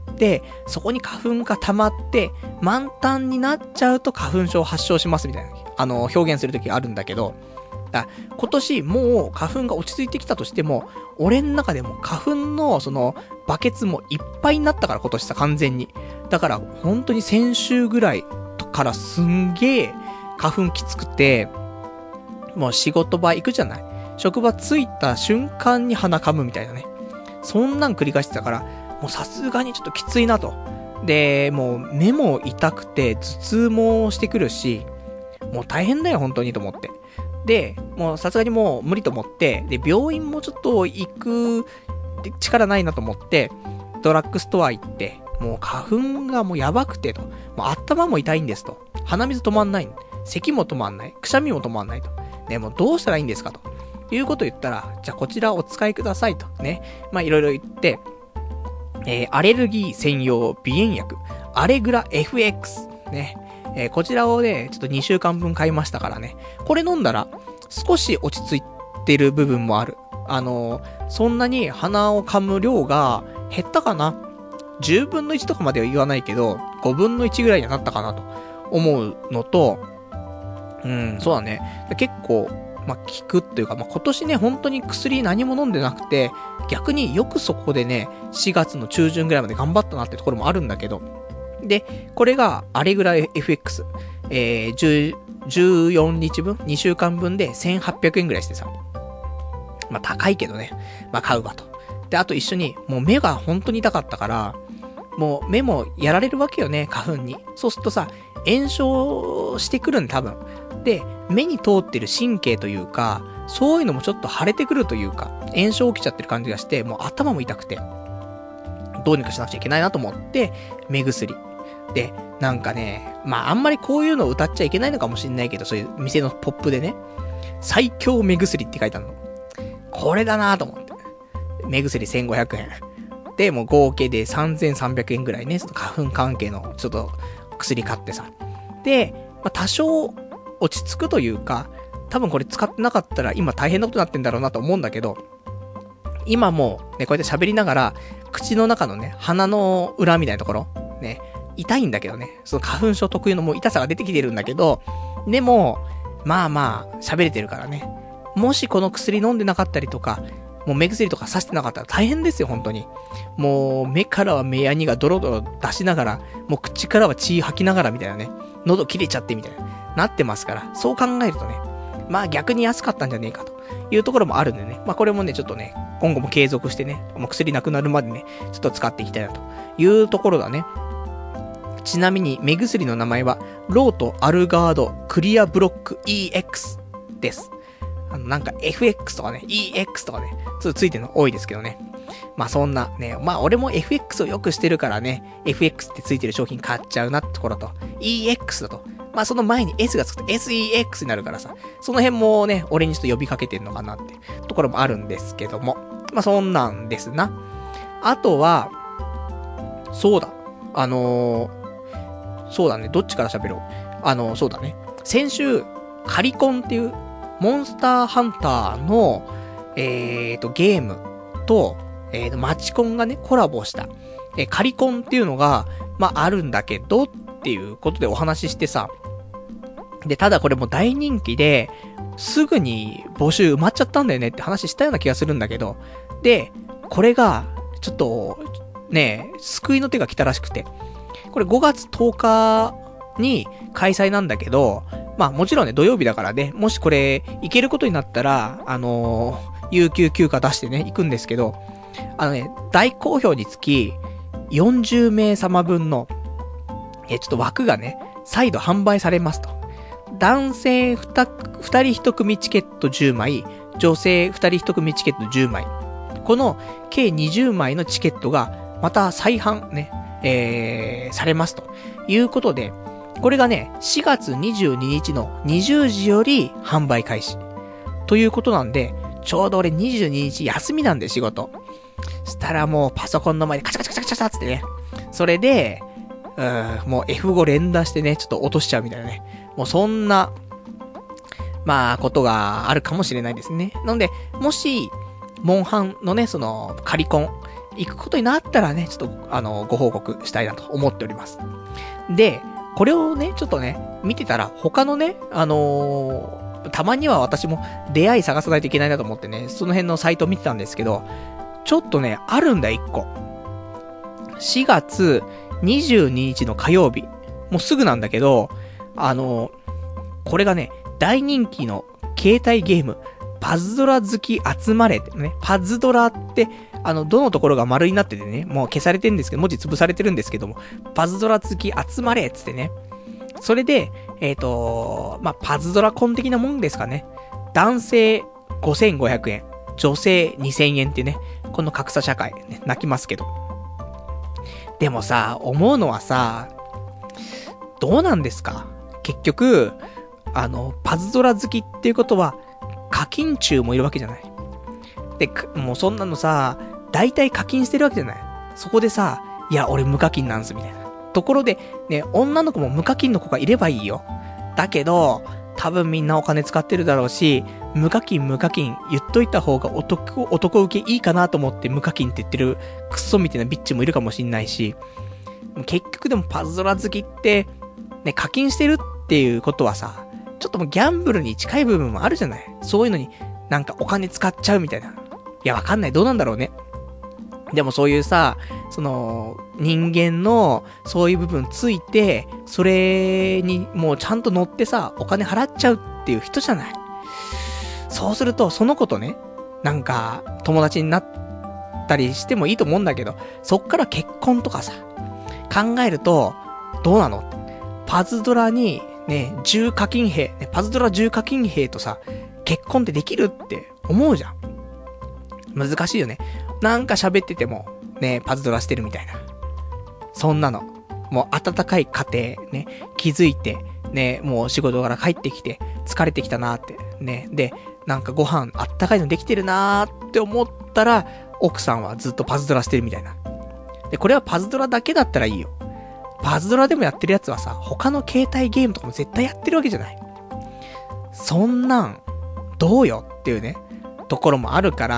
そこに花粉が溜まって、満タンになっちゃうと花粉症発症しますみたいな、あの、表現するときがあるんだけど、だ今年もう花粉が落ち着いてきたとしても、俺の中でも花粉のそのバケツもいっぱいになったから今年さ、完全に。だから本当に先週ぐらいからすんげえ花粉きつくて、もう仕事場行くじゃない。職場着いた瞬間に鼻噛むみたいなね。そんなん繰り返してたから、もうさすがにちょっときついなと。で、もう目も痛くて頭痛もしてくるし、もう大変だよ本当にと思って。で、もうさすがにもう無理と思って、で、病院もちょっと行く力ないなと思って、ドラッグストア行って、もう花粉がもうやばくてと、もう頭も痛いんですと、鼻水止まんない、咳も止まんない、くしゃみも止まんないと、ね、もうどうしたらいいんですかと、いうことを言ったら、じゃあこちらお使いくださいと、ね、まあいろいろ言って、えー、アレルギー専用鼻炎薬、アレグラ エフエックス、ね、えー、こちらをね、ちょっとにしゅうかんぶん買いましたからね。これ飲んだら、少し落ち着いてる部分もある。あのー、そんなに鼻を噛む量が減ったかな ?じゅうぶんのいちとかまでは言わないけど、ごぶんのいちぐらいにはなったかなと思うのと、うん、そうだね。結構、まあ、効くっていうか、まあ、今年ね、本当に薬何も飲んでなくて、逆によくそこでね、しがつの中旬ぐらいまで頑張ったなってところもあるんだけど、で、これが、あれぐらい エフエックス。えー、じゅう、じゅうよっかぶん ?にしゅうかんぶんでせんはっぴゃくえんぐらいしてさ。まあ、高いけどね。まあ、買うわと。で、あと一緒に、もう目が本当に痛かったから、もう目もやられるわけよね、花粉に。そうするとさ、炎症してくるん多分。で、目に通ってる神経というか、そういうのもちょっと腫れてくるというか、炎症起きちゃってる感じがして、もう頭も痛くて、どうにかしなくちゃいけないなと思って、目薬。で、なんかね、まああんまりこういうのを歌っちゃいけないのかもしれないけど、そういう店のポップでね、最強目薬って書いてあるの。これだなと思って。目薬せんごひゃくえん。で、もう合計でさんぜんさんびゃくえんぐらいね、その花粉関係のちょっと薬買ってさ。で、まあ、多少落ち着くというか、 多分これ使ってなかったら今大変なことになってんだろうなと思うんだけど、今もうね、こうやって喋りながら、口の中のね、鼻の裏みたいなところ、ね、痛いんだけどね、その花粉症特有のもう痛さが出てきてるんだけど、でも、まあまあ、喋れてるからね。もしこの薬飲んでなかったりとか、もう目薬とかさしてなかったら大変ですよ、本当に。もう、目からは目やにがドロドロ出しながら、もう口からは血吐きながらみたいなね、喉切れちゃってみたいな、なってますから、そう考えるとね、まあ逆に安かったんじゃねえかというところもあるんでね、まあこれもね、ちょっとね、今後も継続してね、もう薬なくなるまでね、ちょっと使っていきたいなというところだね。ちなみに、目薬の名前は、ロートアルガードクリアブロック イーエックス です。あの、なんか エフエックス とかね、イーエックス とかね、ちょっとついてるの多いですけどね。まあそんなね、まあ俺も エフエックス をよくしてるからね、エフエックス ってついてる商品買っちゃうなってところと、イーエックス だと、まあその前に S がつくと エスイーエックス になるからさ、その辺もね、俺にちょっと呼びかけてんのかなってところもあるんですけども。まあそんなんですな。あとは、そうだ、あのー、そうだね、どっちから喋ろう。あのー、そうだね。先週、カリコンっていう、モンスターハンターの、えーと、ゲームと、えーと、マチコンがね、コラボした、えー、カリコンっていうのが、まあ、あるんだけど、っていうことでお話ししてさ。で、ただこれも大人気で、すぐに募集埋まっちゃったんだよねって話したような気がするんだけど、で、これが、ちょっと、ね、救いの手が来たらしくて、これごがつとおかに開催なんだけど、まあもちろんね、土曜日だからね、もしこれ、行けることになったら、あのー、有給休暇出してね、行くんですけど、あのね、大好評につき、よんじゅうめいさまぶんの、え、ちょっと枠がね、再度販売されますと。男性 2, 2人いち組チケットじゅうまい、女性ふたりいち組チケットじゅうまい。この計にじゅうまいのチケットが、また再販ね、えー、されますということで、これがね、しがつにじゅうににちのにじゅうじより販売開始。ということなんで、ちょうど俺にじゅうににち休みなんで仕事。したらもうパソコンの前でカチャカチャカチャカチャってね。それで、うーん、もう エフご 連打してね、ちょっと落としちゃうみたいなね。もうそんな、まあ、ことがあるかもしれないですね。なので、もし、モンハンのね、その、カリコン、行くことになったらね、ちょっと、あの、ご報告したいなと思っております。で、これをね、ちょっとね、見てたら、他のね、あのー、たまには私も出会い探さないといけないなと思ってね、その辺のサイトを見てたんですけど、ちょっとね、あるんだ、一個。しがつにじゅうににちの火曜日。もうすぐなんだけど、あのー、これがね、大人気の携帯ゲーム、パズドラ好き集まれってね、パズドラって、あの、どのところが丸になっててね、もう消されてるんですけど、文字潰されてるんですけども、パズドラ好き集まれっつってね。それで、えっと、まあ、パズドラコン的なもんですかね。男性ごせんごひゃくえん、女性にせんえんってね、この格差社会、ね、泣きますけど。でもさ、思うのはさ、どうなんですか？結局、あの、パズドラ好きっていうことは、課金中もいるわけじゃない。で、もうそんなのさ、大体課金してるわけじゃない。そこでさ、いや、俺無課金なんす、みたいな。ところで、ね、女の子も無課金の子がいればいいよ。だけど、多分みんなお金使ってるだろうし、無課金無課金言っといた方が男、男受けいいかなと思って無課金って言ってるクソみたいなビッチもいるかもしんないし、結局でもパズドラ好きって、ね、課金してるっていうことはさ、ちょっともうギャンブルに近い部分もあるじゃない。そういうのになんかお金使っちゃうみたいな。いや、わかんない。どうなんだろうね。でもそういうさ、その、人間のそういう部分ついて、それにもうちゃんと乗ってさ、お金払っちゃうっていう人じゃない。そうすると、その子とね、なんか、友達になったりしてもいいと思うんだけど、そっから結婚とかさ、考えると、どうなの？パズドラに、ね、重課金兵、ね、パズドラ重課金兵とさ、結婚ってできるって思うじゃん。難しいよね。なんか喋ってても、ね、パズドラしてるみたいな。そんなの。もう温かい家庭、ね、気づいて、ね、もう仕事から帰ってきて、疲れてきたなーって、ね、で、なんかご飯あったかいのできてるなーって思ったら、奥さんはずっとパズドラしてるみたいな。で、これはパズドラだけだったらいいよ。パズドラでもやってるやつはさ、他の携帯ゲームとかも絶対やってるわけじゃない。 そんなん、どうよっていうね、ところもあるから、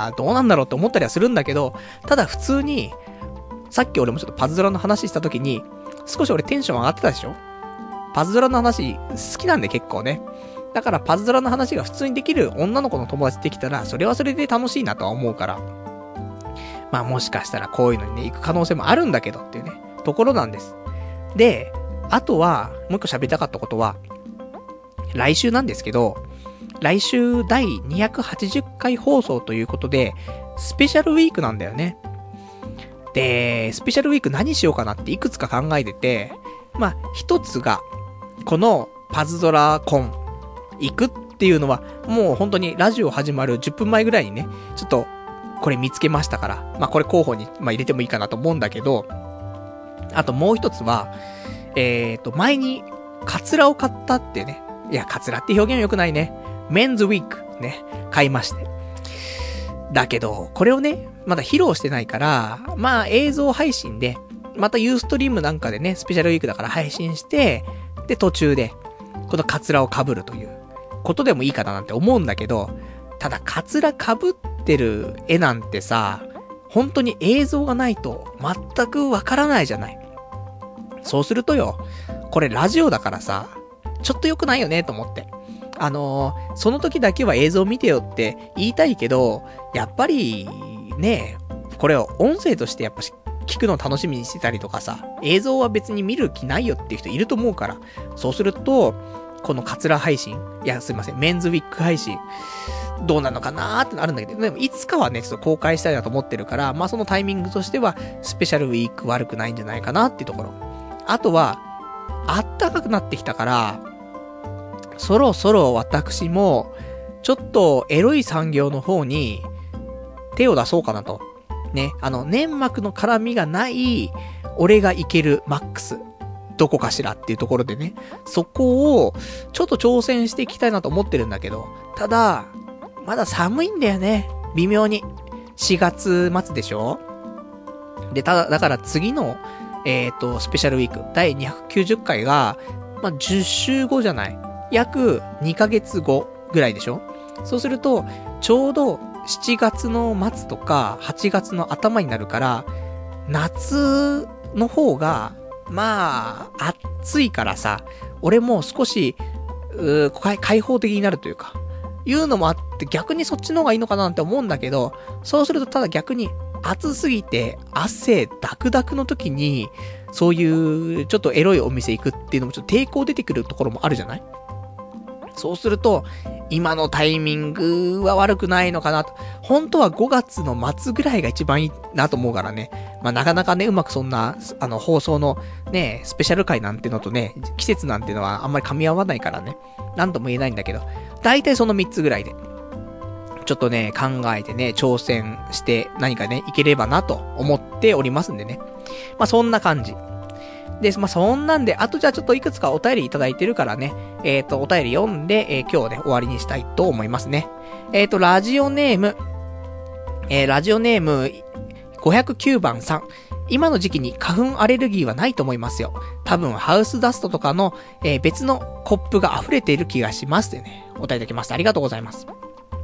どうなんだろうって思ったりはするんだけど、ただ普通に、さっき俺もちょっとパズドラの話した時に、少し俺テンション上がってたでしょ？パズドラの話、好きなんで結構ね。だからパズドラの話が普通にできる女の子の友達できたら、それはそれで楽しいなとは思うから。まあもしかしたらこういうのにね、行く可能性もあるんだけどっていうね、ところなんです。で、あとは、もう一個喋りたかったことは、来週なんですけど、来週だいにひゃくはちじゅっかい放送ということで、スペシャルウィークなんだよね。で、スペシャルウィーク何しようかなっていくつか考えてて、まあ、一つが、このパズドラコン行くっていうのは、もう本当にラジオ始まるじゅっぷんまえぐらいにね、ちょっとこれ見つけましたから、まあこれ候補に、まあ、入れてもいいかなと思うんだけど、あともう一つは、えーと、前にカツラを買ったってね、いや、カツラって表現は良くないね。メンズウィークね、買いまして。だけど、これをね、まだ披露してないから、まあ映像配信で、またユーストリームなんかでね、スペシャルウィークだから配信して、で途中で、このカツラを被るということでもいいかななんて思うんだけど、ただカツラ被ってる絵なんてさ、本当に映像がないと全くわからないじゃない。そうするとよ、これラジオだからさ、ちょっと良くないよねと思って。あのー、その時だけは映像見てよって言いたいけど、やっぱり、ね、これを音声としてやっぱ聞くのを楽しみにしてたりとかさ、映像は別に見る気ないよっていう人いると思うから、そうすると、このカツラ配信、いやすいません、メンズウィッグ配信、どうなのかなーってなるんだけど、でもいつかはね、ちょっと公開したいなと思ってるから、まあそのタイミングとしては、スペシャルウィーク悪くないんじゃないかなっていうところ。あとは、あったかくなってきたから、そろそろ私も、ちょっとエロい産業の方に手を出そうかなと。ね、あの、粘膜の絡みがない、俺がいけるマックス。どこかしらっていうところでね、そこを、ちょっと挑戦していきたいなと思ってるんだけど、ただ、まだ寒いんだよね。微妙に。しがつ末でしょ？で、ただ、だから次の、えっと、スペシャルウィーク、だいにひゃくきゅうじゅっかいが、まあ、じゅっしゅうごじゃない。約にかげつごぐらいでしょ？そうすると、ちょうどしちがつの末とかはちがつの頭になるから、夏の方が、まあ、暑いからさ、俺も少し、うー、開放的になるというか、いうのもあって逆にそっちの方がいいのかなって思うんだけど、そうするとただ逆に暑すぎて汗ダクダクの時に、そういうちょっとエロいお店行くっていうのもちょっと抵抗出てくるところもあるじゃない？そうすると、今のタイミングは悪くないのかなと。本当はごがつの末ぐらいが一番いいなと思うからね。まあなかなかね、うまくそんな、あの放送のね、スペシャル回なんてのとね、季節なんてのはあんまり噛み合わないからね。なんとも言えないんだけど、だいたいそのみっつぐらいで。ちょっとね、考えてね、挑戦して何かね、いければなと思っておりますんでね。まあそんな感じ。で、まあ、そんなんで、あとじゃあちょっといくつかお便りいただいてるからね、えっと、お便り読んで、えー、今日ね、終わりにしたいと思いますね。えっと、ラジオネーム、えー、ラジオネーム、ごひゃくきゅうばんさん。今の時期に花粉アレルギーはないと思いますよ。多分、ハウスダストとかの、えー、別のコップが溢れている気がしますってね、お便りいただきました。ありがとうございます。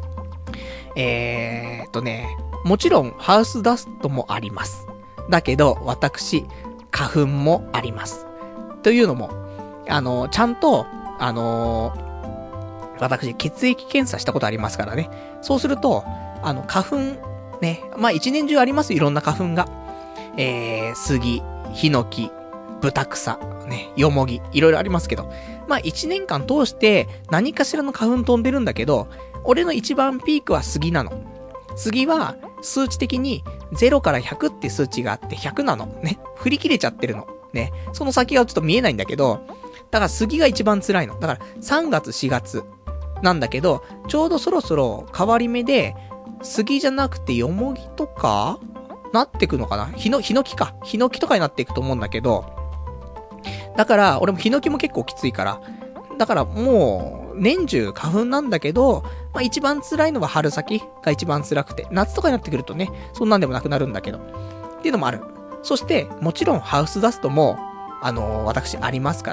えーっとね、もちろん、ハウスダストもあります。だけど、私、花粉もあります。というのも、あの、ちゃんと、あのー、私、血液検査したことありますからね。そうすると、あの、花粉、ね、まあ、一年中あります、いろんな花粉が。えー、杉、ヒノキ、ブタクサ、ね、ヨモギ、いろいろありますけど、まあ、一年間通して何かしらの花粉飛んでるんだけど、俺の一番ピークは杉なの。杉は、数値的にゼロからひゃくって数値があってひゃくなの。ね。振り切れちゃってるの。ね。その先がちょっと見えないんだけど、だから杉が一番辛いの。だからさんがつしがつなんだけど、ちょうどそろそろ変わり目で、杉じゃなくてヨモギとかなってくのかな？ヒノ、ヒノキか。ヒノキとかになっていくと思うんだけど、だから俺もヒノキも結構きついから、だからもう年中花粉なんだけど、まあ一番辛いのは春先が一番辛くて、夏とかになってくるとね、そんなんでもなくなるんだけど、っていうのもある。そしてもちろんハウスダストもあのー、私ありますから、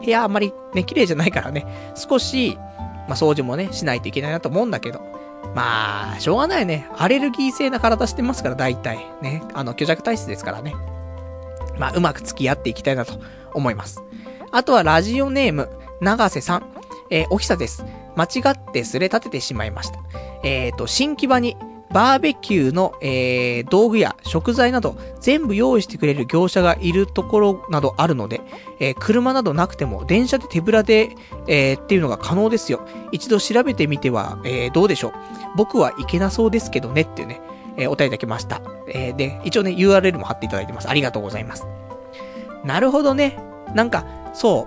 部屋あんまりね、綺麗じゃないからね、少し、まあ、掃除もね、しないといけないなと思うんだけど、まあ、しょうがないね。アレルギー性な体してますから、大体。ね。あの、虚弱体質ですからね。まあ、うまく付き合っていきたいなと思います。あとは、ラジオネーム、長瀬さん。えー、おひさです。間違ってすれ立ててしまいました。えーと、新木場に、バーベキューの、えー、道具や食材など全部用意してくれる業者がいるところなどあるので、えー、車などなくても電車で手ぶらで、えー、っていうのが可能ですよ。一度調べてみては、えー、どうでしょう。僕はいけなそうですけどねっていうね、えー、お便りいただきました。えー、で、一応ね、ユーアールエル も貼っていただいてます。ありがとうございます。なるほどね。なんか、そう、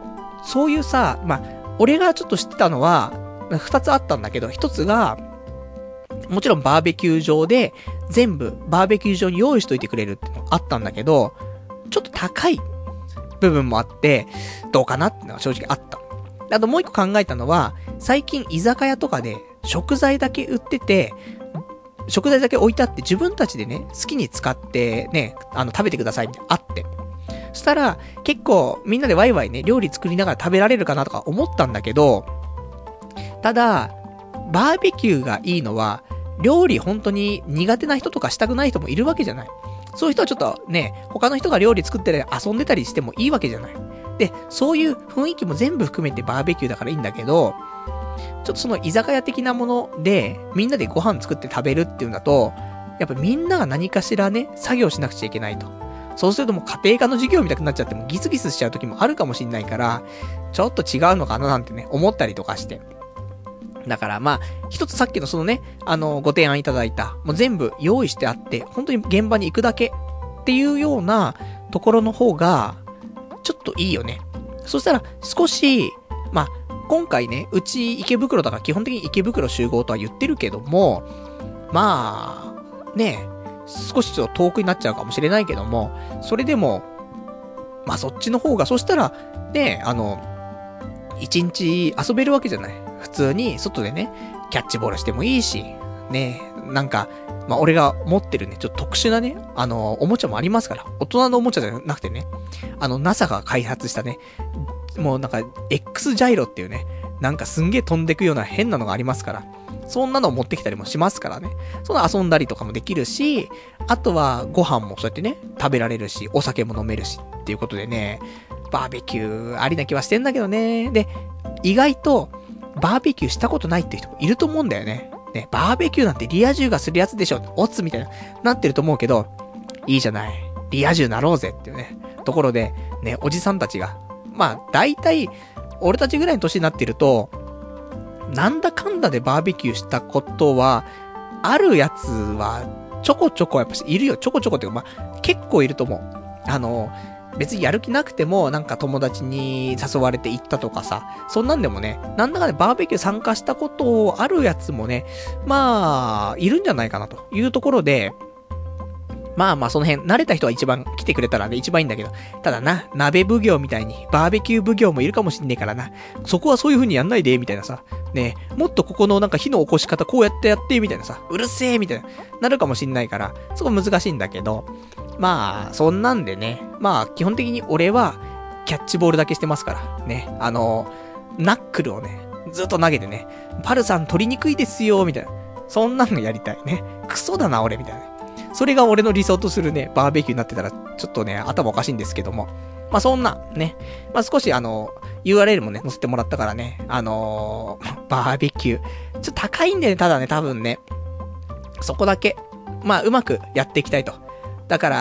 そういうさ、まあ、俺がちょっと知ってたのは、二つあったんだけど、一つが、もちろんバーベキュー場で全部バーベキュー場に用意しといてくれるってのがあったんだけど、ちょっと高い部分もあって、どうかなってのが正直あった。あともう一個考えたのは、最近居酒屋とかで食材だけ売ってて、食材だけ置いてあって自分たちでね、好きに使ってね、あの食べてくださいみたいなあって。そしたら結構みんなでワイワイね、料理作りながら食べられるかなとか思ったんだけど、ただ、バーベキューがいいのは、料理本当に苦手な人とかしたくない人もいるわけじゃない。そういう人はちょっとね、他の人が料理作ってる遊んでたりしてもいいわけじゃない。で、そういう雰囲気も全部含めてバーベキューだからいいんだけど、ちょっとその居酒屋的なもので、みんなでご飯作って食べるっていうんだと、やっぱみんなが何かしらね、作業しなくちゃいけないと。そうするともう家庭科の授業みたくなっちゃってもギスギスしちゃう時もあるかもしんないから、ちょっと違うのかななんてね、思ったりとかして。だからまあ、一つさっきのそのね、あの、ご提案いただいた、もう全部用意してあって、本当に現場に行くだけっていうようなところの方が、ちょっといいよね。そしたら少し、まあ、今回ね、うち池袋だから基本的に池袋集合とは言ってるけども、まあ、ね、少しちょっと遠くになっちゃうかもしれないけども、それでも、まあそっちの方が、そしたら、ね、あの、一日遊べるわけじゃない。普通に外でね、キャッチボールしてもいいし、ね、なんか、まあ、俺が持ってるね、ちょっと特殊なね、あの、おもちゃもありますから、大人のおもちゃじゃなくてね、あの、ナサ が開発したね、もうなんか、X ジャイロっていうね、なんかすんげえ飛んでくような変なのがありますから、そんなのを持ってきたりもしますからね、その遊んだりとかもできるし、あとはご飯もそうやってね、食べられるし、お酒も飲めるし、っていうことでね、バーベキューありな気はしてんだけどね。で、意外と、バーベキューしたことないって人もいると思うんだよね。ね、バーベキューなんてリア充がするやつでしょ。オツみたいな、なってると思うけど、いいじゃない。リア充なろうぜっていうね、ところで、ね、おじさんたちが、まあ、大体、俺たちぐらいの年になってると、なんだかんだでバーベキューしたことは、あるやつは、ちょこちょこやっぱいるよ。ちょこちょこっていうか、まあ、結構いると思う。あの、別にやる気なくても、なんか友達に誘われて行ったとかさ、そんなんでもね、なんだかね、バーベキュー参加したことあるやつもね、まあ、いるんじゃないかなというところで、まあまあその辺、慣れた人は一番来てくれたらね、一番いいんだけど、ただな、鍋奉行みたいに、バーベキュー奉行もいるかもしんねえからな、そこはそういう風にやんないで、みたいなさ、ね、もっとここのなんか火の起こし方こうやってやって、みたいなさ、うるせえ、みたいな、なるかもしんないから、そこ難しいんだけど、まあ、そんなんでね、まあ、基本的に俺は、キャッチボールだけしてますから、ね、あの、ナックルをね、ずっと投げてね、パルさん取りにくいですよ、みたいな、そんなのやりたいね、クソだな、俺、みたいな。それが俺の理想とするね、バーベキューになってたら、ちょっとね、頭おかしいんですけども。まあそんな、ね。まあ少しあの、ユーアールエル もね、載せてもらったからね、あのー、バーベキュー。ちょっと高いんだよね、ただね、多分ね。そこだけ。まあうまくやっていきたいと。だから、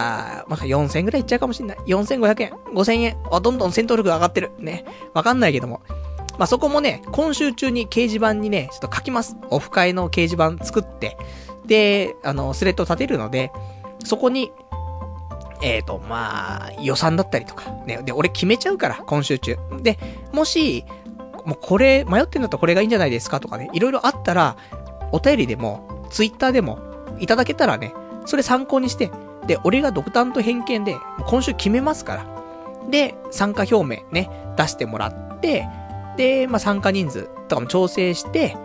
まあよんせんえんぐらいいっちゃうかもしんない。よんせんごひゃくえん、ごせんえん。あ、どんどん戦闘力上がってる。ね。わかんないけども。まあそこもね、今週中に掲示板にね、ちょっと書きます。オフ会の掲示板作って。で、あの、スレッド立てるので、そこに、えーと、まあ、予算だったりとか、ね、で、俺決めちゃうから、今週中。で、もし、もうこれ、迷ってんだったらこれがいいんじゃないですかとかね、いろいろあったら、お便りでも、ツイッターでも、いただけたらね、それ参考にして、で、俺が独断と偏見で、今週決めますから。で、参加表明ね、出してもらって、で、まあ、参加人数とかも調整して、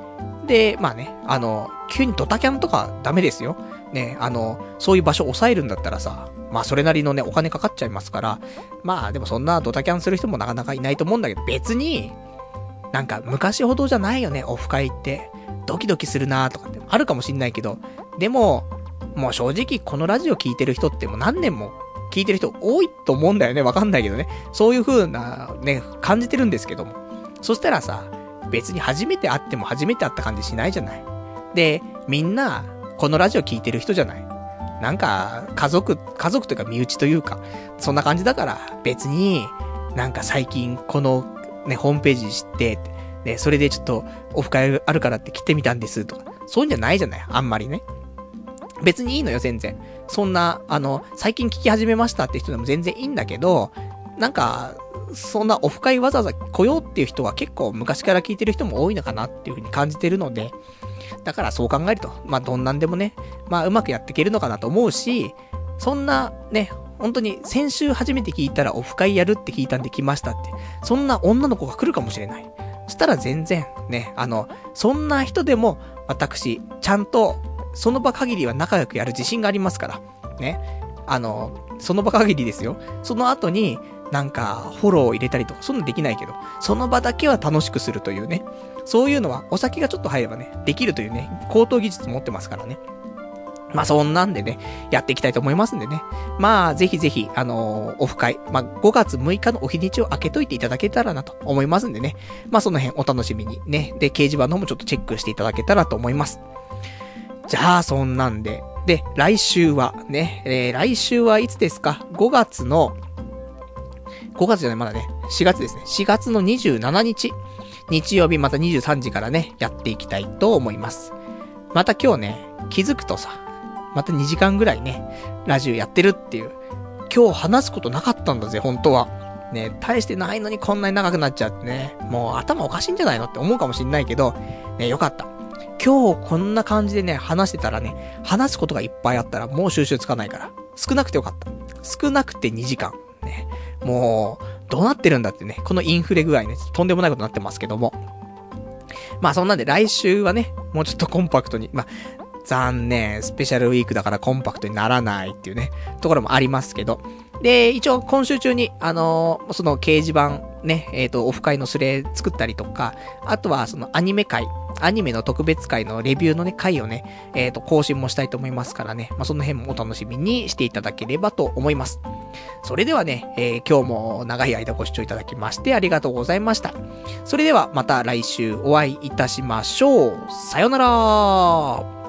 で、まあね、あの、急にドタキャンとかダメですよ。ね、あの、そういう場所を抑えるんだったらさ、まあそれなりのね、お金かかっちゃいますから、まあでもそんなドタキャンする人もなかなかいないと思うんだけど、別に、なんか昔ほどじゃないよね、オフ会って。ドキドキするなーとかってあるかもしんないけど、でも、もう正直このラジオ聞いてる人ってもう何年も聞いてる人多いと思うんだよね。わかんないけどね。そういう風なね、感じてるんですけども。そしたらさ、別に初めて会っても初めて会った感じしないじゃない。で、みんな、このラジオ聞いてる人じゃない。なんか、家族、家族というか身内というか、そんな感じだから、別に、なんか最近このね、ホームページ知って、ね、それでちょっとオフ会あるからって来てみたんですとか、そういうんじゃないじゃない、あんまりね。別にいいのよ、全然。そんな、あの、最近聞き始めましたって人でも全然いいんだけど、なんか、そんなオフ会わざわざ来ようっていう人は結構昔から聞いてる人も多いのかなっていう風に感じてるので、だからそう考えると、まあどんなんでもね、まあうまくやっていけるのかなと思うし、そんなね、本当に先週初めて聞いたらオフ会やるって聞いたんで来ましたって、そんな女の子が来るかもしれない。そしたら全然ね、あの、そんな人でも私、ちゃんとその場限りは仲良くやる自信がありますから、ね。あの、その場限りですよ。その後に、なんか、フォローを入れたりとか、そんなのできないけど、その場だけは楽しくするというね。そういうのは、お酒がちょっと入ればね、できるというね、高等技術持ってますからね。まあ、そんなんでね、やっていきたいと思いますんでね。まあ、ぜひぜひ、あのー、オフ会、まあ、ごがつむいかのお日にちを開けといていただけたらなと思いますんでね。まあ、その辺お楽しみにね。で、掲示板の方もちょっとチェックしていただけたらと思います。じゃあ、そんなんで。で、来週は、ね、えー、来週はいつですか ?ご 月の、ごがつじゃない、まだね、しがつですね。しがつのにじゅうしちにち、日曜日またにじゅうさんじからね、やっていきたいと思います。また今日ね、気づくとさ、またにじかんぐらいね、ラジオやってるっていう。今日話すことなかったんだぜ、本当は。ね、大してないのにこんなに長くなっちゃってね、もう頭おかしいんじゃないのって思うかもしんないけど、ね、よかった。今日こんな感じでね、話してたらね、話すことがいっぱいあったらもう収集つかないから。少なくてよかった。少なくてにじかん。ね、もう、どうなってるんだってね、このインフレ具合ね、とんでもないことになってますけども。まあそんなんで来週はね、もうちょっとコンパクトに、まあ、残念、スペシャルウィークだからコンパクトにならないっていうね、ところもありますけど。で、一応今週中に、あのー、その掲示板、ね、えっと、オフ会のスレ作ったりとか、あとはそのアニメ会、アニメの特別会のレビューのね、会をね、えっと、更新もしたいと思いますからね、まあ、その辺もお楽しみにしていただければと思います。それではね、えー、今日も長い間ご視聴いただきましてありがとうございました。それではまた来週お会いいたしましょう。さよなら。